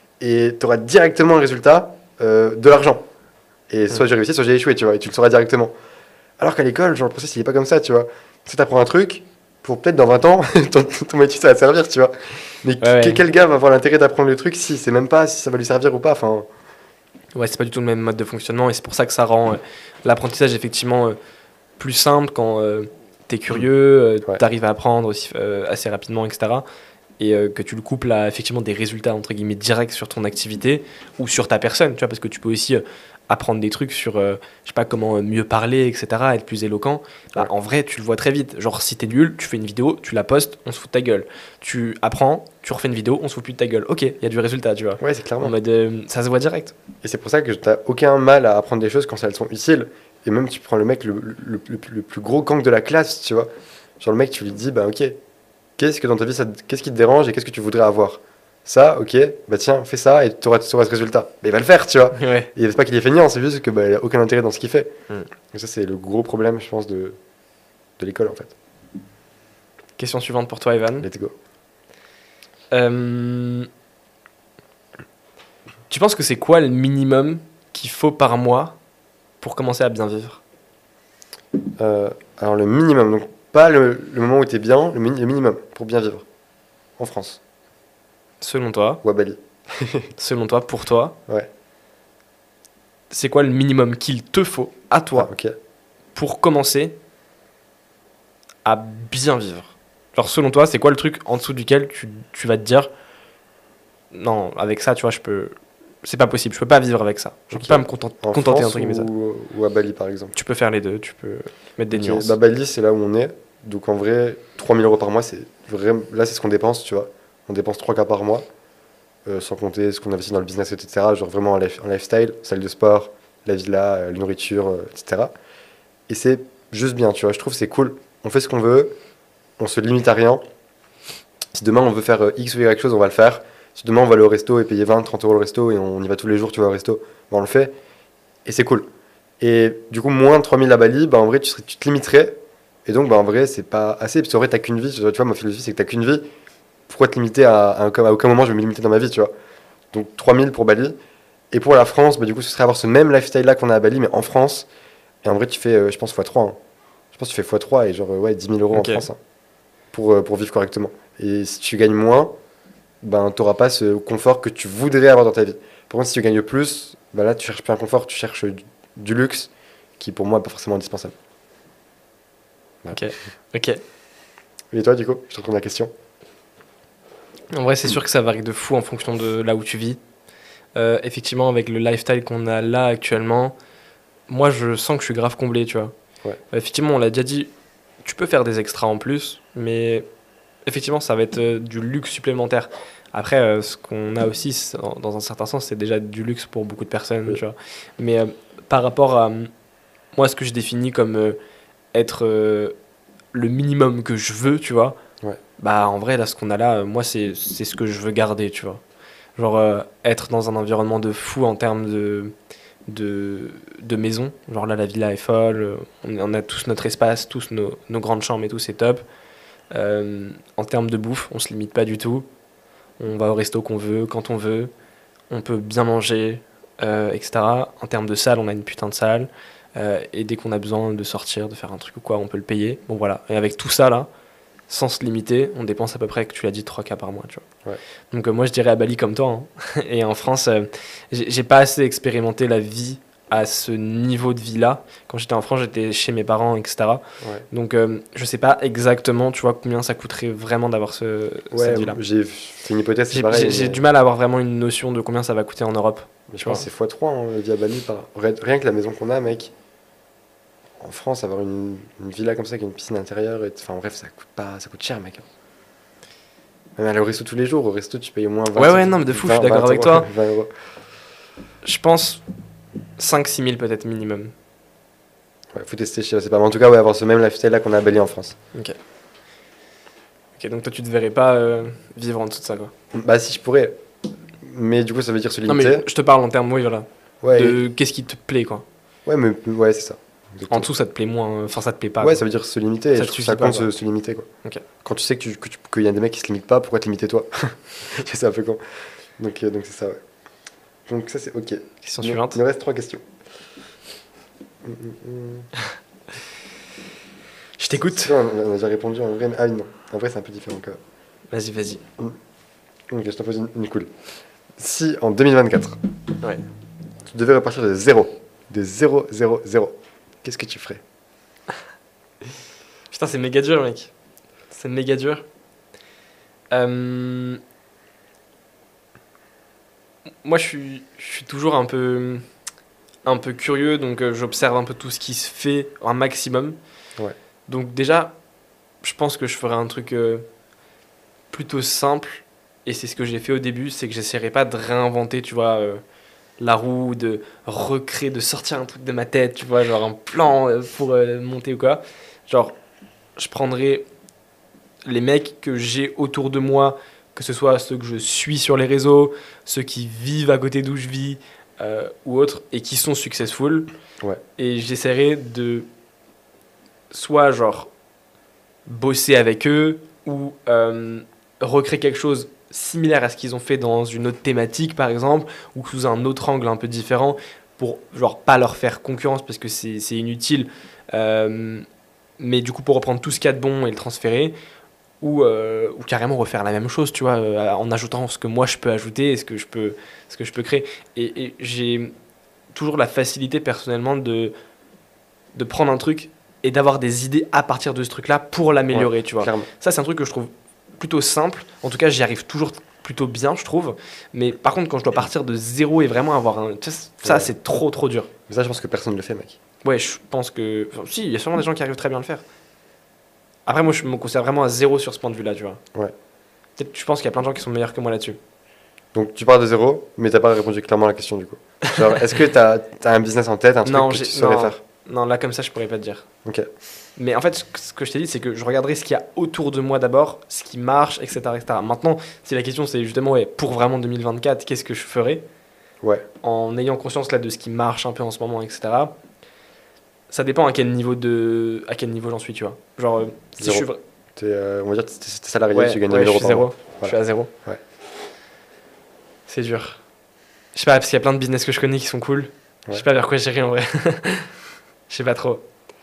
et tu auras directement le résultat euh, de l'argent. Et soit Mm. j'ai réussi, soit j'ai échoué, tu vois, et tu le sauras directement. Alors qu'à l'école, genre, le process, il est pas comme ça, tu vois. Tu apprends un truc, pour peut-être dans vingt ans, ton, ton métier, ça va te servir, tu vois. Mais Ouais, que- ouais. quel gars va avoir l'intérêt d'apprendre le truc si c'est même pas si ça va lui servir ou pas, enfin. Ouais, c'est pas du tout le même mode de fonctionnement, et c'est pour ça que ça rend euh, l'apprentissage effectivement euh, plus simple quand euh, t'es curieux, euh, Ouais. t'arrives à apprendre aussi euh, assez rapidement, et cetera. Et euh, que tu le couples à effectivement des résultats entre guillemets directs sur ton activité ou sur ta personne, tu vois, parce que tu peux aussi euh, apprendre des trucs sur, euh, je sais pas, comment euh, mieux parler, et cetera, être plus éloquent. Bah, Ouais. en vrai, tu le vois très vite. Genre, si t'es nul, tu fais une vidéo, tu la postes, on se fout de ta gueule. Tu apprends, tu refais une vidéo, on se fout plus de ta gueule. Ok, il y a du résultat, tu vois. Ouais, c'est En clairement. mode, euh, ça se voit direct. Et c'est pour ça que t'as aucun mal à apprendre des choses quand elles sont utiles. Et même, tu prends le mec le, le, le- le plus gros cancre de la classe, tu vois. Genre, le mec, tu lui dis, bah, ok, qu'est-ce que dans ta vie, ça, te- qu'est-ce qui te dérange et qu'est-ce que tu voudrais avoir? Ça, ok, bah tiens, fais ça et tu auras, ce résultat. Mais il va le faire, tu vois. Ouais. Et c'est pas qu'il est feignant, c'est juste que bah, il a aucun intérêt dans ce qu'il fait. Mm. Et ça, c'est le gros problème, je pense, de, de l'école, en fait. Question suivante pour toi, Evan. Let's go. Euh, Tu penses que c'est quoi le minimum qu'il faut par mois pour commencer à bien vivre? Euh, alors, le minimum, donc pas le, le moment où tu es bien, le, mi- le minimum pour bien vivre en France Selon toi, ou à Bali. selon toi, pour toi, Ouais. c'est quoi le minimum qu'il te faut à toi Ah, ok. pour commencer à bien vivre? Genre, selon toi, c'est quoi le truc en dessous duquel tu, tu vas te dire non, avec ça, tu vois, je peux. C'est pas possible, je peux pas vivre avec ça. Je Ok. peux pas me content- En contenter France entre guillemets ça. ou, ou à Bali, par exemple. Tu peux faire les deux, tu peux mettre des Ok, nuances. bah, Bali, c'est là où on est. Donc, en vrai, trois mille euros par mois, c'est vraiment. Là, c'est ce qu'on dépense, tu vois. On dépense trois K par mois, euh, sans compter ce qu'on investit dans le business, et cetera. Genre vraiment en, life- en lifestyle, salle de sport, la villa, euh, la nourriture, euh, et cetera. Et c'est juste bien, tu vois. Je trouve que c'est cool. On fait ce qu'on veut, on se limite à rien. Si demain on veut faire euh, X ou Y chose, on va le faire. Si demain on va aller au resto et payer vingt, trente euros le resto et on y va tous les jours, tu vas au resto, bah, on le fait. Et c'est cool. Et du coup, moins de trois mille à Bali, bah, en vrai, tu, serais- tu te limiterais. Et donc, bah, en vrai, c'est pas assez. Parce qu'en vrai, t'as qu'une vie. Tu vois, ma philosophie, c'est que t'as qu'une vie. Pourquoi te limiter à, à, aucun- à aucun moment je vais me limiter dans ma vie, tu vois. Donc, trois mille pour Bali. Et pour la France, bah, du coup, ce serait avoir ce même lifestyle-là qu'on a à Bali, mais en France. Et en vrai, tu fais, euh, je pense, fois trois. Hein. Je pense que tu fais fois trois et genre, euh, ouais, dix mille euros Ok. en France hein, pour, euh, pour vivre correctement. Et si tu gagnes moins, ben, tu n'auras pas ce confort que tu voudrais avoir dans ta vie. Par contre, si tu gagnes plus, ben là, tu cherches plus un confort, tu cherches du, du luxe qui, pour moi, n'est pas forcément indispensable. Ok. Ok. Et toi, du coup, je te retourne la question. En vrai, c'est sûr que ça varie de fou en fonction de là où tu vis. Euh, effectivement, avec le lifestyle qu'on a là actuellement, moi je sens que je suis grave comblé, tu vois. Ouais. Euh, effectivement, on l'a déjà dit, tu peux faire des extras en plus, mais effectivement, ça va être euh, du luxe supplémentaire. Après, euh, ce qu'on a aussi, c'est- en- dans un certain sens, c'est déjà du luxe pour beaucoup de personnes, Oui. tu vois. Mais euh, par rapport à euh, moi, ce que je définis comme euh, être euh, le minimum que je veux, tu vois, Ouais. bah en vrai, là, ce qu'on a là, euh, moi, c'est c'est ce que je veux garder, tu vois. Genre euh, être dans un environnement de fou en termes de, de, de maison. Genre là, la villa est folle, euh, on, on a tous notre espace, tous nos, nos grandes chambres et tout, c'est top. Euh, en termes de bouffe, on se limite pas du tout. On va au resto qu'on veut, quand on veut. On peut bien manger. euh, et cetera. En termes de salle, on a une putain de salle. Euh, et dès qu'on a besoin de sortir, de faire un truc ou quoi, on peut le payer. Bon voilà. Et avec tout ça là, sans se limiter, on dépense à peu près, que tu l'as dit, trois K par mois. Tu vois. Ouais. Donc euh, moi je dirais à Bali comme toi. Hein. Et en France, euh, j'ai j'ai pas assez expérimenté la vie à ce niveau de vie là. Quand j'étais en France, j'étais chez mes parents, et cetera. Ouais. Donc euh, je sais pas exactement, tu vois, combien ça coûterait vraiment d'avoir ce, Ouais, cette vie là. j'ai- c'est une hypothèse, c'est J'ai pareil. j'ai- j'ai mais- du mal à avoir vraiment une notion de combien ça va coûter en Europe. Mais je tu pense que c'est fois trois, hein, le vie à Bali. Par... Rien rien que la maison qu'on a, mec. En France, avoir une, une villa comme ça, avec une piscine intérieure, et... enfin bref, ça coûte, pas... ça coûte cher, mec. Même aller au resto tous les jours, au resto, tu payes au moins vingt Ouais, ouais, non, mais de fou, je suis vingt, d'accord vingt avec euros, toi. vingt euros. Je pense cinq six mille peut-être minimum. Ouais, faut tester, je sais pas. Mais en tout cas, ouais, avoir ce même lifestyle là qu'on a à Bali en France. Ok. Ok, donc toi tu te verrais pas euh, vivre en dessous de ça quoi. Bah, si je pourrais. Mais du coup, ça veut dire se Non limiter. mais je te parle en termes, oui voilà. Ouais, De qu'est-ce qui te plaît quoi. ouais, mais ouais, c'est ça. En Exactement. dessous ça te plaît moins, enfin ça te plaît pas. Ouais, quoi. ça veut dire se limiter. Ça et te je trouve suffit ça pas, compte quoi. se, se limiter, quoi. Ok. Quand tu sais que tu- que tu- qu'il y a des mecs qui se limitent pas, pourquoi te limiter toi? C'est un peu con. Donc, euh, donc c'est ça, ouais. Donc ça, c'est ok. Question Il nous- suivante. Il nous reste trois questions. Hum, hum, hum. Je t'écoute. Ça, on on a déjà répondu en vrai, mais ah non. En vrai, c'est un peu différent quand même. Vas-y, vas-y. Ok, je t'en pose une, une cool. Si en deux mille vingt-quatre, Ouais. tu devais repartir de zéro, de zéro, zéro, zéro, qu'est-ce que tu ferais? Putain, c'est méga dur, mec. C'est méga dur. Euh, Moi, je suis, je suis toujours un peu, un peu curieux, donc euh, j'observe un peu tout ce qui se fait un maximum. Ouais. Donc déjà, je pense que je ferais un truc euh, plutôt simple, et c'est ce que j'ai fait au début, c'est que j'essaierai pas de réinventer, tu vois, euh, la roue, de recréer, de sortir un truc de ma tête, tu vois, genre un plan euh, pour euh, monter ou quoi. Genre, je prendrais les mecs que j'ai autour de moi, que ce soit ceux que je suis sur les réseaux, ceux qui vivent à côté d'où je vis euh, ou autres, et qui sont successful. Ouais. Et j'essaierai de soit genre bosser avec eux ou euh, recréer quelque chose similaire à ce qu'ils ont fait dans une autre thématique par exemple, ou sous un autre angle un peu différent, pour genre pas leur faire concurrence parce que c'est c'est inutile, euh, mais du coup pour reprendre tout ce qu'il y a de bon et le transférer, ou, euh, ou carrément refaire la même chose, tu vois, euh, en ajoutant ce que moi je peux ajouter et ce que je peux, ce que je peux créer. Et, et j'ai toujours la facilité personnellement de, de prendre un truc et d'avoir des idées à partir de ce truc-là pour l'améliorer, tu vois. Clairement. Ça, c'est un truc que je trouve plutôt simple. En tout cas, j'y arrive toujours plutôt bien, je trouve. Mais par contre, quand je dois partir de zéro et vraiment avoir un... tu sais, ça, Ouais. c'est trop, trop dur. Mais ça, je pense que personne ne le fait, mec. Ouais, je pense que... Enfin, si, il y a sûrement des gens qui arrivent très bien à le faire. Après, moi, je me considère vraiment à zéro sur ce point de vue-là, tu vois. Ouais. Peut-être, je pense qu'il y a plein de gens qui sont meilleurs que moi là-dessus. Donc tu pars de zéro, mais t'as pas répondu clairement à la question du coup. Genre, est-ce que t'as as un business en tête, un truc Non, que j'ai- tu saurais non. faire? Non, là, comme ça, je pourrais pas te dire. Ok. Mais en fait, ce que- ce que je t'ai dit, c'est que je regarderai ce qu'il y a autour de moi d'abord, ce qui marche, et cetera, et cetera. Maintenant, si la question c'est justement, ouais, pour vraiment deux mille vingt-quatre, qu'est-ce que je ferais Ouais. en ayant conscience là de ce qui marche un peu en ce moment, et cetera. Ça dépend à quel niveau de, à quel niveau j'en suis, tu vois. Genre, euh, si Zéro. je suis vra- T'es, euh, on va dire que t'es t'es salarié, ouais, tu gagnes ouais, deux mille je euros suis par mois. zéro. Je suis à zéro. Ouais. C'est dur. Je sais pas, parce qu'il y a plein de business que je connais qui sont cool. Je Ouais. sais pas vers quoi j'irai en vrai. Je sais pas trop.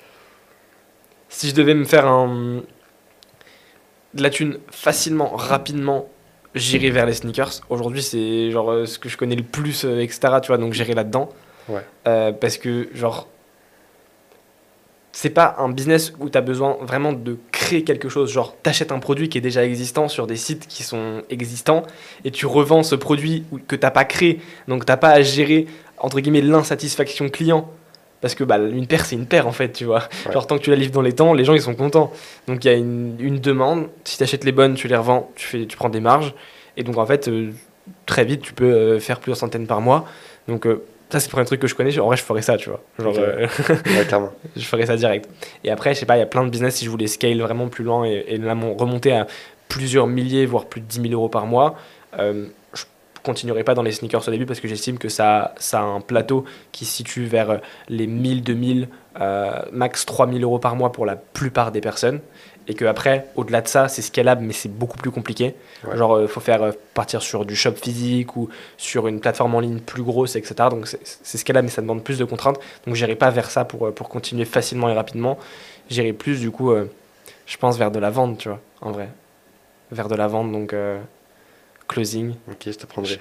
Si je devais me faire un... de la thune facilement, rapidement, j'irais vers les sneakers. Aujourd'hui, c'est genre euh, ce que je connais le plus, euh, et cetera. Tu vois, donc j'irai là-dedans. Ouais. Euh, parce que, genre, c'est pas un business où tu as besoin vraiment de créer quelque chose. Genre, t'achètes un produit qui est déjà existant sur des sites qui sont existants et tu revends ce produit où- que t'as pas créé. Donc, t'as pas à gérer, entre guillemets, l'insatisfaction client. Parce que bah, une paire, c'est une paire en fait, tu vois. Ouais. Genre, tant que tu la livres dans les temps, les gens ils sont contents. Donc, il y a une, une demande. Si tu achètes les bonnes, tu les revends, tu, fais, tu prends des marges. Et donc, en fait, euh, très vite, tu peux euh, faire plusieurs centaines par mois. Donc, euh, ça, c'est le premier truc que je connais. En vrai, je ferais ça, tu vois. Genre, Ok. euh, Ouais, clairement. je ferais ça direct. Et après, je sais pas, il y a plein de business si je voulais scale vraiment plus loin et, et là, mon- remonter à plusieurs milliers, voire plus de dix mille euros par mois. euh, je continuerai pas dans les sneakers au début parce que j'estime que ça, ça a un plateau qui se situe vers euh, les mille, deux mille, euh, max trois mille euros par mois pour la plupart des personnes. Et qu'après, au-delà de ça, c'est scalable, mais c'est beaucoup plus compliqué. Ouais. Genre, il faut faire euh, partir sur du shop physique ou sur une plateforme en ligne plus grosse, et cetera. Donc, c'est c'est scalable, mais ça demande plus de contraintes. Donc, j'irai pas vers ça pour, euh, pour continuer facilement et rapidement. J'irai plus, du coup, euh, je pense, vers de la vente, tu vois, en vrai. Vers de la vente, donc euh, closing. Ok, je t'apprendrai.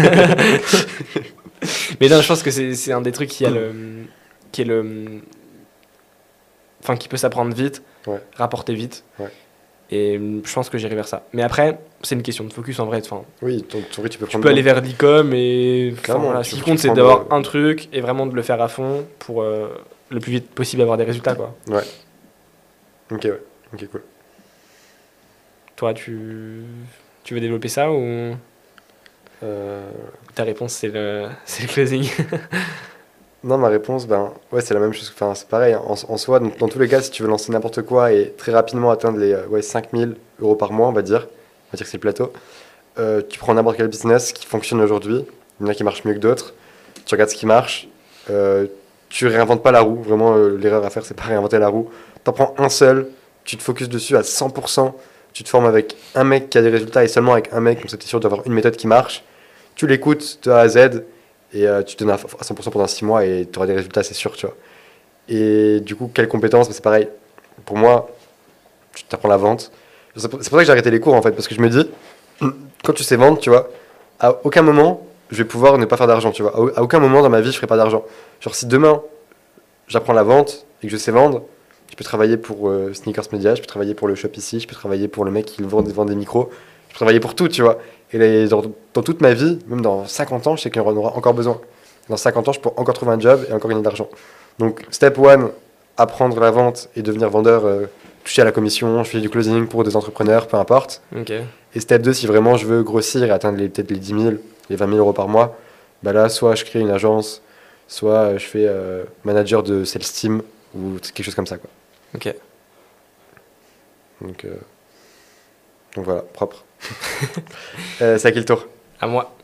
Mais non, je pense que c'est c'est un des trucs qui, a le, qui est le... Enfin, qui peut s'apprendre vite, Ouais. rapporter vite. Ouais. Et euh, je pense que j'irai vers ça. Mais après, c'est une question de focus en vrai. Enfin, Oui, ton, ton vrai, tu peux tu prendre. peux aller vers l'e-com et. Enfin, Clairement, voilà, tu- ce qui tu compte, c'est prends d'avoir le- un truc et vraiment de le faire à fond pour euh, le plus vite possible avoir des résultats, quoi. Ok, ouais. Ok, cool. Toi, tu, tu veux développer ça ou Euh, ta réponse, c'est le, c'est le closing? Non, ma réponse, ben, ouais, c'est la même chose. Enfin, c'est pareil. En, en soi, dans, dans tous les cas, si tu veux lancer n'importe quoi et très rapidement atteindre les euh, ouais, cinq mille euros par mois, on va dire, on va dire que c'est le plateau, euh, tu prends n'importe quel business qui fonctionne aujourd'hui. Il y en a qui marchent mieux que d'autres. Tu regardes ce qui marche. Euh, tu réinventes pas la roue. Vraiment, euh, l'erreur à faire, c'est pas réinventer la roue. T'en prends un seul, tu te focuses dessus à cent pour cent. Tu te formes avec un mec qui a des résultats et seulement avec un mec, comme ça, t'es sûr d'avoir une méthode qui marche. Tu l'écoutes de A à Z. Et euh, tu te donnes à à cent pour cent pendant six mois et tu auras des résultats, c'est sûr, tu vois. Et du coup, quelles compétences? C'est pareil. Pour moi, tu t'apprends la vente. C'est pour c'est pour ça que j'ai arrêté les cours, en fait, parce que je me dis, quand tu sais vendre, tu vois, à aucun moment, je vais pouvoir ne pas faire d'argent, tu vois. À au- à aucun moment dans ma vie, je ferai pas d'argent. Genre, si demain, j'apprends la vente et que je sais vendre, je peux travailler pour euh, Sneakers Media, je peux travailler pour le shop ici, je peux travailler pour le mec qui vend, vend des micros, je peux travailler pour tout, tu vois. Et là, dans, dans toute ma vie, même dans cinquante ans, je sais qu'on en aura encore besoin. Dans cinquante ans, je pourrais encore trouver un job et encore gagner de l'argent. Donc, step one, apprendre la vente et devenir vendeur, euh, toucher à la commission, je fais du closing pour des entrepreneurs, peu importe. Ok. Et step deux, si vraiment je veux grossir et atteindre les- peut-être les dix mille, les vingt mille euros par mois, bah là, soit je crée une agence, soit euh, je fais euh, manager de sales team ou quelque chose comme ça, quoi. Ok. Donc, euh, donc voilà, propre. euh, c'est à qui le tour? À moi.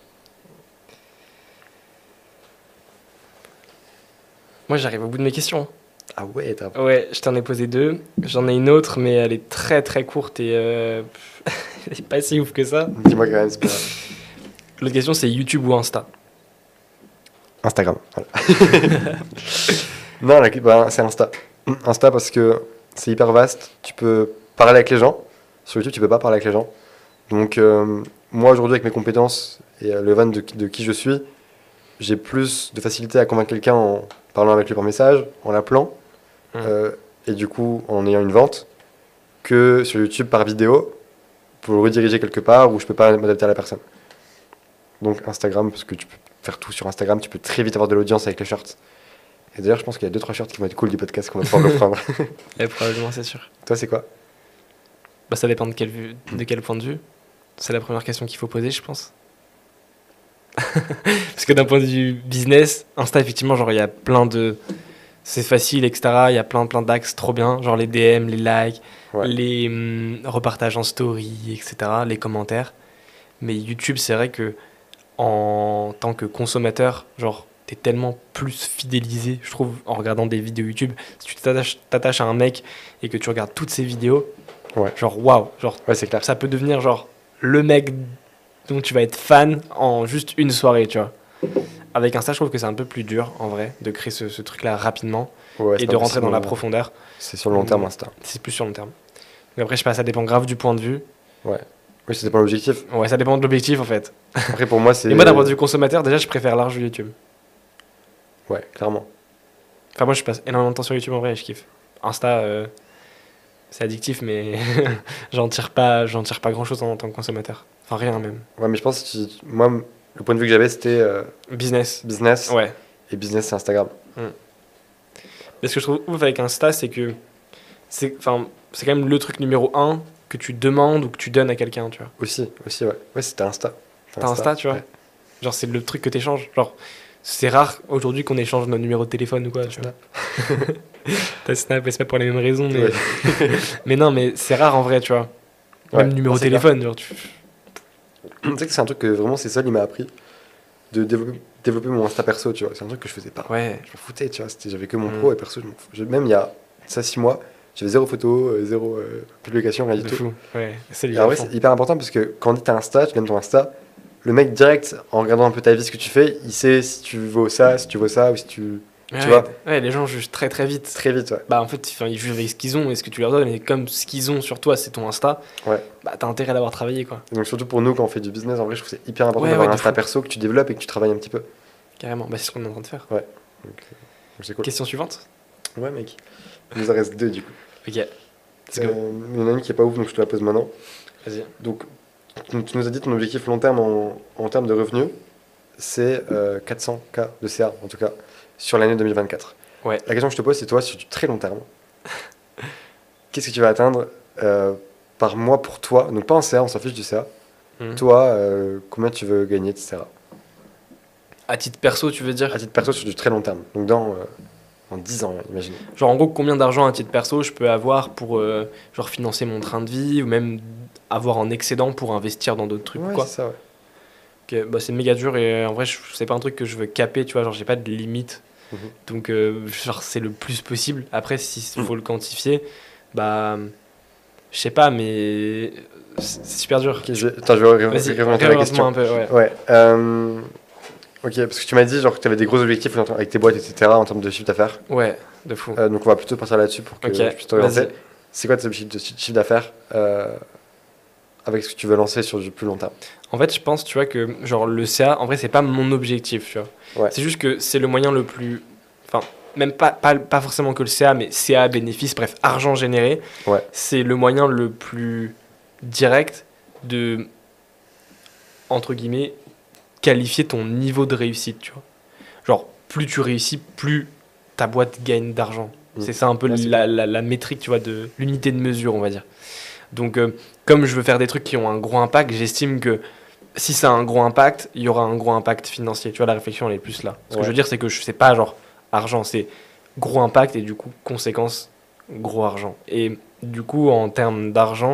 Moi, j'arrive au bout de mes questions. Ah ouais, t'as... Ouais, je t'en ai posé deux. J'en ai une autre, mais elle est très très courte et euh, elle est pas si ouf que ça. Dis-moi quand même, c'est pas grave. L'autre question, c'est YouTube ou Insta? Instagram, voilà. Non, la- bah, c'est Insta. Insta parce que c'est hyper vaste. Tu peux parler avec les gens. Sur YouTube, tu peux pas parler avec les gens. Donc, euh, moi, aujourd'hui, avec mes compétences et euh, le van de, qui- de qui je suis, j'ai plus de facilité à convaincre quelqu'un en parlant avec lui par message, en l'appelant, Mm. euh, et du coup, en ayant une vente, que sur YouTube par vidéo, pour le rediriger quelque part où je peux pas m'adapter à la personne. Donc, Instagram, parce que tu peux faire tout sur Instagram, tu peux très vite avoir de l'audience avec les shorts. Et d'ailleurs, je pense qu'il y a deux trois shorts qui vont être cool du podcast qu'on va pouvoir le prendre. Ouais, probablement, c'est sûr. Toi, c'est quoi? Bah, ça dépend de quel, vue- de quel point de vue. C'est la première question qu'il faut poser, je pense. Parce que d'un point de vue business, Insta, effectivement, genre, il y a plein de... C'est facile, et cetera. Il y a plein, plein d'axes trop bien. Genre les D M, les likes, Ouais. les hum, repartages en story, et cetera. Les commentaires. Mais YouTube, c'est vrai que en tant que consommateur, genre, t'es tellement plus fidélisé, je trouve, en regardant des vidéos YouTube. Si tu t'attaches t'attaches à un mec et que tu regardes toutes ses vidéos, Ouais. genre, waouh, genre, Ouais, c'est clair. ça peut devenir genre le mec dont tu vas être fan en juste une soirée, tu vois. Avec Insta, je trouve que c'est un peu plus dur, en vrai, de créer ce, ce truc-là rapidement Ouais, et c'est de pas rentrer dans possible, la euh, profondeur. C'est sur le long terme, Insta. C'est plus sur le long terme. Mais après, je sais pas, ça dépend grave du point de vue. Oui, ça dépend de l'objectif. Ouais, ça dépend de l'objectif, en fait. Après, pour moi, c'est. Et moi, d'un point de vue consommateur, déjà, je préfère large YouTube. Ouais, clairement. Enfin, moi, je passe énormément de temps sur YouTube, en vrai, et je kiffe. Insta, euh, c'est addictif, mais j'en tire pas, j'en tire pas grand-chose en tant que consommateur. Enfin, rien, même. Ouais, mais je pense que tu- moi, m- le point de vue que j'avais, c'était euh, Business. business. Ouais. Et business, c'est Instagram. Mais ce que je trouve ouf avec Insta, c'est que c'est, enfin, c'est quand même le truc numéro un que tu demandes ou que tu donnes à quelqu'un, tu vois. Aussi, aussi, ouais. Ouais, c'était Insta. Enfin, T'as Insta, tu vois. ouais. Genre, c'est le truc que t'échanges. Genre, c'est rare aujourd'hui qu'on échange nos numéros de téléphone ou quoi, tu vois. T'as Snap, mais c'est pas pour les mêmes raisons, mais, Ouais. mais non, mais c'est rare en vrai, tu vois. Même Ouais, numéro non, de c'est téléphone, genre, tu... Tu sais que c'est un truc que vraiment, c'est ça, il m'a appris de développer, développer mon Insta perso, tu vois. C'est un truc que je faisais pas. Ouais. Je m'en foutais, tu vois. C'était- J'avais que mon Mm. pro et perso, je m'en fous. Je- même il y a ça six mois, j'avais zéro photo, euh, zéro euh, publication, rien du De tout. fou. Ouais. C'est Et les en vrai, enfants. c'est hyper important parce que quand on dit t'as Insta, tu gagnes ton Insta, le mec direct, en regardant un peu ta vie, ce que tu fais, il sait si tu vaux ça, si tu vaux ça, ou si tu. Ouais, vois. ouais, les gens jugent très très vite. Très vite, ouais. Bah en fait, enfin, ils jugent avec ce qu'ils ont et ce que tu leur donnes, et comme ce qu'ils ont sur toi, c'est ton Insta, Ouais. bah t'as intérêt d'avoir travaillé, quoi. Et donc, surtout pour nous, quand on fait du business, en vrai, je trouve que c'est hyper important Ouais, d'avoir ouais, un de Insta fou. perso que tu développes et que tu travailles un petit peu. Carrément. Bah c'est ce qu'on est en train de faire. Donc, euh, donc c'est cool. Question suivante. Ouais, mec. Il nous en reste deux, du coup. Ok. Let's go. Euh, il y en a une qui est pas ouf, donc je te la pose maintenant. Vas-y. Donc, tu tu nous as dit ton objectif long terme en, en termes de revenus, c'est euh, quatre cents K de C A, en tout cas, sur l'année deux mille vingt-quatre. Ouais. La question que je te pose, c'est toi, sur du très long terme, qu'est-ce que tu vas atteindre euh, par mois pour toi? Donc, pas en C A, on s'en fiche du C A. Mhm. Toi, euh, combien tu veux gagner, et cetera. À titre perso, tu veux dire? À titre perso, sur du très long terme. Donc, dans euh, en dix ans, imagine. Genre en gros, combien d'argent à titre perso je peux avoir pour euh, genre financer mon train de vie ou même avoir en excédent pour investir dans d'autres trucs ou Ouais, quoi. c'est ça, ouais. Ok, bah, c'est méga dur et euh, en vrai, je- c'est pas un truc que je veux caper, tu vois, genre j'ai pas de limite. Mhm. Donc euh, genre c'est le plus possible. Après, s'il Mhm. faut le quantifier, bah je sais pas, mais c'est c'est super dur. Ok, je vais, attends, je vais ré- Vas-y, répondre à la question. réoriente-moi un peu, ouais. Ouais. euh, ok, parce que tu m'as dit genre, que tu avais des gros objectifs avec tes boîtes, et cetera, en termes de chiffre d'affaires. Ouais, de fou. Euh, donc, on va plutôt partir là-dessus pour que Ok, je puisse t'orienter. vas-y. C'est quoi tes objectifs de chi- chiffre d'affaires euh, avec ce que tu veux lancer sur du plus long terme? En fait, je pense, tu vois, que genre le C A, en vrai, c'est pas mon objectif, tu vois. Ouais. C'est juste que c'est le moyen le plus. Enfin, même pas, pas, pas forcément que le C A, mais C A, bénéfice, bref, argent généré. Ouais. C'est le moyen le plus direct de, entre guillemets, qualifier ton niveau de réussite, tu vois. Genre, plus tu réussis, plus ta boîte gagne d'argent. Mm. C'est ça un peu Ouais, c'est la, la, la métrique, tu vois, de l'unité de mesure, on va dire. Donc, euh, comme je veux faire des trucs qui ont un gros impact, j'estime que si ça a un gros impact, il y aura un gros impact financier. Tu vois, la réflexion, elle est plus là. Ce que Ouais. je veux dire, c'est que je sais pas, genre, argent, c'est gros impact et du coup, conséquence, gros argent. Et du coup, en termes d'argent,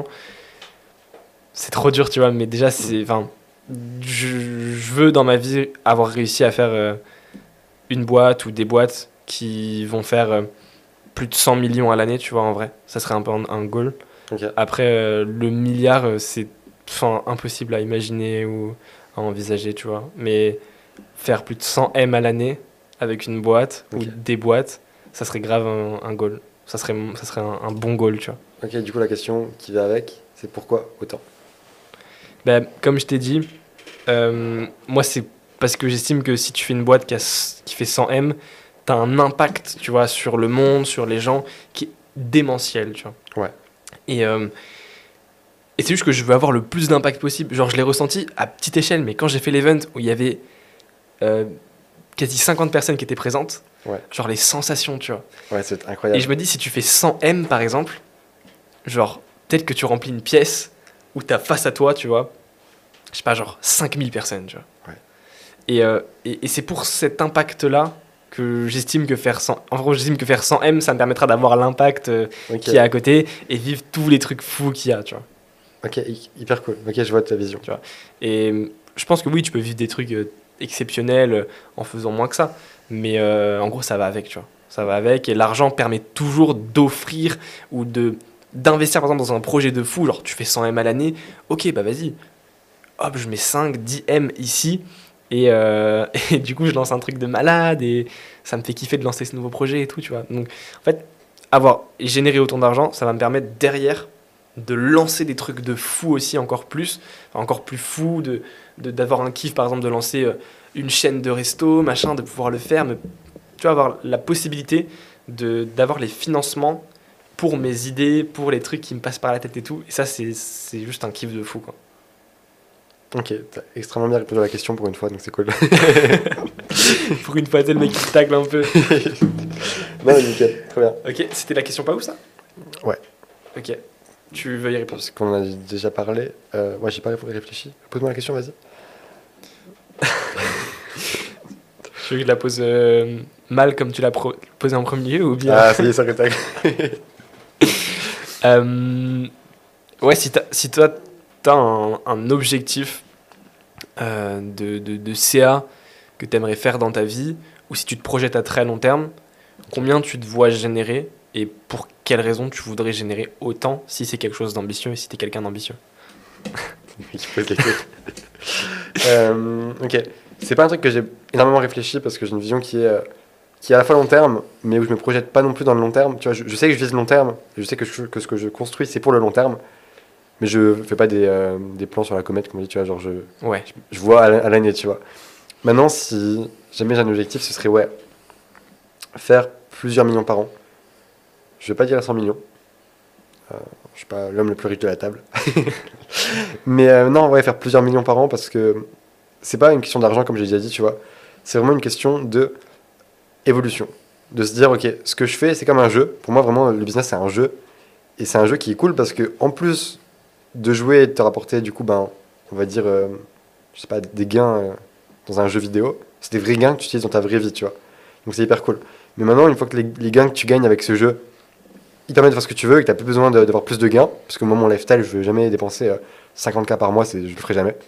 c'est trop dur, tu vois, mais déjà, c'est. Enfin, je, je veux dans ma vie avoir réussi à faire euh, une boîte ou des boîtes qui vont faire euh, plus de cent millions à l'année, tu vois, en vrai. Ça serait un peu un, un goal. Ok. Après, euh, le milliard, euh, c'est enfin, impossible à imaginer ou à envisager, tu vois. Mais faire plus de cent M à l'année avec une boîte Ok. ou des boîtes, ça serait grave un, un goal. Ça serait, ça serait un, un bon goal, tu vois. Ok, du coup, la question qui va avec, c'est pourquoi autant? Ben, comme je t'ai dit, euh, moi, c'est parce que j'estime que si tu fais une boîte qui, a, s- qui fait cent M, t'as un impact, tu vois, sur le monde, sur les gens, qui est démentiel, tu vois. Ouais. Et, euh, et c'est juste que je veux avoir le plus d'impact possible. Genre, je l'ai ressenti à petite échelle, mais quand j'ai fait l'event où il y avait euh, quasi cinquante personnes qui étaient présentes, Ouais. genre les sensations, tu vois. Ouais, c'est incroyable. Et je me dis, si tu fais cent M, par exemple, genre, peut-être que tu remplis une pièce où t'as face à toi, tu vois, je sais pas, genre cinq mille personnes, tu vois. Ouais. Et, euh, et, et c'est pour cet impact-là que j'estime que faire cent... En gros, j'estime que faire cent M, ça me permettra d'avoir l'impact euh, Ok. qu'il y a à côté et vivre tous les trucs fous qu'il y a, tu vois. Ok, hy- hyper cool. Ok, je vois ta vision. Et euh, je pense que oui, tu peux vivre des trucs euh, exceptionnels euh, en faisant moins que ça. Mais euh, en gros, ça va avec, tu vois. Ça va avec. Et l'argent permet toujours d'offrir ou de d'investir, par exemple, dans un projet de fou. Genre, tu fais cent M à l'année. Ok, bah vas-y. Hop, je mets cinq, dix M ici. Et, euh, et du coup, je lance un truc de malade. Et ça me fait kiffer de lancer ce nouveau projet et tout, tu vois. Donc, en fait, avoir généré autant d'argent, ça va me permettre derrière de lancer des trucs de fou aussi, encore plus. Enfin, encore plus fou, de, de, d'avoir un kiff, par exemple, de lancer euh, une chaîne de resto, machin, de pouvoir le faire. Mais, tu vois, avoir la possibilité de, d'avoir les financements pour mes idées, pour les trucs qui me passent par la tête et tout. Et ça, c'est, c'est juste un kiff de fou, quoi. Ok, t'as extrêmement bien répondu à la question pour une fois, donc c'est cool. Pour une fois, c'est le mec qui te tacle un peu. Non, mais nickel, très bien. Ok, c'était la question pas où, ça? Ouais. Ok, tu veux y répondre? Parce qu'on en a déjà parlé. Euh, moi, j'ai pas réfléchi. Pose-moi la question, vas-y. Tu veux que je la pose euh, mal comme tu l'as pro- posée en premier ou bien Ah, ça y est, ça rétag. Euh, ouais, si, t'as- si toi, tu as un, un objectif euh, de, de, de C A que tu aimerais faire dans ta vie, ou si tu te projettes à très long terme, combien tu te vois générer et pour quelles raisons tu voudrais générer autant si c'est quelque chose d'ambitieux et si tu es quelqu'un d'ambitieux. Qui pose les trucs. euh, ok. C'est pas un truc que j'ai énormément réfléchi parce que j'ai une vision qui est, euh, qui est à la fois long terme, mais où je me projette pas non plus dans le long terme. Tu vois, je, je sais que je vise long terme, je sais que, je, que ce que je construis c'est pour le long terme, mais je fais pas des, euh, des plans sur la comète, comme on dit, tu vois, genre je, Ouais. je, je vois à, à l'année, tu vois. Maintenant, si jamais j'ai un objectif, ce serait, ouais, faire plusieurs millions par an. Je vais pas dire à cent millions. Euh, je suis pas l'homme le plus riche de la table. Mais euh, non, ouais, faire plusieurs millions par an parce que c'est pas une question d'argent, comme j'ai déjà dit, tu vois. C'est vraiment une question de évolution. De se dire, ok, ce que je fais, c'est comme un jeu. Pour moi, vraiment, le business, c'est un jeu. Et c'est un jeu qui est cool parce que, en plus de jouer et de te rapporter, du coup, ben, on va dire, euh, je sais pas, des gains euh, dans un jeu vidéo, c'est des vrais gains que tu utilises dans ta vraie vie, tu vois. Donc c'est hyper cool. Mais maintenant, une fois que les, les gains que tu gagnes avec ce jeu, ils te permettent de faire ce que tu veux et que tu n'as plus besoin de- d'avoir plus de gains, parce que moi, mon lifestyle, je ne vais jamais dépenser euh, cinquante K par mois, c'est- je ne le ferai jamais.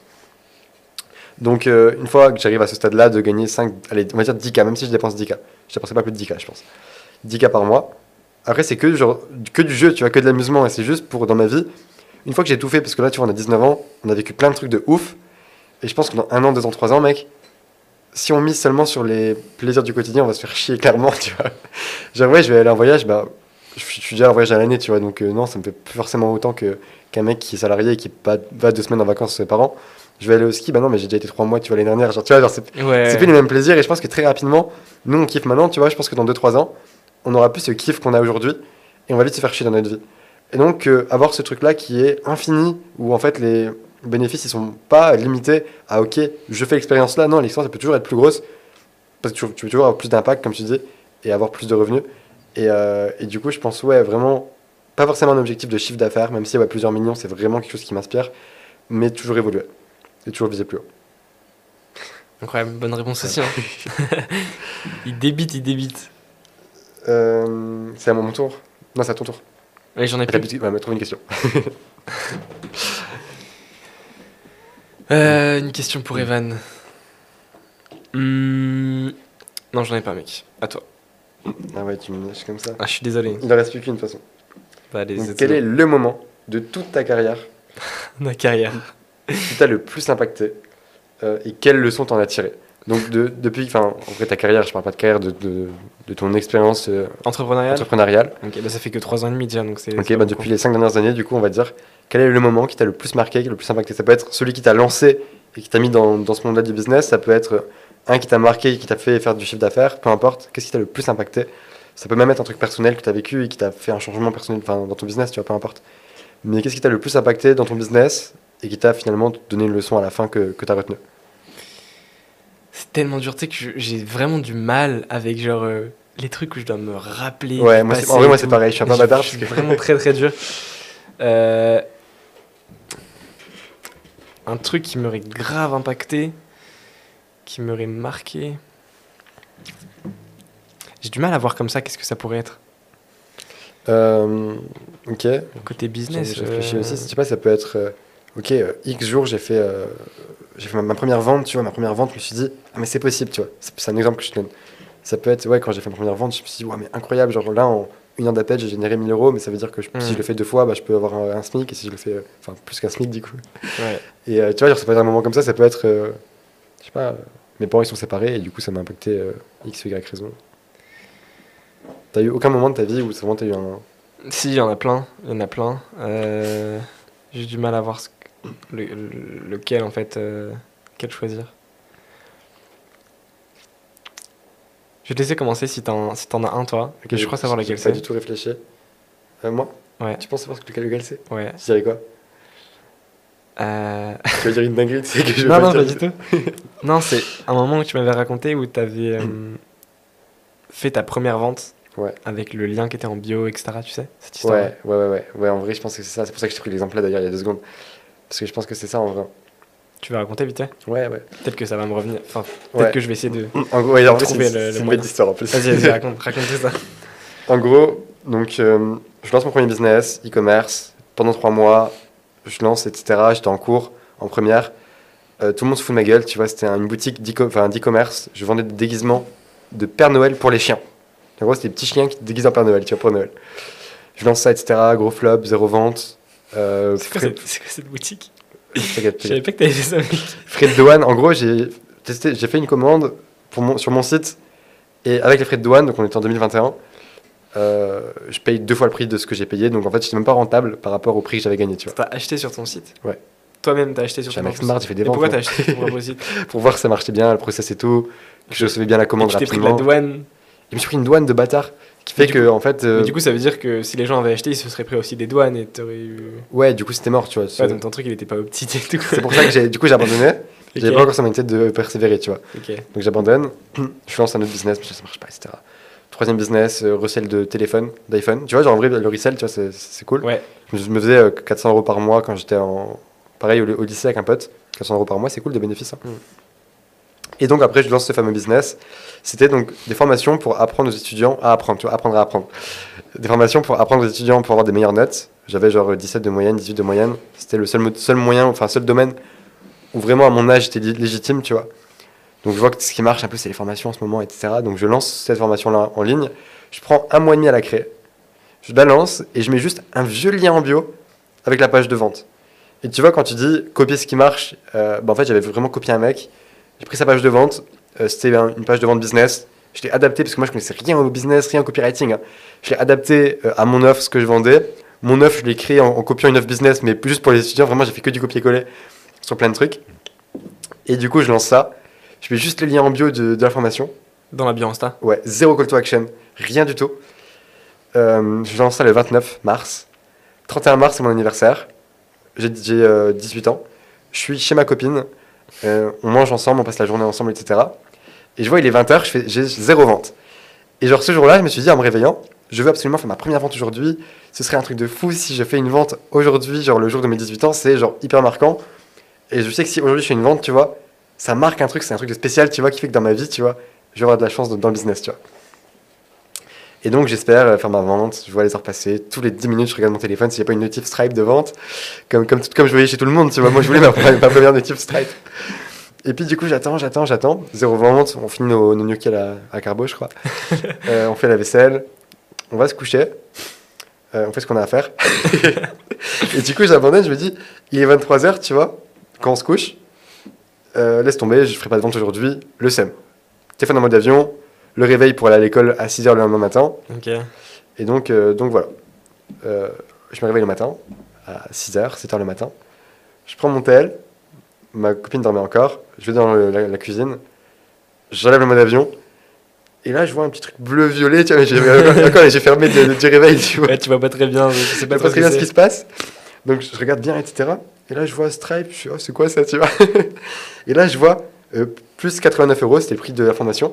Donc, euh, une fois que j'arrive à ce stade-là, de gagner cinq, allez, on va dire dix K, même si je dépense dix K. Je ne dépenserai pas plus de dix K, je pense. dix K par mois. Après, c'est que, genre, que du jeu, tu vois, que de l'amusement. Et c'est juste pour, dans ma vie, une fois que j'ai tout fait, parce que là, tu vois, on a dix-neuf ans, on a vécu plein de trucs de ouf. Et je pense que dans un an, deux ans, trois ans, mec, si on mise seulement sur les plaisirs du quotidien, on va se faire chier, clairement, tu vois. Genre, ouais, je vais aller en voyage, bah, je suis je suis déjà en voyage à l'année, tu vois. Donc, euh, non, ça me fait plus forcément autant que, qu'un mec qui est salarié et qui va, va deux semaines en vacances avec ses parents. Je vais aller au ski, bah non, mais j'ai déjà été trois mois, tu vois, l'année dernière. Genre, tu vois, genre, c'est Ouais. c'est plus les mêmes plaisirs. Et je pense que très rapidement, nous, on kiffe maintenant, tu vois. Je pense que dans deux trois ans, on aura plus ce kiff qu'on a aujourd'hui et on va vite se faire chier dans notre vie. Et donc, euh, avoir ce truc-là qui est infini, où en fait, les bénéfices, ils sont pas limités à, ok, je fais l'expérience là. Non, l'expérience, elle peut toujours être plus grosse parce que tu, tu veux toujours avoir plus d'impact, comme tu dis, et avoir plus de revenus. Et, euh, et du coup, je pense, ouais, vraiment, pas forcément un objectif de chiffre d'affaires, même si ouais, plusieurs millions, c'est vraiment quelque chose qui m'inspire, mais toujours évoluer et toujours viser plus haut. Incroyable, bonne réponse aussi. Hein. il débite, il débite. Euh, c'est à mon tour. Non, c'est à ton tour. Ouais, j'en ai T'as plus. plus- ouais, mais trouve une question. Euh, une question pour Evan. Hmm, Non, j'en ai pas, mec. À toi. Ah ouais, tu me lâches comme ça. Ah, je suis désolé. Il en reste plus qu'une de toute façon. Bah, allez, Donc, c'est quel tout. est le moment de toute ta carrière Ma carrière. qui t'a le plus impacté euh, et quelles leçons t'en as tiré? Donc, de, depuis, enfin, en vrai, ta carrière, je parle pas de carrière, de, de, de ton expérience euh, Entrepreneurial. entrepreneuriale. Ok, bah ça fait que trois ans et demi déjà, donc c'est. Ok, c'est bah pas depuis les cinq dernières années, du coup, on va dire, quel est le moment qui t'a le plus marqué, qui t'a le plus impacté? Ça peut être celui qui t'a lancé et qui t'a mis dans, dans ce monde-là du business, ça peut être un qui t'a marqué et qui t'a fait faire du chiffre d'affaires, peu importe. Qu'est-ce qui t'a le plus impacté? Ça peut même être un truc personnel que t'as vécu et qui t'a fait un changement personnel, enfin, dans ton business, tu vois, peu importe. Mais qu'est-ce qui t'a le plus impacté dans ton business et qui t'a finalement donné une leçon à la fin que, que t'as retenue? C'est tellement dur, tu sais que je- j'ai vraiment du mal avec genre euh, les trucs où je dois me rappeler. Ouais, du moi, c'est- passé en vrai, et moi, c'est tout. pareil, je suis un peu un Je- bâtard Je suis parce que- vraiment très très dur. Euh, un truc qui m'aurait grave impacté, qui m'aurait marqué. J'ai du mal à voir comme ça, qu'est-ce que ça pourrait être. Euh, ok, Côté business. j'ai réfléchi euh, aussi. Je sais pas, ça peut être. euh, ok, euh, X jours, j'ai fait, euh, j'ai fait ma, ma première vente, tu vois. Ma première vente, je me suis dit, ah, mais c'est possible, tu vois. C'est c'est un exemple que je te donne. Ça peut être, ouais, quand j'ai fait ma première vente, je me suis dit, ouais, mais incroyable. Genre là, en une heure d'appel, j'ai généré mille euros, mais ça veut dire que je- Mm. si je le fais deux fois, bah, je peux avoir un, un SMIC, et si je le fais, euh, enfin, plus qu'un SMIC, du coup. Ouais. Et euh, tu vois, genre, ça peut être un moment comme ça, ça peut être, euh, je sais pas, euh, mes parents, ils sont séparés, et du coup, ça m'a impacté euh, X ou Y raison. T'as eu aucun moment de ta vie où vraiment t'as eu un. Si, il y en a plein, il y en a plein. Euh, J'ai du mal à voir ce que- le- le- lequel en fait, euh, quel choisir. Je vais te laisser commencer si t'en si t'en as un toi. Ok, je crois savoir j'ai lequel pas c'est. du tout réfléchi. Euh, moi Ouais, Tu penses savoir lequel, lequel c'est? ouais. Je dirais quoi? Euh, Tu vas dire une dinguerie, tu sais que je vais Non, pas non, pas dire. du tout. Non, c'est un moment que tu m'avais raconté où t'avais euh, fait ta première vente Ouais. avec le lien qui était en bio, et cetera. Tu sais, cette histoire. Ouais, ouais, ouais, ouais. Ouais, en vrai, je pense que c'est ça. C'est pour ça que j'ai pris l'exemple là d'ailleurs il y a deux secondes. Parce que je pense que c'est ça en vrai. Tu vas raconter vite fait. Ouais, ouais. Peut-être que ça va me revenir. Enfin, peut-être Ouais. que je vais essayer de. En gros, ouais, en vrai, c'est Trouver une, le- le c'est une moyen. belle histoire en plus. Vas-y, vas-y, raconte, raconte ça. En gros, donc, euh, je lance mon premier business, e-commerce. Pendant trois mois, je lance, et cetera. J'étais en cours, en première. Euh, tout le monde se fout de ma gueule, tu vois. C'était un- une boutique d'e- enfin, d'e-commerce. Je vendais des déguisements de Père Noël pour les chiens. En gros, c'était des petits chiens qui te déguisent en Père Noël, tu vois, pour Noël. Je lance ça, et cetera. Gros flop, zéro vente. Euh, C'est quoi, frais, cette... c'est quoi cette boutique? t'inquiète, Je t'inquiète. savais pas que t'avais fait ça, mec. Frais de douane. En gros, j'ai testé, j'ai fait une commande pour mon, sur mon site. Et avec les frais de douane, donc on était en deux mille vingt et un, euh, je paye deux fois le prix de ce que j'ai payé. Donc en fait, j'étais même pas rentable par rapport au prix que j'avais gagné, tu vois. T'as acheté sur ton site? Ouais. Toi-même, t'as acheté sur J'ai ton un propre Smart, site. j'ai fait des Et ventes. pourquoi hein, t'as acheté sur ton propre site? pour voir si ça marchait bien, le process et tout, que je recevais bien la Et commande tu t'es pris de la rapidement. douane. Je me suis pris une douane de bâtard qui fait du que, en fait. euh, Mais du coup, ça veut dire que si les gens avaient acheté, ils se seraient pris aussi des douanes et t'aurais eu. Ouais, du coup, c'était mort, tu vois. Ouais, donc ton truc, il était pas optique et tout. C'est pour ça que j'ai, du coup, j'ai abandonné. Ok. J'avais pas encore sur ma tête de persévérer, tu vois. Ok. Donc j'abandonne, je lance un autre business, mais ça marche pas, et cetera. Troisième business, euh, resell de téléphone, d'iPhone. Tu vois, genre en vrai, le resell, tu vois, c'est, c'est cool. Ouais. Je me faisais euh, quatre cents euros par mois quand j'étais en. Pareil, au, au lycée avec un pote. quatre cents euros par mois, c'est cool de bénéfices. hein. Mm. Et donc après, je lance ce fameux business. C'était donc des formations pour apprendre aux étudiants à apprendre, tu vois, apprendre à apprendre. Des formations pour apprendre aux étudiants pour avoir des meilleures notes. J'avais genre dix-sept de moyenne, dix-huit de moyenne. C'était le seul, mo- seul moyen, enfin seul domaine où vraiment à mon âge j'étais lé- légitime, tu vois. Donc je vois que ce qui marche un peu, c'est les formations en ce moment, et cetera. Donc je lance cette formation-là en ligne. Je prends un mois et demi à la créer. Je la lance et je mets juste un vieux lien en bio avec la page de vente. Et tu vois, quand tu dis copier ce qui marche, euh, bah en fait, j'avais vraiment copié un mec. J'ai pris sa page de vente. euh, C'était un- une page de vente business. Je l'ai adapté parce que moi, je connaissais rien au business, rien au copywriting. hein. Je l'ai adapté euh, à mon offre, ce que je vendais. Mon offre, je l'ai créé en, en copiant une offre business, mais juste pour les étudiants. Vraiment, j'ai fait que du copier-coller sur plein de trucs. Et du coup, je lance ça. Je mets juste le lien en bio de, de la formation. Dans la bio Insta. Ouais, zéro call to action, rien du tout. Euh, je lance ça le vingt-neuf mars. trente et un mars, c'est mon anniversaire. J'ai j'ai, euh, dix-huit ans. Je suis chez ma copine. Euh, on mange ensemble, on passe la journée ensemble, et cetera. Et je vois, il est vingt heures, je fais, j'ai zéro vente. Et genre, ce jour-là, je me suis dit, en me réveillant, je veux absolument faire ma première vente aujourd'hui. Ce serait un truc de fou si je fais une vente aujourd'hui, genre le jour de mes dix-huit ans, c'est genre hyper marquant. Et je sais que si aujourd'hui je fais une vente, tu vois, ça marque un truc, c'est un truc de spécial, tu vois, qui fait que dans ma vie, tu vois, je vais avoir de la chance dans le business, tu vois. Et donc j'espère euh, faire ma vente, je vois les heures passer, tous les dix minutes je regarde mon téléphone s'il n'y a pas une notif Stripe de vente, comme, comme, tout- comme je voyais chez tout le monde, tu vois, moi je voulais ma, première- ma première notif Stripe. Et puis du coup j'attends, j'attends, j'attends, zéro vente, on finit nos, nos gnocchis à, la- à Carbo je crois, Euh, on fait la vaisselle, on va se coucher, euh, on fait ce qu'on a à faire. Et du coup j'abandonne, je me dis, il est vingt-trois heures, tu vois, quand on se couche, euh, laisse tomber, je ferai pas de vente aujourd'hui, le seum. Téléphone en mode avion, le réveil pour aller à l'école à six heures le lendemain matin. Ok. Et donc, euh, donc voilà. Euh, je me réveille le matin, à six heures, sept heures le matin. Je prends mon T L, ma copine dormait encore, je vais dans le- la, la cuisine, j'enlève le mode avion, et là je vois un petit truc bleu-violet, tu vois, mais j'ai encore les yeux fermés de- de- du réveil, tu vois. Ouais, tu vois pas très bien, je sais Je sais pas pas trop très bien ce qui c'est. se passe. Donc je regarde bien, et cetera. Et là je vois Stripe, je suis, oh c'est quoi ça, tu vois. Et là je vois euh, plus quatre-vingt-neuf euros, c'était le prix de la formation.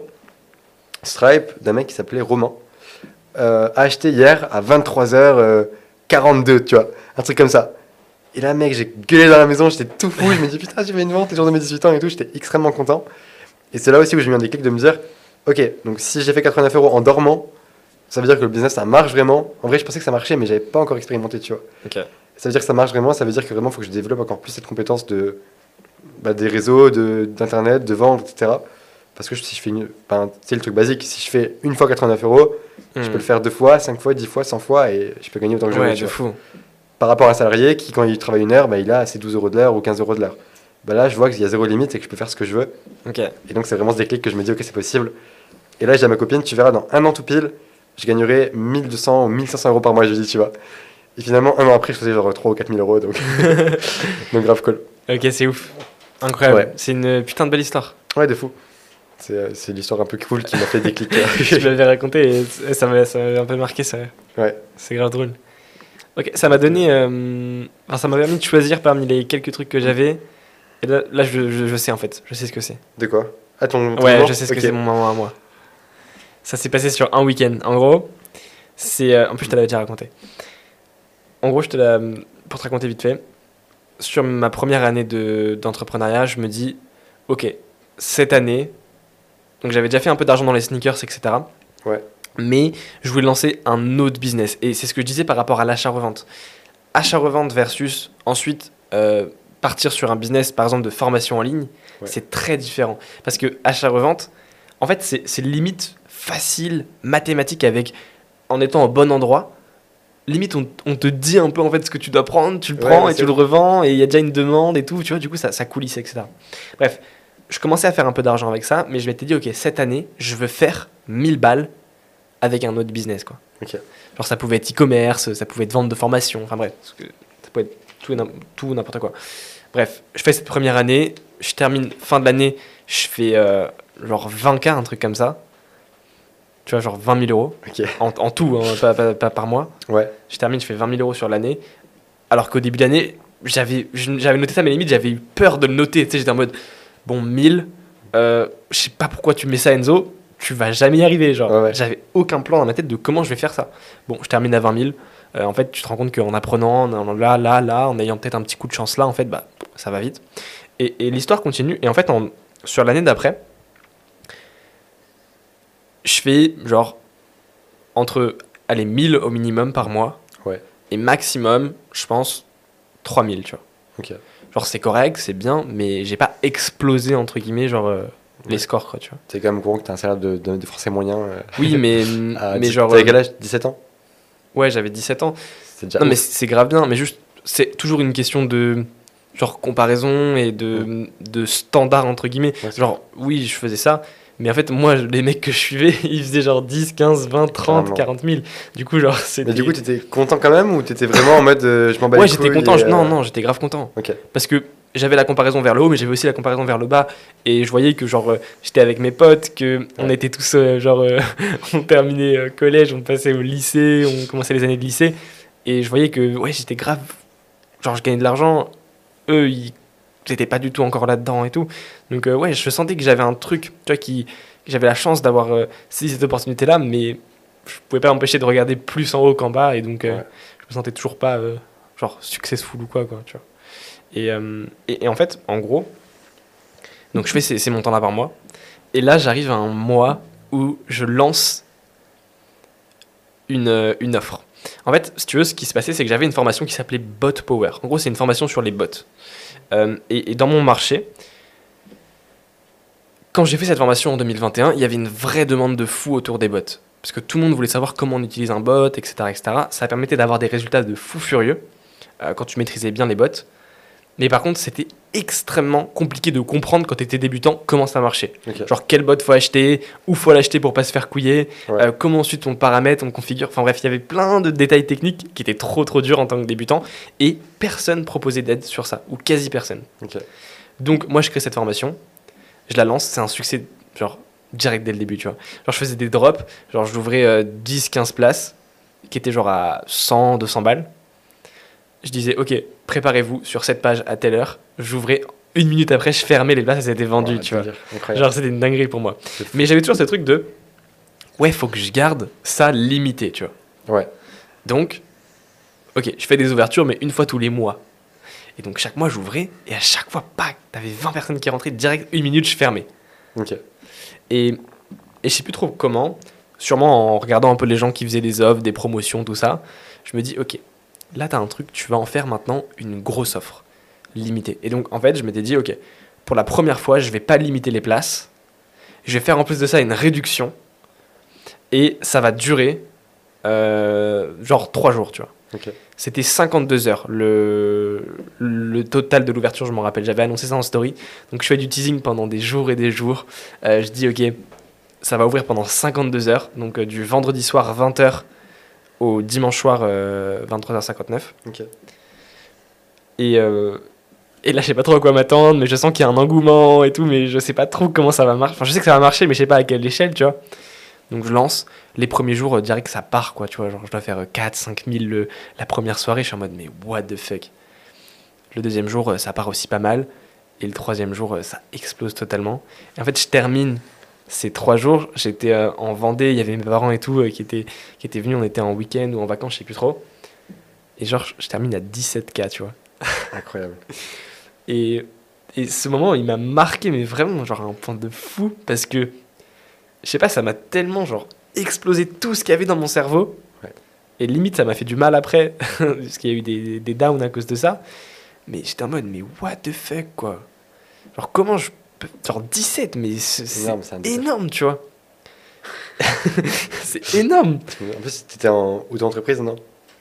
Stripe d'un mec qui s'appelait Romain, euh, a acheté hier à vingt-trois heures quarante-deux, tu vois, un truc comme ça. Et là, mec, j'ai gueulé dans la maison, j'étais tout fou, je me dis putain, j'ai fait une vente le jour de mes dix-huit ans et tout, j'étais extrêmement content. Et c'est là aussi où j'ai mis un déclic de me dire, ok, donc si j'ai fait quatre-vingt-neuf euros en dormant, ça veut dire que le business ça marche vraiment. En vrai, je pensais que ça marchait, mais j'avais pas encore expérimenté, tu vois. Ok. Ça veut dire que ça marche vraiment, ça veut dire que vraiment, il faut que je développe encore plus cette compétence de, bah, des réseaux, de, d'internet, de vente, et cetera. Parce que si je fais une. Ben, c'est le truc basique, si je fais une fois quatre-vingt-neuf euros, je peux le faire deux fois, cinq fois, dix fois, cent fois, et je peux gagner autant que je veux. Ouais, tu de vois. fou. Par rapport à un salarié qui, quand il travaille une heure, bah, il a ses douze euros de l'heure ou quinze euros de l'heure. Bah, là, je vois qu'il y a zéro limite et que je peux faire ce que je veux. Ok. Et donc, c'est vraiment ce déclic que je me dis, ok, c'est possible. Et là, j'ai à ma copine, tu verras, dans un an tout pile, je gagnerai mille deux cents ou mille cinq cents euros par mois, je dis, tu vois. Et finalement, un an après, je faisais genre trois ou quatre mille euros, donc, donc grave cool. Ok, c'est ouf. Incroyable. Ouais. C'est une putain de belle histoire. Ouais, de fou. C'est, euh, c'est l'histoire un peu cool qui m'a fait décliquer. Tu me l'avais raconté et ça m'a ça m'avait un peu marqué, ça. Ouais. C'est grave drôle. Ok, ça m'a donné. euh, Enfin, ça m'a permis de choisir parmi les quelques trucs que j'avais. Et là, là je, je, je sais en fait. Je sais ce que c'est. De quoi? Ah, ton, ton Ouais, moment je sais ce que Ok. c'est mon moment à moi. Ça s'est passé sur un week-end. En gros, c'est. euh, En plus, je te l'avais déjà raconté. En gros, je te la... pour te raconter vite fait, sur ma première année de... d'entrepreneuriat, je me dis, ok, cette année, donc j'avais déjà fait un peu d'argent dans les sneakers, et cetera. Ouais. Mais je voulais lancer un autre business. Et c'est ce que je disais par rapport à l'achat-revente. Achat-revente versus ensuite euh, partir sur un business, par exemple, de formation en ligne, Ouais. c'est très différent. Parce que achat-revente, en fait, c'est, c'est limite facile, mathématique, avec, en étant au bon endroit. Limite, on, on te dit un peu en fait ce que tu dois prendre, tu le Ouais, prends ouais, et c'est tu le vrai. revends, et il y a déjà une demande et tout, tu vois, du coup, ça, ça coulisse, et cetera. Bref, je commençais à faire un peu d'argent avec ça, mais je m'étais dit, ok, cette année, je veux faire mille balles avec un autre business, quoi. Ok. Genre, ça pouvait être e-commerce, ça pouvait être vente de formation, enfin bref, parce que ça pouvait être tout et, n'im- tout et n'importe quoi. Bref, je fais cette première année, je termine fin de l'année, je fais euh, genre vingt K, un truc comme ça. Tu vois, genre vingt mille euros Ok. en, en tout, hein, pas, pas- pas par mois. Ouais. Je termine, je fais vingt mille euros sur l'année. Alors qu'au début de l'année, j'avais, je- j'avais noté ça, mais limite, j'avais eu peur de le noter. Tu sais, j'étais en mode, bon, mille, euh, je sais pas pourquoi tu mets ça, Enzo, tu vas jamais y arriver. Genre, Ouais, ouais. j'avais aucun plan dans ma tête de comment je vais faire ça. Bon, je termine à vingt mille. Euh, en fait, tu te rends compte qu'en apprenant, en allant là, là, là, en ayant peut-être un petit coup de chance là, en fait, bah, ça va vite. Et, et l'histoire continue. Et en fait, en- sur l'année d'après, je fais genre entre, allez, mille au minimum par mois. Ouais. Et maximum, je pense, trois mille, tu vois. Ok. Genre, c'est correct, c'est bien, mais j'ai pas explosé, entre guillemets, genre, euh, les Ouais. scores, quoi, tu vois. C'est quand même courant que t'as un salaire de, de, de français moyen. euh, Oui, mais, à mais dix- genre... T'avais euh, quel âge? dix-sept ans? ouais, j'avais dix-sept ans. C'est déjà. Non, mais ouf. c'est c'est grave bien, mais juste, c'est toujours une question de, genre, comparaison et de, de standard, entre guillemets. Ouais, c'est Genre, oui, je faisais ça, mais en fait, moi, les mecs que je suivais, ils faisaient genre dix, quinze, vingt, trente, Carrément. quarante mille. Du coup, genre, c'était... Mais du coup, t'étais content quand même ou t'étais vraiment en mode euh, je m'en bats ouais, les j'étais couilles content. et, je- Non, euh, non, j'étais grave content. Ok. Parce que j'avais la comparaison vers le haut, mais j'avais aussi la comparaison vers le bas. Et je voyais que genre euh, j'étais avec mes potes, que on Ouais. était tous euh, genre euh, on terminait euh, collège, on passait au lycée, on commençait les années de lycée. Et je voyais que ouais j'étais grave, genre je gagnais de l'argent. Eux ils n'étaient pas du tout encore là-dedans et tout. Donc euh, ouais je sentais que j'avais un truc, tu vois, qui que j'avais la chance d'avoir euh, ces cette opportunité-là, mais je pouvais pas m'empêcher de regarder plus en haut qu'en bas. Et donc euh, Ouais. je me sentais toujours pas euh, genre successful ou quoi quoi, tu vois. Et, euh, et, et en fait, en gros, donc je fais ces, ces montants-là par mois. Et là, j'arrive à un mois où je lance une, euh, une offre. En fait, si tu veux, ce qui se passait, c'est que j'avais une formation qui s'appelait Bot Power. En gros, c'est une formation sur les bots. Euh, et, et dans mon marché, quand j'ai fait cette formation en deux mille vingt et un, il y avait une vraie demande de fou autour des bots. Parce que tout le monde voulait savoir comment on utilise un bot, et cetera, et cetera. Ça permettait d'avoir des résultats de fou furieux euh, quand tu maîtrisais bien les bots. Mais par contre, c'était extrêmement compliqué de comprendre quand tu étais débutant comment ça marchait. Ok. Genre quel bot faut acheter, où faut l'acheter pour pas se faire couiller, Ouais. euh, comment ensuite on paramètre, on configure. Enfin bref, il y avait plein de détails techniques qui étaient trop trop durs en tant que débutant et personne proposait d'aide sur ça, ou quasi personne. Ok. Donc moi je crée cette formation, je la lance, c'est un succès genre direct dès le début, tu vois. Genre je faisais des drops, genre j'ouvrais euh, dix quinze places qui étaient genre à cent deux cents balles. Je disais, ok, préparez-vous sur cette page à telle heure. J'ouvrais une minute après, je fermais les places, elles étaient vendues, Ouais, tu vois. délire. Incroyable. Genre, c'était une dinguerie pour moi. C'est fou. Mais j'avais toujours ce truc de, ouais, faut que je garde ça limité, tu vois. Ouais. Donc, ok, je fais des ouvertures, mais une fois tous les mois. Et donc, chaque mois, j'ouvrais, et à chaque fois, pac, t'avais vingt personnes qui rentraient, direct, une minute, je fermais. Ok. Et, et je sais plus trop comment, sûrement en regardant un peu les gens qui faisaient des offres, des promotions, tout ça, je me dis, ok, là, tu as un truc, tu vas en faire maintenant une grosse offre, limitée. Et donc, en fait, je m'étais dit, ok, pour la première fois, je vais pas limiter les places. Je vais faire en plus de ça une réduction. Et ça va durer, euh, genre trois jours, tu vois. Ok. C'était cinquante-deux heures, le, le total de l'ouverture, je m'en rappelle. J'avais annoncé ça en story. Donc, je fais du teasing pendant des jours et des jours. Euh, je dis, ok, ça va ouvrir pendant cinquante-deux heures. Donc, euh, du vendredi soir, vingt heures, au dimanche soir, euh, vingt-trois heures cinquante-neuf. Ok. Et, euh, et là, je sais pas trop à quoi m'attendre, mais je sens qu'il y a un engouement et tout, mais je sais pas trop comment ça va marcher. Enfin, je sais que ça va marcher, mais je sais pas à quelle échelle, tu vois. Donc, je lance. Les premiers jours, euh, direct, ça part, quoi, tu vois. Genre, je dois faire euh, quatre cinq mille le, la première soirée. Je suis en mode, mais what the fuck. Le deuxième jour, euh, ça part aussi pas mal. Et le troisième jour, euh, ça explose totalement. Et en fait, je termine ces trois jours. J'étais euh, en Vendée, il y avait mes parents et tout euh, qui, étaient, qui étaient venus. On était en week-end ou en vacances, je sais plus trop. Et genre, je termine à dix-sept K, tu vois. Incroyable. Et, et ce moment, il m'a marqué, mais vraiment, genre, à un point de fou, parce que, je sais pas, ça m'a tellement, genre, explosé tout ce qu'il y avait dans mon cerveau. Ouais. Et limite, ça m'a fait du mal après, parce qu'il y a eu des, des downs à cause de ça. Mais j'étais en mode, mais what the fuck, quoi. Genre, comment je peux. Genre, dix-sept, mais c'est, c'est Énorme, c'est un délire. énorme, tu vois. C'est énorme. En plus, t'étais en auto-entreprise, non?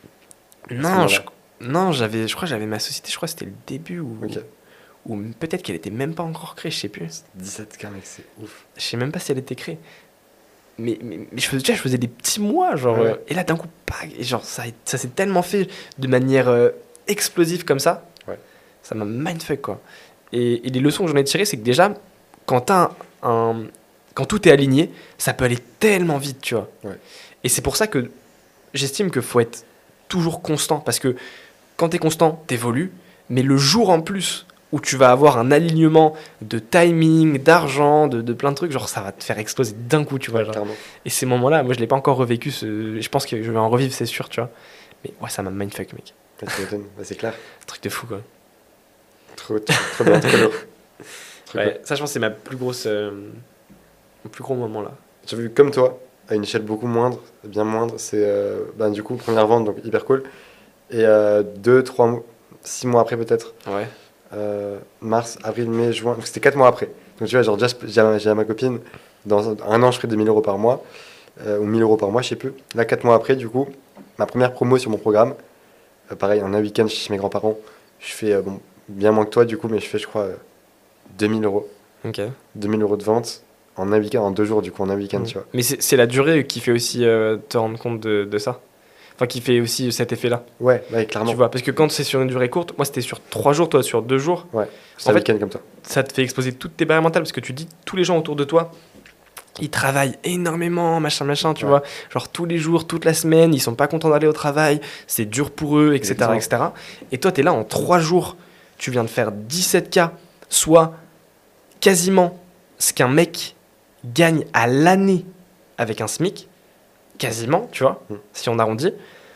Non, je, moment-là. non j'avais, je crois que j'avais ma société, je crois que c'était le début, ou, Ok. ou peut-être qu'elle était même pas encore créée, je sais plus. dix-sept K, mec, c'est ouf. Je sais même pas si elle était créée. Mais, mais, mais je faisais, déjà, je faisais des petits mois, genre. Ouais. euh, et là, d'un coup, pack, et genre, ça, ça s'est tellement fait de manière euh, explosive comme ça. Ouais. Ça m'a mindfuck, quoi. Et, et les leçons que j'en ai tirées, c'est que déjà, quand t'as un, un- quand tout est aligné, ça peut aller tellement vite, tu vois. Ouais. Et c'est pour ça que j'estime qu'il faut être toujours constant. Parce que quand t'es constant, t'évolues. Mais le jour en plus où tu vas avoir un alignement de timing, d'argent, de, de plein de trucs, genre ça va te faire exploser d'un coup, tu vois. Genre. Clairement. Et ces moments-là, moi je l'ai pas encore revécu. Ce... Je pense que je vais en revivre, c'est sûr, tu vois. Mais ouais, ça m'a mindfuck, mec. Ouais, tu m'étonnes. Bah, c'est clair. Un truc de fou, quoi. Trop, trop, trop bien, trop lourd. Trop Ouais, cool. ça, je pense que c'est ma plus grosse. euh, Mon plus gros moment là. J'ai vu comme toi, à une échelle beaucoup moindre, bien moindre, c'est euh, ben, du coup première vente, donc hyper cool. Et euh, deux, trois mois, six mois après peut-être, Ouais. euh, mars, avril, mai, juin, donc c'était quatre mois après. Donc tu vois, genre déjà je- j'ai à- j'ai à ma copine, dans un an je ferai deux mille euros par mois, euh, ou mille euros par mois, je sais plus. Là, quatre mois après, du coup, ma première promo sur mon programme, euh, pareil, en un week-end chez mes grands-parents, je fais, euh, bon, bien moins que toi du coup, mais je fais je crois euh, deux mille euros. Ok. deux mille euros de vente en un week-end, en deux jours du coup, en un week-end, Mm. tu vois. Mais c'est c'est la durée qui fait aussi euh, te rendre compte de, de ça. Enfin, qui fait aussi cet effet-là. Ouais, ouais, clairement. Tu vois, parce que quand c'est sur une durée courte, moi c'était sur trois jours, toi sur deux jours, Ouais, c'est En un fait- week-end comme toi. ça te fait exploser toutes tes barrières mentales parce que tu dis tous les gens autour de toi, ils travaillent énormément, machin, machin, tu Ouais. vois. Genre tous les jours, toute la semaine, ils sont pas contents d'aller au travail, c'est dur pour eux, et cetera, Exactement. et cetera. Et toi, tu es là en trois jours, tu viens de faire dix-sept K, soit quasiment ce qu'un mec gagne à l'année avec un SMIC, quasiment, tu vois, Mm. si on arrondit.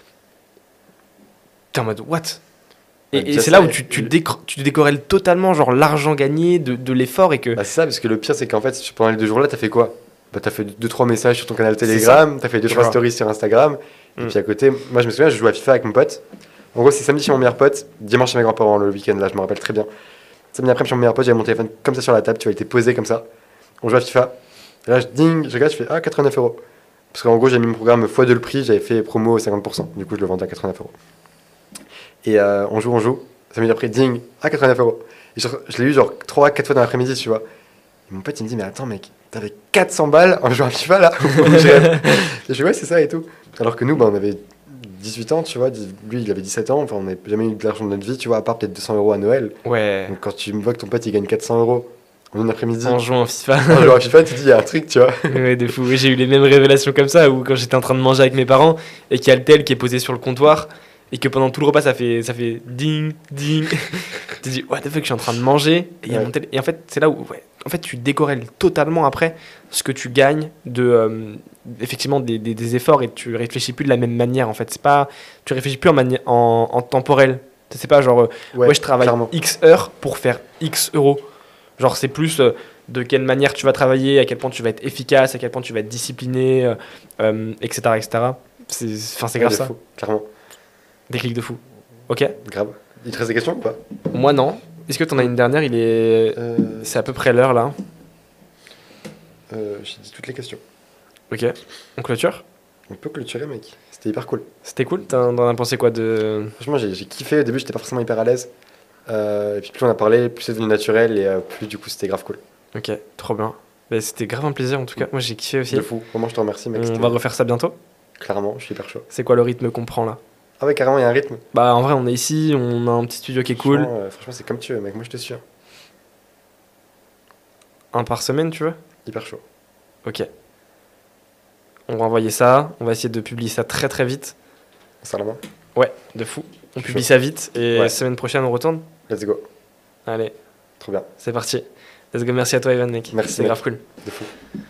T'es en mode what? Et, Ouais, et déjà c'est ça, là où et- tu, tu, décor- tu décorrèles totalement genre l'argent gagné, de, de l'effort et que... Bah, c'est ça, parce que le pire, c'est qu'en fait, pendant les deux jours-là, t'as fait quoi? Bah, t'as fait deux trois messages sur ton canal C'est Telegram, t'as fait deux Tu trois vois. stories sur Instagram, et Mm. puis à côté, moi je me souviens, je jouais à FIFA avec mon pote. En gros, c'est samedi chez mon meilleur pote, dimanche chez mes grands-parents, le week-end, là, je me rappelle très bien. Samedi après, chez mon meilleur pote, j'avais mon téléphone comme ça sur la table, tu vois, il était posé comme ça. On joue à FIFA. Et là, je ding, je regarde, je fais ah, quatre-vingt-neuf euros. Parce qu'en gros, j'ai mis mon programme fois deux le prix, j'avais fait promo cinquante pour cent. Du coup, je le vendais à quatre-vingt-neuf euros. Et euh, on joue, on joue. Samedi après, ding, à quatre-vingt-neuf euros. Et je, je l'ai eu genre trois quatre fois dans l'après-midi, tu vois. Et mon pote, il me dit, mais attends, mec, t'avais quatre cents balles en jouant à FIFA là. Je rêve. Et je fais, ouais, c'est ça et tout. Alors que nous, bah, on avait dix-huit ans, tu vois. dix- Lui, il avait dix-sept ans. Enfin, on n'avait jamais eu de l'argent de notre vie, tu vois, à part peut-être deux cents euros à Noël. Ouais, Donc quand tu me vois que ton pote, il gagne quatre cents euros en une après-midi, en jouant à FIFA. en jouant à FIFA, tu te dis, il y a un truc, tu vois. Ouais, de fou. Oui, j'ai eu les mêmes révélations comme ça, où quand j'étais en train de manger avec mes parents, et qu'il y a le tel qui est posé sur le comptoir, et que pendant tout le repas, ça fait, ça fait ding, ding. Tu te dis, what the fuck, je suis en train de manger, et, il y a Ouais. mon tel... et en fait, c'est là où, ouais, en fait, tu décorrèles totalement après ce que tu gagnes de, euh, effectivement, des, des, des efforts, et tu réfléchis plus de la même manière, en fait. C'est pas, tu réfléchis plus en, mani- en, en temporel. C'est pas genre, euh, ouais, je travaille clairement. X heures pour faire X euros. Genre, c'est plus euh, de quelle manière tu vas travailler, à quel point tu vas être efficace, à quel point tu vas être discipliné, euh, euh, et cetera, et cetera. C'est, enfin, c'est Ouais, grave de ça. fou, clairement. Des clics de fou. Ok. Grave. Il te reste des questions ou pas? Moi, non. Est-ce que t'en as une dernière? Il est... euh, C'est à peu près l'heure, là. euh, J'ai dit toutes les questions. Ok. On clôture? On peut clôturer, mec. C'était hyper cool. C'était cool? T'en t'en as pensé quoi de... Franchement, j'ai j'ai kiffé. Au début, j'étais pas forcément hyper à l'aise. Euh, et puis plus on a parlé, plus c'est devenu naturel et euh, plus du coup c'était grave cool. Ok, trop bien. Bah, c'était grave un plaisir, en tout cas. Moi, j'ai kiffé aussi. De fou. Vraiment, je te remercie, mec. On c'était- va refaire ça bientôt. Clairement, je suis hyper chaud. C'est quoi le rythme qu'on prend, là? Ah ouais, carrément, il y a un rythme. Bah, en vrai, on est ici, on a un petit studio qui est cool. Franchement, euh, franchement, c'est comme tu veux, mec. Moi, je te suis. hein. Un par semaine, tu veux? Hyper chaud. Ok. On va envoyer ça. On va essayer de publier ça très très vite. On serre la main. Ouais, de fou. On Chaud. publie ça vite et Ouais. semaine prochaine on retourne. Let's go. Allez, Trop bien. c'est parti. Let's go. Merci à toi, Evan, mec. Merci, C'est mec. grave cool. De fou.